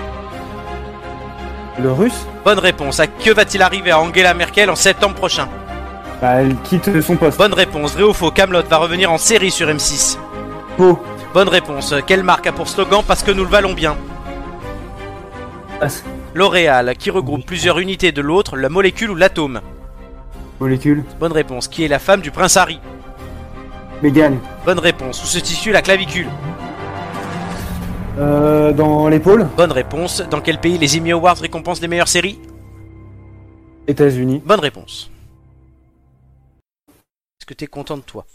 Le russe. Bonne réponse. À que va-t-il arriver à Angela Merkel en septembre prochain? Bah, elle quitte son poste. Bonne réponse. Vrai ou faux, Kaamelott va revenir en série sur M6? Pau. Bonne réponse. Quelle marque a pour slogan parce que nous le valons bien? Passe. L'Oréal, qui regroupe plusieurs unités de l'autre, la molécule ou l'atome? Molécule. Bonne réponse. Qui est la femme du prince Harry? Mégane. Bonne réponse. Où se situe la clavicule? Dans l'épaule. Bonne réponse. Dans quel pays les Emmy Awards récompensent les meilleures séries? États-Unis. Bonne réponse. Est-ce que t'es content de toi?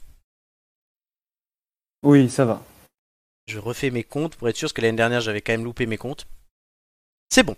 Oui, ça va. Je refais mes comptes pour être sûr, parce que l'année dernière j'avais quand même loupé mes comptes. C'est bon.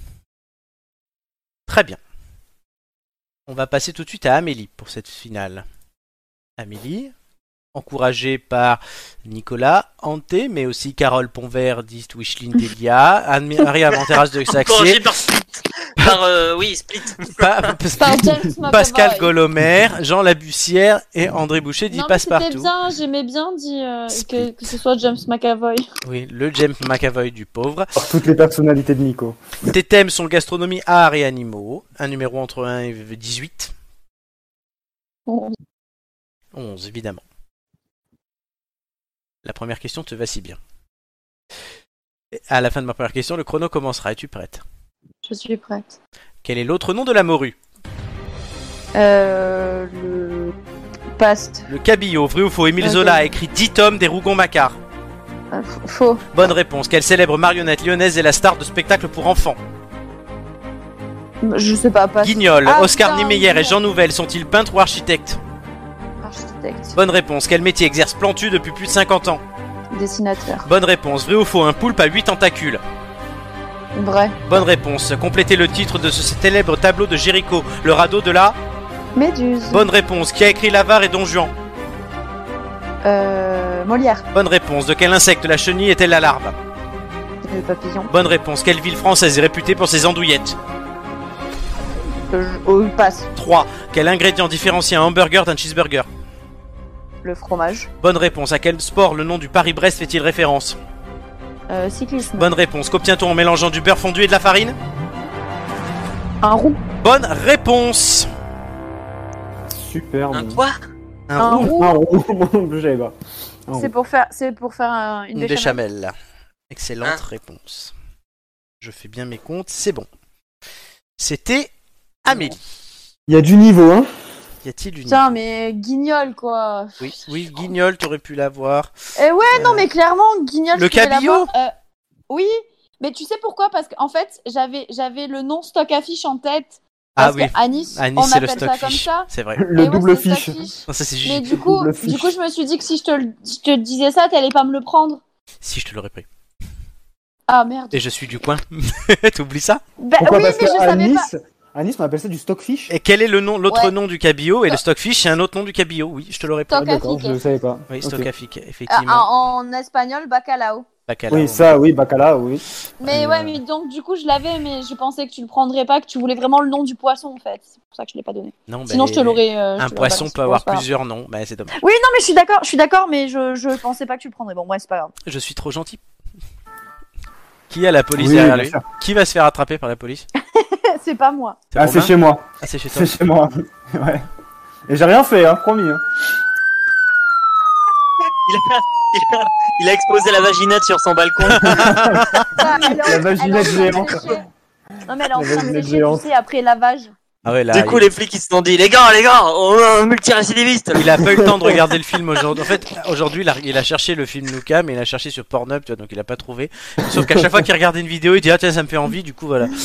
Très bien. On va passer tout de suite à Amélie pour cette finale. Amélie, encouragée par Nicolas, Hanté, mais aussi Carole Ponvert, Dist, Wishline Delia, Anne-Marie Avanteras de Encouragé Saxé, par Split. Oui, Split. Par James McAvoy. Pascal Golomer, Jean Labussière et André Boucher dit Non, mais c'était Passepartout. bien, j'aimais bien que ce soit James McAvoy. Oui, le James McAvoy du pauvre. Par toutes les personnalités de Nico. Tes thèmes sont gastronomie, art et animaux. Un numéro entre 1 et 18. 11, évidemment. La première question te va si bien. Et à la fin de ma première question, le chrono commencera. Es-tu prête? Je suis prête. Quel est l'autre nom de la morue? Le Past. Le cabillaud. Vrai ou faux? Émile Ok. Zola a écrit 10 tomes des Rougon-Macquart. Faux. Bonne réponse. Quelle célèbre marionnette lyonnaise est la star de spectacle pour enfants? Je sais pas, Past. Guignol, Ah, Oscar putain, Niemeyer et Guignol. Jean Nouvel sont-ils peintres ou architectes? Architecte. Bonne réponse. Quel métier exerce Plantu depuis plus de 50 ans? Dessinateur. Bonne réponse. Vrai ou faux? Un poulpe a 8 tentacules. Vrai. Bonne réponse. Complétez le titre de ce célèbre tableau de Géricault, le radeau de la... Méduse. Bonne réponse. Qui a écrit l'Avare et Don Juan? Molière. Bonne réponse. De quel insecte la chenille est-elle la larve? Le papillon. Bonne réponse. Quelle ville française est réputée pour ses andouillettes? Passe. 3. Quel ingrédient différencie un hamburger d'un cheeseburger? Le fromage. Bonne réponse. À quel sport le nom du Paris-Brest fait-il référence? Cyclisme. Bonne réponse. Qu'obtient-on en mélangeant du beurre fondu et de la farine? Un roux. Bonne réponse. Super. Un bon. quoi? Un roux. Un roux. Moi non plus, j'avais pas. Un roux. C'est pour faire une Une béchamel. béchamel. Excellente réponse. Je fais bien mes comptes, c'est bon. C'était Amélie. Il y a du niveau, hein. Y a-t-il une... Putain, mais Guignol, quoi. Oui, Guignol, t'aurais pu l'avoir. Ouais, non, mais clairement, Guignol. Le je pouvais cabillaud l'avoir. Oui, mais tu sais pourquoi? Parce qu'en fait, j'avais le nom stock affiche en tête. Ah Parce oui, qu'à Nice, à on Nice c'est le appelle stock ça comme fiche. ça. C'est vrai. Le Et ouais, double c'est le fiche. stock fiche. Non, ça c'est Mais Gigi. du coup, Double fiche. je me suis dit que si je te disais ça, t'allais pas me le prendre. Si, je te l'aurais pris. Ah merde. Et je suis du coin. T'oublies ça? Bah, Pourquoi? oui, Parce mais je qu'à savais pas. Nice, à Nice, on appelle ça du stockfish. Et quel est le nom, l'autre Ouais. nom du cabillaud? Et le stockfish, c'est un autre nom du cabillaud. Oui, je te l'aurais pris. Stock D'accord, afique. je le savais pas. Oui, Ok. stockaffique, effectivement. En espagnol, bacalao. Bacala. Oui, ça, oui, Bacala, oui. Mais ouais, mais donc du coup je l'avais, mais je pensais que tu le prendrais pas, que tu voulais vraiment le nom du poisson en fait. C'est pour ça que je l'ai pas donné. Non, bah, Sinon je te l'aurais. un poisson peut avoir plusieurs noms, bah c'est dommage. Oui, non, mais je suis d'accord, mais je pensais pas que tu le prendrais. Bon, ouais, c'est pas grave. Je suis trop gentil. Qui a la police Oui, derrière bien lui? sûr. Qui va se faire attraper par la police? C'est pas moi. Ah, c'est Romain chez moi. Ah, c'est chez toi. C'est chez moi. Ouais. Et j'ai rien fait, hein, promis. Hein. Il a exposé la vaginette sur son balcon. La vaginette géante. Non, mais elle est en La train de vaginette sécher, géante. tu sais, après lavage. Ah ouais, là, Du coup, les flics ils se sont dit, les gars, on a un multirécidiviste. il a pas eu le temps de regarder le film aujourd'hui. En fait, aujourd'hui, il a cherché le film Luca, mais il a cherché sur Pornhub, tu vois, donc il a pas trouvé. Sauf qu'à chaque fois qu'il regardait une vidéo, il dit ah tiens, ça me fait envie, du coup voilà.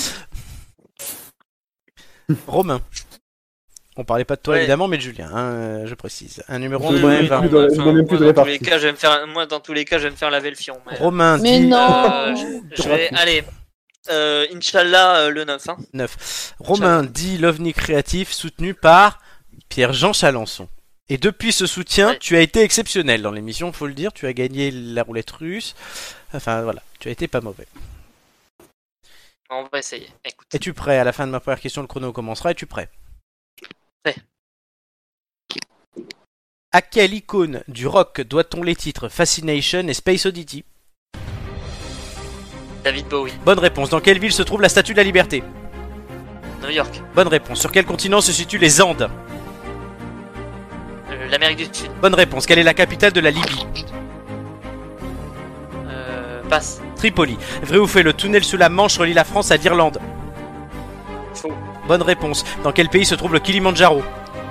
Romain. On parlait pas de toi Ouais. évidemment, mais de Julien, hein, je précise. Un numéro Je de donne vingt. plus de- je donne même plus de Moi, dans tous répartie. les cas, je vais me faire, moi, dans tous les cas, je vais me faire laver le fion. Mais, Romain Mais dit non. je vais, allez, Inch'Allah, le 9. Hein. 9. Romain dit l'OVNI créatif soutenu par Pierre-Jean Chalençon. Et depuis ce soutien, Ouais. tu as été exceptionnel dans l'émission, faut le dire. Tu as gagné la roulette russe. Enfin voilà, tu as été pas mauvais. On va essayer. Écoute. Es-tu prêt? À la fin de ma première question, le chrono commencera. Es-tu prêt? Prêt. À quelle icône du rock doit-on les titres Fascination et Space Oddity? David Bowie, Bonne réponse. Dans quelle ville se trouve la Statue de la Liberté? New York, Bonne réponse. Sur quel continent se situent les Andes? l'Amérique du Sud, Bonne réponse. Quelle est la capitale de la Libye? passe, Tripoli. Vrai ou faux, le tunnel sous la Manche relie la France à l'Irlande? faux, Bonne réponse. Dans quel pays se trouve le Kilimandjaro?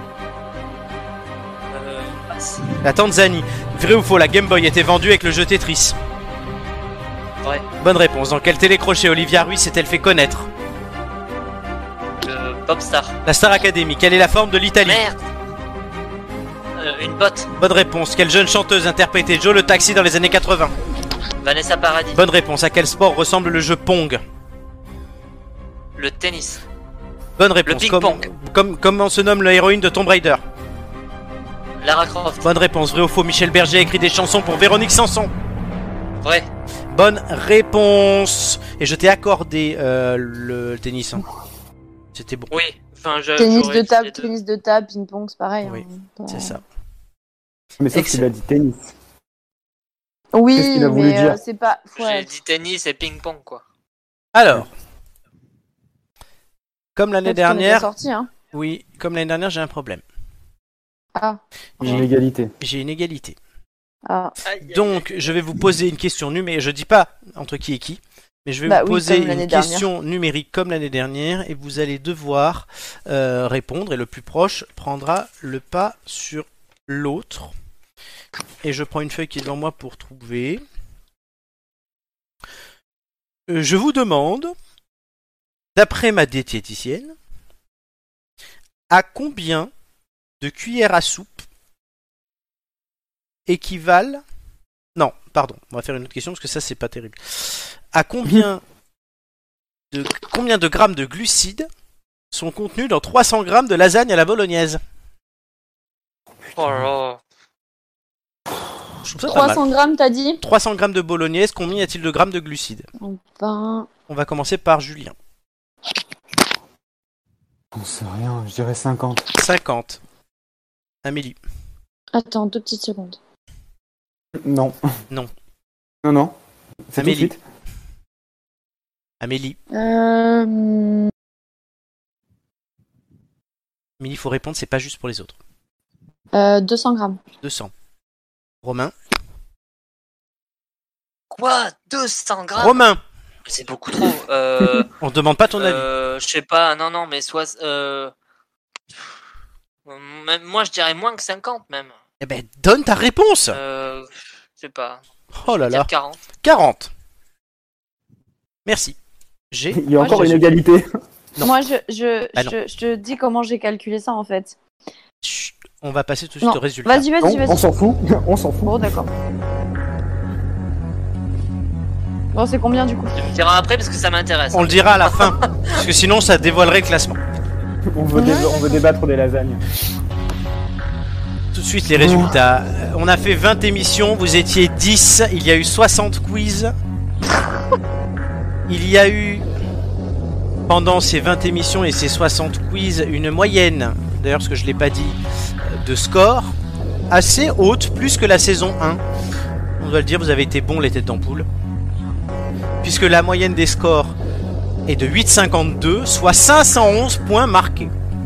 passe, La Tanzanie. Vrai ou faux, la Game Boy était vendue avec le jeu Tetris? vrai, Bonne réponse. Dans quel télécrochet Olivia Ruiz s'est-elle fait connaître? Popstar, La Star Academy. Quelle est la forme de l'Italie? merde, une botte, Bonne réponse. Quelle jeune chanteuse interprétait Joe le Taxi dans les années 80? Vanessa Paradis, Bonne réponse. À quel sport ressemble le jeu Pong? le tennis, Bonne réponse. Le ping-pong. Comment se nomme le héroïne de Tomb Raider? Lara Croft, Bonne réponse. Vrai ou faux, Michel Berger a écrit des chansons pour Véronique Sanson? vrai, Bonne réponse. Et je t'ai accordé le tennis. Hein. C'était bon. oui, enfin, Tennis j'aurais de table, dit les deux. tennis de table, ping-pong, c'est pareil. Oui, hein. C'est ça. Mais sauf qu'il Excellent. a dit tennis. Oui, Qu'est-ce qu'il a voulu mais dire c'est pas. J'ai Ouais. dit tennis et ping-pong, quoi. Alors, comme l'année Peut-être qu'on est déjà dernière, sorti, hein. oui, comme l'année dernière, j'ai un problème. Ah. Une égalité. J'ai une égalité. Ah. Donc, je vais vous poser une question numérique. Je dis pas entre qui et qui, mais je vais Bah vous oui, poser comme l'année une question numérique comme l'année dernière, et vous allez devoir répondre, et le plus proche prendra le pas sur l'autre. Et je prends une feuille qui est devant moi pour trouver. Je vous demande, d'après ma diététicienne, à combien de cuillères à soupe équivalent... Non, pardon, on va faire une autre question parce que ça c'est pas terrible. À combien de grammes de glucides sont contenus dans 300 grammes de lasagne à la bolognaise? Oh là là. Je trouve ça pas mal. 300 grammes, t'as dit? 300 grammes de bolognaise, combien y a-t-il de grammes de glucides? Enfin. On va commencer par Julien. On sait rien, je dirais 50. 50. Amélie. Attends, 2 petites secondes. Non. Non. Non, non. C'est tout de Amélie. suite. Amélie. Amélie, il faut répondre, c'est pas juste pour les autres. 200 grammes. 200. Romain. Quoi? 200 grammes? Romain. C'est beaucoup trop. On demande pas ton avis. Je sais pas, non, mais soit. Même, moi, je dirais moins que 50 même. Eh ben, donne ta réponse. Je sais pas. Oh là Je vais là. dire 40. 40. Merci. J'ai. Il y a Moi, encore je- une égalité. Non. Moi, je Ah non. te dis comment j'ai calculé ça en fait. Chut, on va passer tout de suite Non. au résultat. Vas-y, vas-y, Non, on vas-y. s'en fout. On s'en fout. Bon, d'accord. Bon, c'est combien du coup? Tu me diras après parce que ça m'intéresse. On le dira à la fin. Parce que sinon, ça dévoilerait le classement. On veut débattre des lasagnes. Tout de suite les résultats. On a fait 20 émissions, vous étiez 10, il y a eu 60 quiz. Il y a eu, pendant ces 20 émissions et ces 60 quiz, une moyenne, d'ailleurs parce que je ne l'ai pas dit, de score assez haute, plus que la saison 1. On doit le dire, vous avez été bons les têtes d'ampoule. Puisque la moyenne des scores est de 8,52, soit 511 points marqués.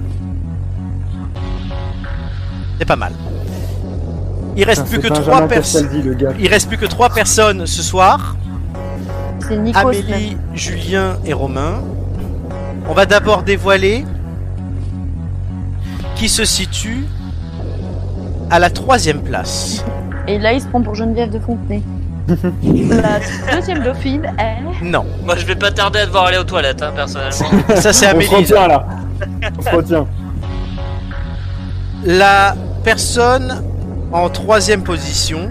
C'est pas mal. Il reste plus que 3 personnes. Il reste plus que 3 personnes ce soir. C'est Nico. Amélie, Julien et Romain. On va d'abord dévoiler qui se situe à la 3e place. Et là, il se prend pour Geneviève de Fontenay. La deuxième dauphine est... Non. Moi, je vais pas tarder à devoir aller aux toilettes, hein, personnellement. Ça, c'est Amélie. On se retient là. On se retient. La personne en 3e position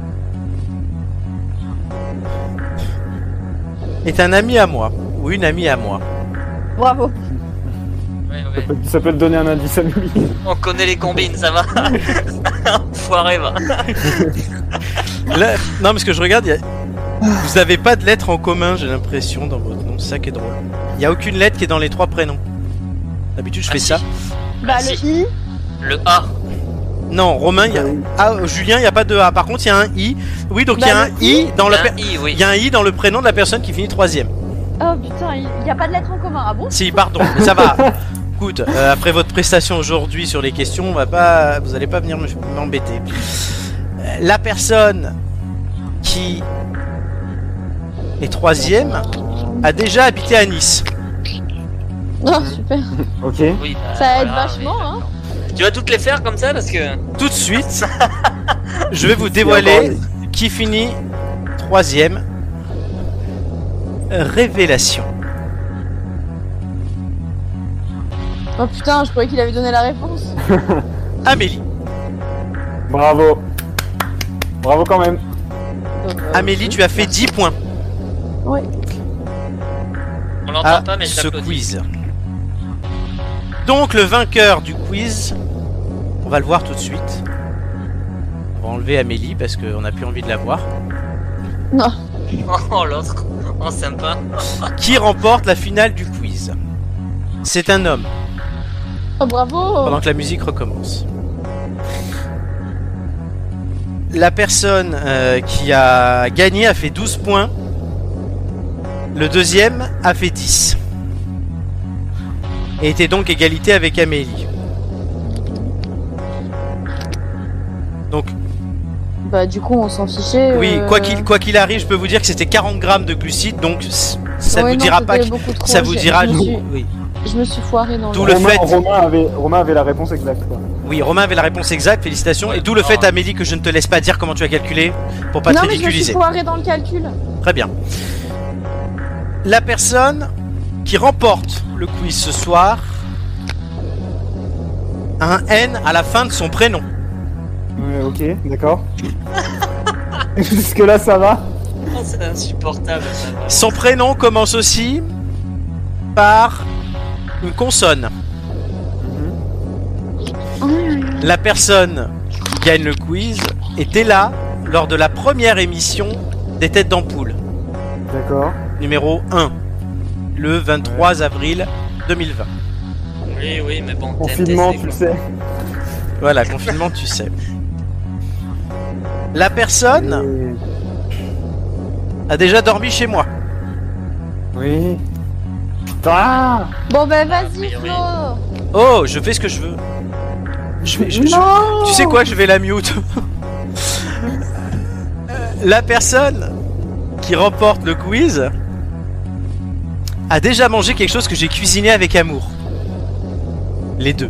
est un ami à moi, ou une amie à moi. Bravo. Oui, oui. Ça peut te donner un indice, Amélie. On connaît les combines, ça va. Foiré, va. Là, non, parce que je regarde, vous n'avez pas de lettre en commun, j'ai l'impression, dans votre nom, c'est ça qui est drôle. Il n'y a aucune lettre qui est dans les 3 prénoms. D'habitude, je fais ça. Bah, si. le I. Le A. Non, Romain, il y a... Ah, Julien, il n'y a pas de A. Par contre, il y a un I. Oui, donc il y a un I dans le... Il y a un I dans le prénom de la personne qui finit 3e. Oh putain, il n'y a pas de lettre en commun, ah bon? Si, pardon, mais ça va. Écoute, après votre prestation aujourd'hui sur les questions, vous allez pas venir m'embêter. La personne qui est 3e a déjà habité à Nice. Oh, super. Ok. Oui, bah, Ça aide voilà, vachement, oui, hein. Tu vas toutes les faire comme ça parce que. Tout de suite, je vais vous dévoiler qui finit 3e. Révélation. Oh putain, je croyais qu'il avait donné la réponse. Amélie. Bravo. Bravo quand même. Amélie, tu as fait 10 points Oui. On l'entend à pas, mais je ce t'applaudis. quiz. Donc le vainqueur du quiz, on va le voir tout de suite. On va enlever Amélie parce qu'on n'a plus envie de la voir. Non. Oh, l'autre. Oh, sympa. Qui remporte la finale du quiz? C'est un homme. Oh bravo. Pendant que la musique recommence. La personne qui a gagné a fait 12 points. Le deuxième a fait 10. Et était donc égalité avec Amélie. Donc, Bah du coup on s'en fichait. oui, quoi qu'il arrive, je peux vous dire que c'était 40 grammes de glucides, donc ça Ouais, vous non, dira pas c'était que beaucoup trop. ça vous dira. Oui. Je me suis foiré dans D'où le... le fait. Romain avait la réponse exacte, quoi. Oui, Romain avait la réponse exacte, félicitations. Et d'où le fait, Amélie, que je ne te laisse pas dire comment tu as calculé pour pas non, te mais je me suis ridiculiser. foiré dans le calcul. Très bien. La personne qui remporte le quiz ce soir a un N à la fin de son prénom. Ouais, ok, d'accord. Jusque là, ça va. Oh, c'est insupportable, ça va. Son prénom commence aussi par une consonne. La personne qui gagne le quiz était là lors de la première émission des Têtes d'Ampoule, D'accord. numéro 1, le 23 avril 2020. Oui, oui, mais bon. Confinement, TNTC, tu le quoi. sais. Voilà, confinement, tu sais. La personne a déjà dormi chez moi. Oui. Ah Bon bah vas-y oui, Flo. Oh, je fais ce que je veux. Non. Tu sais quoi, je vais la mute. La personne qui remporte le quiz a déjà mangé quelque chose que j'ai cuisiné avec amour. Les deux.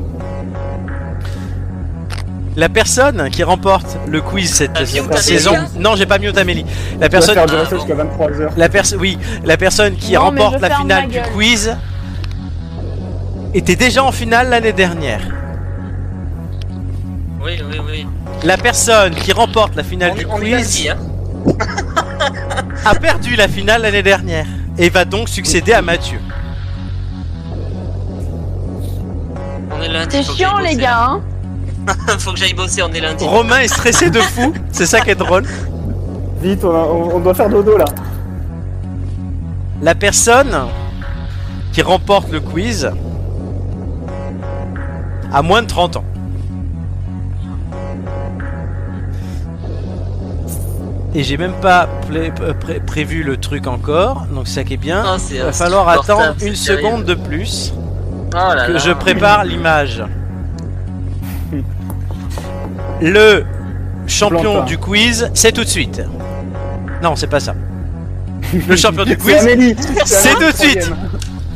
La personne qui remporte le quiz cette saison... Non, j'ai pas mute Amélie. La personne... faire durer ça jusqu'à 23h. Oui, la personne qui Non, mais remporte je la ferme finale ma du gueule. quiz était déjà en finale l'année dernière. Oui, oui, oui. La personne qui remporte la finale du On y va quiz dit, hein. a perdu la finale l'année dernière et va donc succéder à Mathieu. On est lundi. C'est faut que chiant j'aille les bosser, gars là. hein. Faut que j'aille bosser, on est lundi. Romain est stressé de fou, c'est ça qui est drôle. Vite, on doit faire dodo là. La personne qui remporte le quiz a moins de 30 ans. Et j'ai même pas prévu le truc encore, donc ça qui est bien. Ah, c'est Il va falloir insupportable, attendre c'est une terrible. seconde de plus Oh là que là. je prépare l'image. Le champion Plante pas. du quiz, c'est tout de suite. Non, c'est pas ça. Le champion du C'est quiz, Amélie. c'est Amélie, tout de suite. troisième.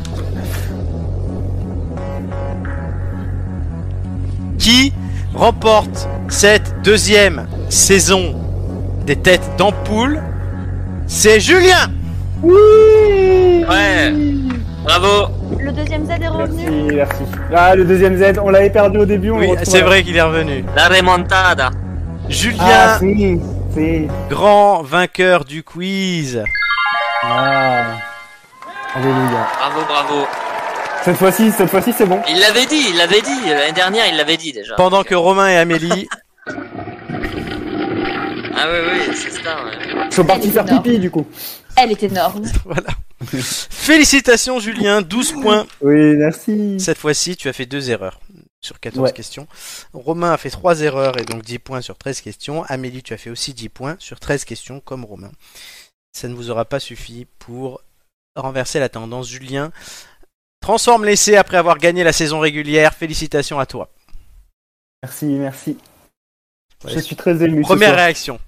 Qui remporte cette deuxième saison des têtes d'ampoule, c'est Julien. Ouais. Bravo. Le deuxième Z est revenu. Merci. Ah, le deuxième Z, on l'avait perdu au début. On Oui, le retrouve c'est à la vrai qu'il est revenu. La remontada. Julien, Ah, si. grand vainqueur du quiz. Ah. Alléluia. Bravo, bravo. Cette fois-ci, c'est bon. Il l'avait dit. L'année dernière, il l'avait dit déjà. Pendant que Romain et Amélie Ah oui, c'est ça. Ouais. Ils sont partis faire énorme. pipi, du coup. Elle est énorme. voilà. Félicitations Julien, 12 points. Oui, merci. Cette fois-ci, tu as fait 2 erreurs sur 14 Ouais. questions. Romain a fait 3 erreurs et donc 10 points sur 13 questions. Amélie, tu as fait aussi 10 points sur 13 questions comme Romain. Ça ne vous aura pas suffi pour renverser la tendance. Julien transforme l'essai après avoir gagné la saison régulière. Félicitations à toi. Merci. Ouais. Je suis très ému. ce Première soir. réaction.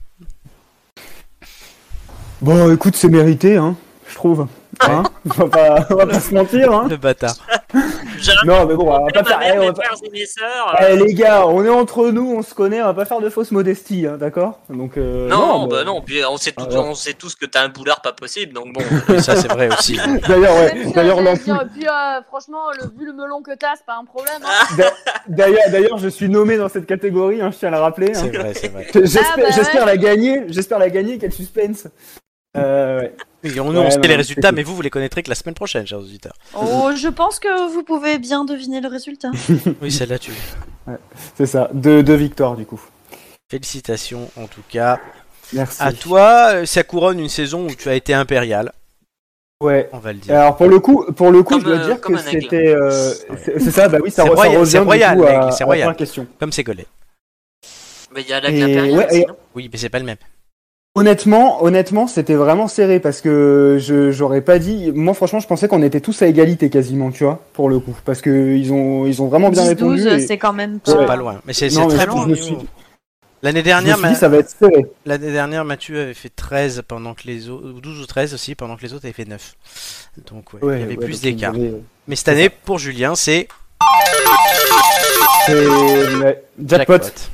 Bon, écoute, c'est mérité, hein, je trouve. Hein on va pas se mentir, hein. Le bâtard. Non, mais bon, on va pas faire. Mes on va frères et mes sœurs. Eh, les gars, on est entre nous, on se connaît, on va pas faire de fausse modestie, hein, d'accord. Donc. Non, bah, non. Puis on sait tous que t'as un boulard pas possible, donc bon. Oui, ça c'est vrai aussi. D'ailleurs, ouais. Même si, D'ailleurs, j'allais l'ampoule. dire, et puis franchement, vu le melon que t'as, c'est pas un problème. Hein. D'ailleurs, je suis nommé dans cette catégorie, hein, je tiens à le rappeler. Hein. C'est vrai, c'est vrai. J'espère ouais. la gagner. J'espère la gagner. Quel suspense. Ouais. Oui, nous, Ouais, on sait non, les c'est résultats, cool. mais vous les connaîtrez que la semaine prochaine, chers auditeurs. Oh, je pense que vous pouvez bien deviner le résultat. Oui, celle-là, tu. C'est ça. Deux victoires, du coup. Félicitations, en tout cas. Merci. À toi, ça couronne une saison où tu as été impérial, Ouais. on va le dire. Alors pour le coup, Comme, je dois dire comme que un aigle. c'était, c'est ça, bah oui, ça, C'est ça royal, revient c'est royal, du coup l'aigle, à, c'est à la royal. première question. Comme Ségolène. Mais il y a la Et impériale ouais, aussi, et- non Oui, mais c'est pas le même. Honnêtement, c'était vraiment serré parce que j'aurais pas dit. Moi, franchement, je pensais qu'on était tous à égalité quasiment, tu vois, pour le coup, parce que ils ont vraiment bien 10-12, répondu. Et... c'est quand même C'est pas... pas loin. Mais c'est Non, mais très je loin. me suis dit- L'année Je me dernière, suis dit, ça va être serré. l'année dernière, Mathieu avait fait 13 pendant que les autres, ou 12 ou 13 aussi, pendant que les autres avaient fait 9. Donc, ouais, il y avait plus donc, d'écart. vous avez- Mais cette année, pour Julien, c'est C'est ouais, jackpot.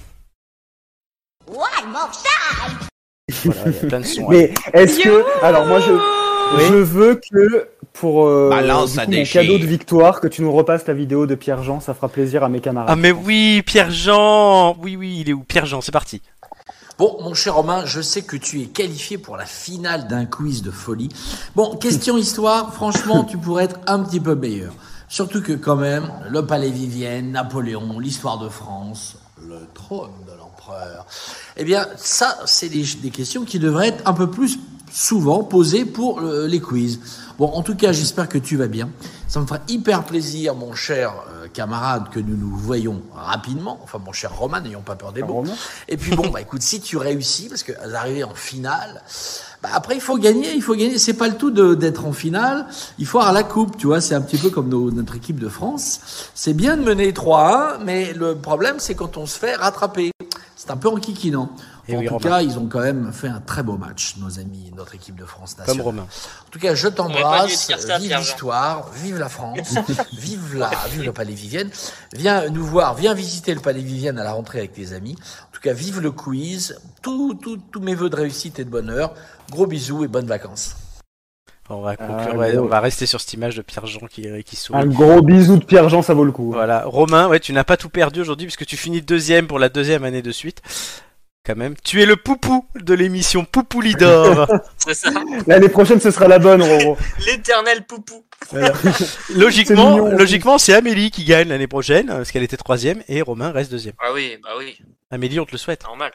Voilà, il y a plein de sons. Mais est-ce que alors moi je veux que pour Balance du à coup, mon déchets. cadeau de victoire que tu nous repasses la vidéo de Pierre-Jean, ça fera plaisir à mes camarades. Ah mais oui, Pierre-Jean. Oui, il est où Pierre-Jean, c'est parti. Bon, mon cher Romain, je sais que tu es qualifié pour la finale d'un quiz de folie. Bon, question histoire, franchement, tu pourrais être un petit peu meilleur. Surtout que quand même, le palais Vivienne, Napoléon, l'histoire de France, le trône de l'empereur. Eh bien, ça, c'est des questions qui devraient être un peu plus souvent posées pour les quiz. Bon, en tout cas, j'espère que tu vas bien. Ça me fera hyper plaisir, mon cher camarade, que nous nous voyons rapidement. Enfin, mon cher Romain, n'ayons pas peur des mots. Et puis bon, bah écoute, si tu réussis, parce que d'arriver en finale, bah après il faut gagner. C'est pas le tout d'être en finale. Il faut avoir la coupe, tu vois. C'est un petit peu comme notre équipe de France. C'est bien de mener 3-1, mais le problème c'est quand on se fait rattraper. C'est un peu enquiquinant. Et En oui, tout Romain. cas, ils ont quand même fait un très beau match, nos amis, notre équipe de France nationale. Comme Romain. En tout cas, je On aurait pas dû t'embrasse. dire ça, Vive Pierre-Jean. l'histoire, vive la France, vive le Palais Vivienne. Viens nous voir, viens visiter le Palais Vivienne à la rentrée avec tes amis. En tout cas, vive le quiz. Tous mes vœux de réussite et de bonheur. Gros bisous et bonnes vacances. On va conclure, Ah, ouais, gros. on va rester sur cette image de Pierre-Jean qui sourit. Un gros bisou de Pierre-Jean, ça vaut le coup. Voilà, Romain, ouais, tu n'as pas tout perdu aujourd'hui puisque tu finis deuxième pour la deuxième année de suite. quand même. Tu es le poupou de l'émission Poupouli d'or. C'est ça. L'année prochaine, ce sera la bonne, Roro. L'éternel poupou. Voilà. Logiquement, c'est Amélie qui gagne l'année prochaine, parce qu'elle était 3ème, et Romain reste 2ème. Ah oui, bah oui, Amélie, on te le souhaite. normal.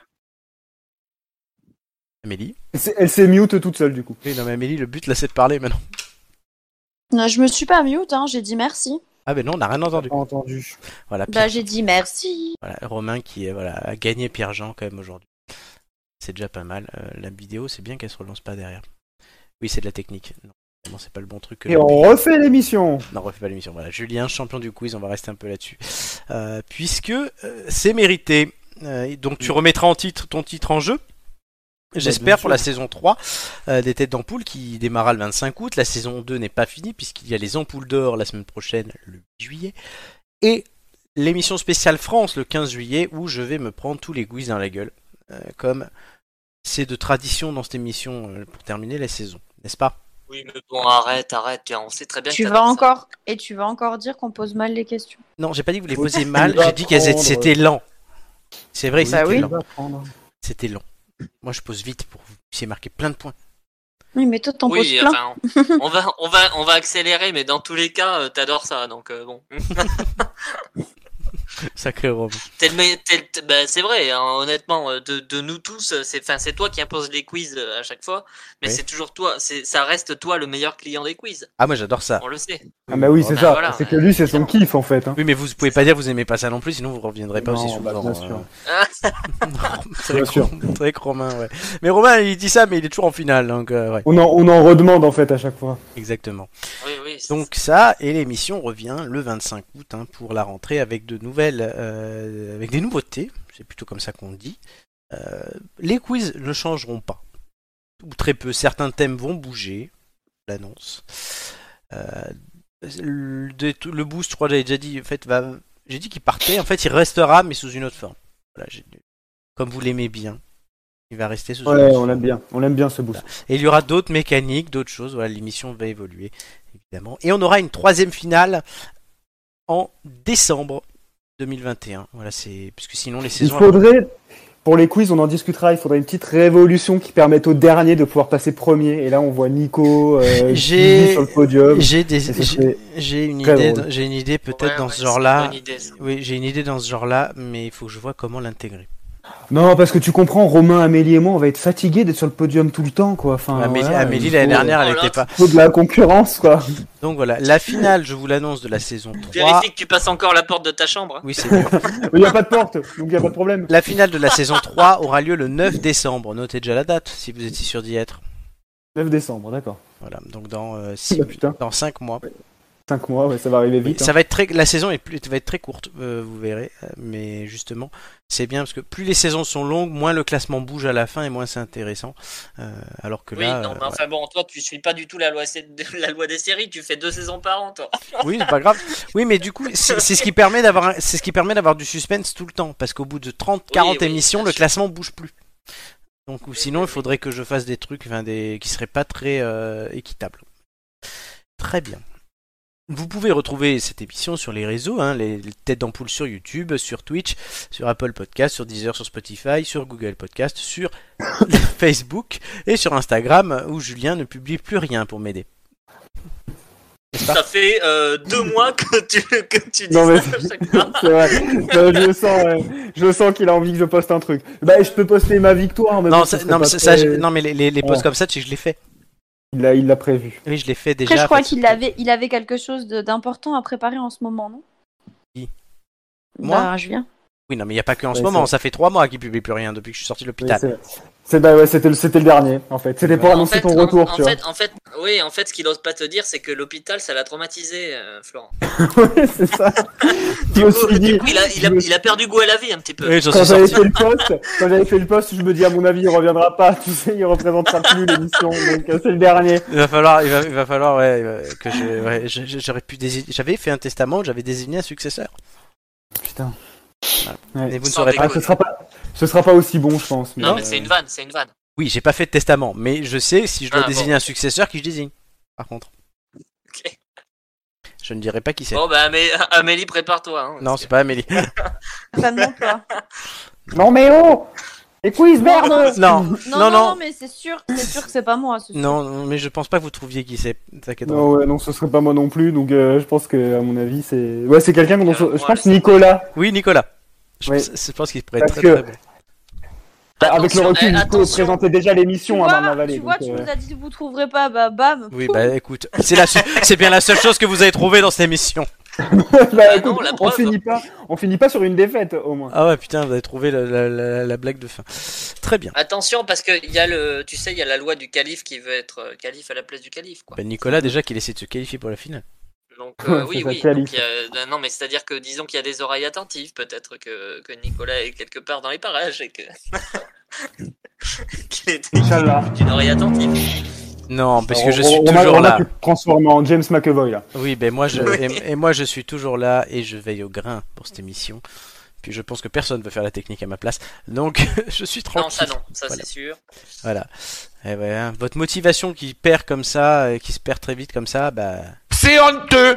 Amélie. Elle s'est mute toute seule, du coup. Oui, non, mais Amélie, le but là, c'est de parler maintenant. Non, je me suis pas mute, hein, j'ai dit merci. Ah, ben non, on n'a rien entendu. Pas entendu. Voilà, Pierre- Bah, j'ai dit merci. voilà, Romain qui a gagné Pierre-Jean quand même aujourd'hui. C'est déjà pas mal. La vidéo, c'est bien qu'elle se relance pas derrière. Oui, c'est de la technique. Non, c'est pas le bon truc. Que Et on refait l'émission. Non, on refait pas l'émission. Voilà, Julien, champion du quiz, on va rester un peu là-dessus. Puisque c'est mérité. Donc tu remettras ton titre en jeu. J'espère pour la saison 3 des Têtes d'Ampoule qui démarrera le 25 août. La saison 2 n'est pas finie puisqu'il y a les Ampoules d'Or la semaine prochaine, le 8 juillet. Et l'émission spéciale France le 15 juillet où je vais me prendre tous les quiz dans la gueule. Comme c'est de tradition dans cette émission pour terminer la saison. N'est-ce pas ? Oui, mais bon, arrête, on sait très bien Tu que vas encore dire qu'on pose mal les questions. Non, j'ai pas dit que vous les posiez mal, j'ai dit que c'était lent. C'est vrai, Bah oui. C'était lent. Moi, je pose vite pour que vous puissiez marquer plein de points. Oui, mais toi, t'en poses Oui, plein. enfin, on va accélérer, mais dans tous les cas, t'adores ça, donc bon. Sacré Romain. Bah, c'est vrai, hein, honnêtement, de nous tous, c'est toi qui imposes les quiz à chaque fois, mais Oui. c'est toujours toi, ça reste toi le meilleur client des quiz. Ah, moi, j'adore ça. On le sait. Ah bah oui, c'est Bah ça. voilà. C'est que lui, c'est son kiff, en fait. Hein. Oui, mais vous pouvez pas dire que vous aimez pas ça non plus, sinon vous reviendrez pas Non, aussi souvent. bah, bien sûr. C'est Bien sûr. vrai que Romain, ouais. Mais Romain, il dit ça, mais il est toujours en finale, donc ouais. On en redemande, en fait, à chaque fois. Exactement. Oui, Donc ça, et l'émission revient le 25 août pour la rentrée avec de nouvelles, avec des nouveautés. C'est plutôt comme ça qu'on dit. Les quiz ne changeront pas, ou très peu. Certains thèmes vont bouger. L'annonce. Le boost, je crois, j'avais déjà dit. En fait, j'ai dit qu'il partait. En fait, il restera, mais sous une autre forme. Voilà, comme vous l'aimez bien. Il va rester sous une Ouais, autre on forme. l'aime bien ce boost. Et il y aura d'autres mécaniques, d'autres choses. Voilà, l'émission va évoluer, évidemment. Et on aura une 3ème finale en décembre 2021. Voilà, puisque sinon les Il saisons. faudrait, pour les quiz, on en discutera, il faudrait une petite révolution qui permette au dernier de pouvoir passer premier. Et là, on voit Nico J'ai sur le podium. J'ai une très idée. drôle. J'ai une idée peut-être dans ce c'est genre-là. une bonne idée, ça. Oui, j'ai une idée dans ce genre-là, mais il faut que je vois comment l'intégrer. Non, parce que tu comprends, Romain, Amélie et moi, on va être fatigués d'être sur le podium tout le temps, quoi. Enfin, Amélie il l'année faut- dernière, elle Oh là, était pas. il faut de la concurrence, quoi. Donc voilà, la finale, je vous l'annonce de la saison 3. Vérifie que tu passes encore la porte de ta chambre. Hein. Oui, c'est mieux. Il n'y a pas de porte, donc il n'y a pas de problème. La finale de la saison 3 aura lieu le 9 décembre. Notez déjà la date si vous étiez sûr d'y être. 9 décembre, d'accord. Voilà, donc dans Bah, putain. dans 5 mois. 5 mois, ouais, ça va arriver Oui, vite. ça va être la saison va être très courte, vous verrez. Mais justement, c'est bien parce que plus les saisons sont longues, moins le classement bouge à la fin et moins c'est intéressant. Alors que Oui, là, non, mais enfin bon, toi, tu suis pas du tout la loi des séries, tu fais 2 saisons par an, toi. oui, c'est pas grave. Oui, mais du coup, c'est ce qui permet d'avoir du suspense tout le temps, parce qu'au bout de 30-40 oui, émissions, bien le sûr. classement bouge plus. Donc, ou sinon, il faudrait que je fasse des trucs, qui seraient pas très équitables. Très bien. Vous pouvez retrouver cette émission sur les réseaux, les Têtes d'Ampoule sur YouTube, sur Twitch, sur Apple Podcast, sur Deezer, sur Spotify, sur Google Podcast, sur Facebook et sur Instagram où Julien ne publie plus rien pour m'aider. Ça fait 2 mois que tu dis Non, mais ça à chaque fois. c'est vrai. Je sens qu'il a envie que je poste un truc. Bah, je peux poster ma victoire, mais Non, bon, ça- ce serait non, mais pas ça, très- non, mais les posts Voilà. comme ça, je l'ai fait. Il l'a prévu. Oui, je l'ai fait déjà. Après, je crois parce qu'il que- il avait quelque chose d'important à préparer en ce moment, non? Qui? Moi Bah, Julien. Oui, non, mais il n'y a pas que en ce Ouais, moment. c'est- Ça fait 3 mois qu'il publie plus rien depuis que je suis sorti de Oui, l'hôpital. c'était le dernier, en fait. C'était pour annoncer ton retour, tu vois. En fait, ce qu'il ose pas te dire, c'est que l'hôpital, ça l'a traumatisé, Florent. Ouais, c'est ça. Je me suis dit, Du coup, il a perdu goût à la vie un petit peu. Oui, j'en quand suis j'avais sorti. fait le poste, je me dis, à mon avis, il reviendra pas. Tu sais, il représentera plus l'émission. Donc, c'est le dernier. Il va falloir, que j'aurais pu désigner. J'avais fait un testament où j'avais désigné un successeur. Putain. Voilà. Ouais. Mais vous ne Sans saurez pas. déconner. Ce sera pas aussi bon, je pense. Non, mais c'est une vanne, c'est une vanne. Oui, j'ai pas fait de testament, mais je sais si je dois Ah, désigner bon. un successeur qui je désigne. Par contre, Ok. je ne dirai pas qui c'est. Bon, bah, Amélie, prépare-toi. Hein, Non, c'est pas Amélie. Ça ne ment pas. Non, mais oh! Et quiz, merde. Non, mais c'est sûr que c'est pas moi. C'est sûr. Non, mais je pense pas que vous trouviez qui c'est. T'inquiète pas. Non, ouais, non, ce serait pas moi non plus. Donc, je pense que, à mon avis, c'est. Ouais, c'est quelqu'un dont. Je moi, pense c'est- Nicolas. Oui, Nicolas. Je Oui. pense qu'il pourrait être Parce très que- très bon. Avec le Attention, recul, Nico attention. présentait déjà l'émission Tu à vois, Marne-la-Vallée. tu vois, donc, tu nous as dit que vous trouverez pas, bah bam. Oui, bah écoute, c'est bien la seule chose que vous avez trouvée dans cette émission. bah, écoute, non, la on preuve. finit pas sur une défaite, au moins. Ah ouais, putain, vous avez trouvé la blague de fin. Très bien. Attention, parce que il y a il y a la loi du calife qui veut être calife à la place du calife, quoi. Bah, Nicolas, déjà qu'il essaie de se qualifier pour la finale. Donc Ouais, oui, c'est oui. ça, calife. Donc, non, mais c'est-à-dire que disons qu'il y a des oreilles attentives, peut-être que Nicolas est quelque part dans les parages et que qu'il est Inch'Allah. d'une oreille attentive. Non, parce que je Romain, suis toujours Romain, là. tu te transformes en James McAvoy, là. Oui, ben moi, Oui. et moi je suis toujours là et je veille au grain pour cette émission. Puis je pense que personne ne veut faire la technique à ma place. Donc je suis tranquille. Non, ça non, ça Voilà. c'est sûr. Voilà. Et ouais, hein, votre motivation qui perd comme ça, qui se perd très vite comme ça, bah. C'est honteux.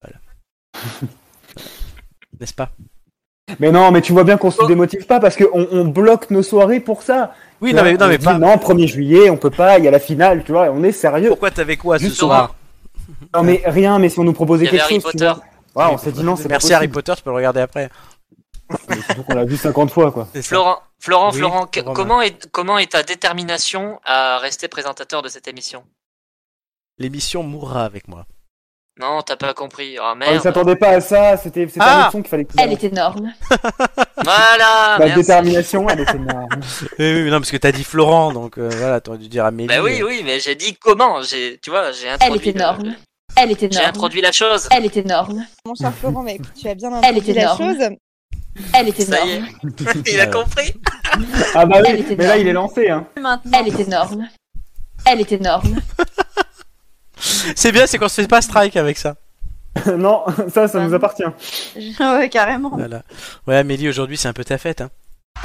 N'est-ce pas? Mais non, mais tu vois bien qu'on se démotive pas parce qu'on on bloque nos soirées pour ça. Oui, Tu non vois, mais, non, on mais dit, pas. non, 1er juillet, on peut pas, il y a la finale, tu vois, on est sérieux. Pourquoi t'avais quoi ce Juste soir? Non, mais rien, mais si on nous proposait Il y avait quelque Harry chose, tu Potter. vois. Ouais, on s'est dit non, c'est pas Merci possible. Harry Potter, tu peux le regarder après. Mais surtout qu'on l'a vu 50 fois, quoi. C'est ça. Florent, Oui, Florent, Romain. comment est ta détermination à rester présentateur de cette émission? L'émission mourra avec moi. Non, t'as pas compris. Oh On ne merde. s'attendait pas à ça, c'était Ah un autre son qu'il fallait que tu Elle balances. est énorme. Voilà. La merci. détermination, elle était énorme. Oui, non, parce que t'as dit Florent, donc voilà, t'aurais dû dire Amélie. Bah oui, mais j'ai dit comment. Tu vois, j'ai introduit. Elle est énorme. Elle est J'ai énorme. introduit la chose. Elle est énorme. Mon cher Florent, mais écoute, tu as bien Elle introduit est la énorme. chose. Elle est Ça y est. énorme. Il a Ouais. compris. Ah bah Elle oui, était mais là énorme. il est lancé, hein. Maintenant. Elle est énorme. Elle est énorme. C'est bien, c'est qu'on se fait pas strike avec ça. Non, ça nous appartient. Ouais, carrément. Voilà. Ouais, Amélie, aujourd'hui c'est un peu ta fête, hein.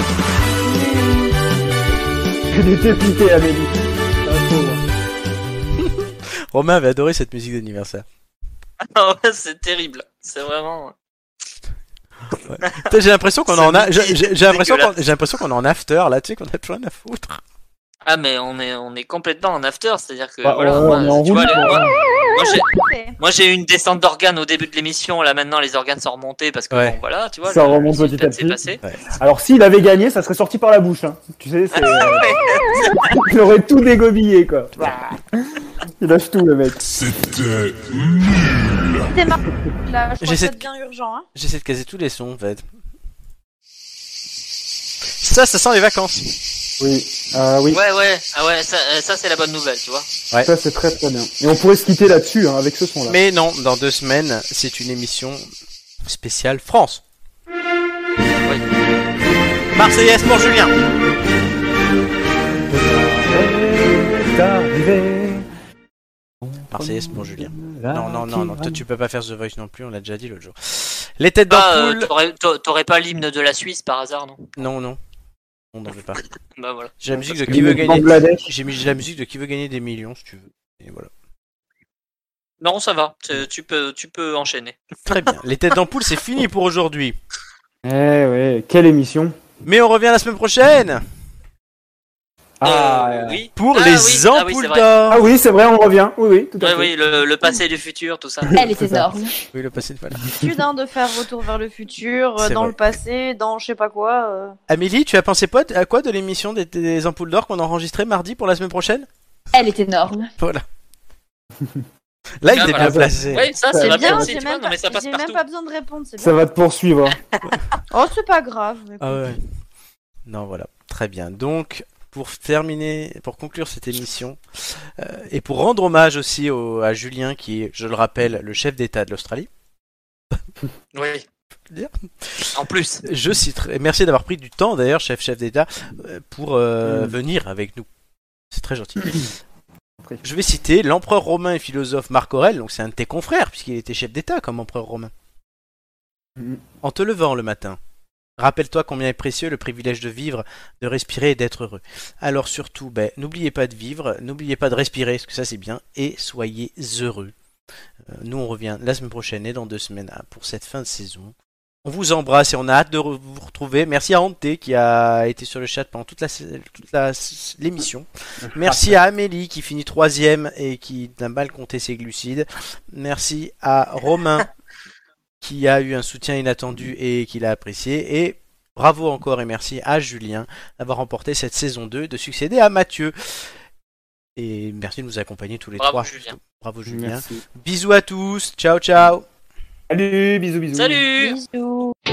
Elle était piquée, Amélie. Ah, pauvre. Romain avait adoré cette musique d'anniversaire. Oh, c'est terrible. C'est vraiment. Putain, j'ai l'impression qu'on est en C'est j'ai l'impression qu'on est en after là, tu sais qu'on a plus rien à foutre. Ah mais on est complètement en after, c'est-à-dire que Bah, voilà, on est en tu vois, route, quoi. moi j'ai eu une descente d'organes au début de l'émission, là maintenant les organes sont remontés parce que Ouais. bon, voilà, tu vois, Ça le remonte petit à suspense petit. s'est passé. Alors s'il avait gagné, ça serait sorti par la bouche, hein. Tu sais, c'est... il aurait tout dégobillé, quoi. Il lâche tout, le mec. C'était marrant. Là, je crois que J'essaie ça de- devient urgent. Hein. J'essaie de caser tous les sons en fait. Ça sent les vacances. Oui, oui. Ouais, ah ouais, ça c'est la bonne nouvelle, tu vois. Ouais. Ça c'est très très bien. Et on pourrait se quitter là-dessus, hein, avec ce son-là. Mais non, dans 2 semaines, c'est une émission spéciale France. Oui. Marseillaise pour Julien. C'est arrivé. Marseillaise pour Julien. Là Non, qui toi tu peux pas faire The Voice non plus, on l'a déjà dit l'autre jour. Les têtes d'ampoule. T'aurais pas l'hymne de la Suisse par hasard, non? Non. On n'en veut pas. Bah voilà. J'ai la musique de Parce qui que veut le gagner. Bangladesh. J'ai mis la musique de qui veut gagner des millions si tu veux. Et voilà. Non, ça va, tu peux enchaîner. Très bien. Les têtes d'ampoule, c'est fini pour aujourd'hui. Eh ouais, quelle émission. Mais on revient la semaine prochaine Oui. pour Ah les oui, c'est ampoules vrai. d'or. Ah oui, c'est vrai, on revient. Oui, tout à fait. Oui, le passé et le futur, tout ça. Elle est C'est ça. énorme. Oui, le passé, voilà. L'habitude de faire retour vers le futur, C'est dans vrai. le passé, dans je sais pas quoi. Amélie, tu as pensé à quoi de l'émission des ampoules d'or qu'on a enregistré mardi pour la semaine prochaine? Elle est énorme. Voilà. Là, il Ah, est voilà. bien placé. Oui, ça C'est c'est C'est la bien, bien, j'ai tu vois, même, non mais ça passe j'ai même partout. pas besoin de répondre, c'est Ça bien. va te poursuivre. Oh, c'est pas grave. Ah ouais. Non, voilà. Très bien. Donc, pour terminer, pour conclure cette émission, et pour rendre hommage aussi à Julien, qui est, je le rappelle, le chef d'État de l'Australie, Oui. dire. En plus. je citerai, merci d'avoir pris du temps d'ailleurs, chef d'État, pour venir avec nous. C'est très gentil. Je vais citer l'empereur romain et philosophe Marc Aurèle, donc c'est un de tes confrères, puisqu'il était chef d'État comme empereur romain. En te levant le matin, rappelle-toi combien est précieux le privilège de vivre, de respirer et d'être heureux. Alors surtout, n'oubliez pas de vivre, n'oubliez pas de respirer, parce que ça c'est bien, et soyez heureux. Nous on revient la semaine prochaine et dans 2 semaines pour cette fin de saison. On vous embrasse et on a hâte de vous retrouver. Merci à Ante qui a été sur le chat pendant toute l'émission. Merci à Amélie qui finit 3ème et qui n'a mal compté ses glucides. Merci à Romain qui a eu un soutien inattendu et qui l'a apprécié. Et bravo encore et merci à Julien d'avoir remporté cette saison 2 et de succéder à Mathieu. Et merci de nous accompagner tous les trois. Julien. Bravo Julien. Merci. Bisous à tous. Ciao ciao. Salut, bisous. Salut. Bisous.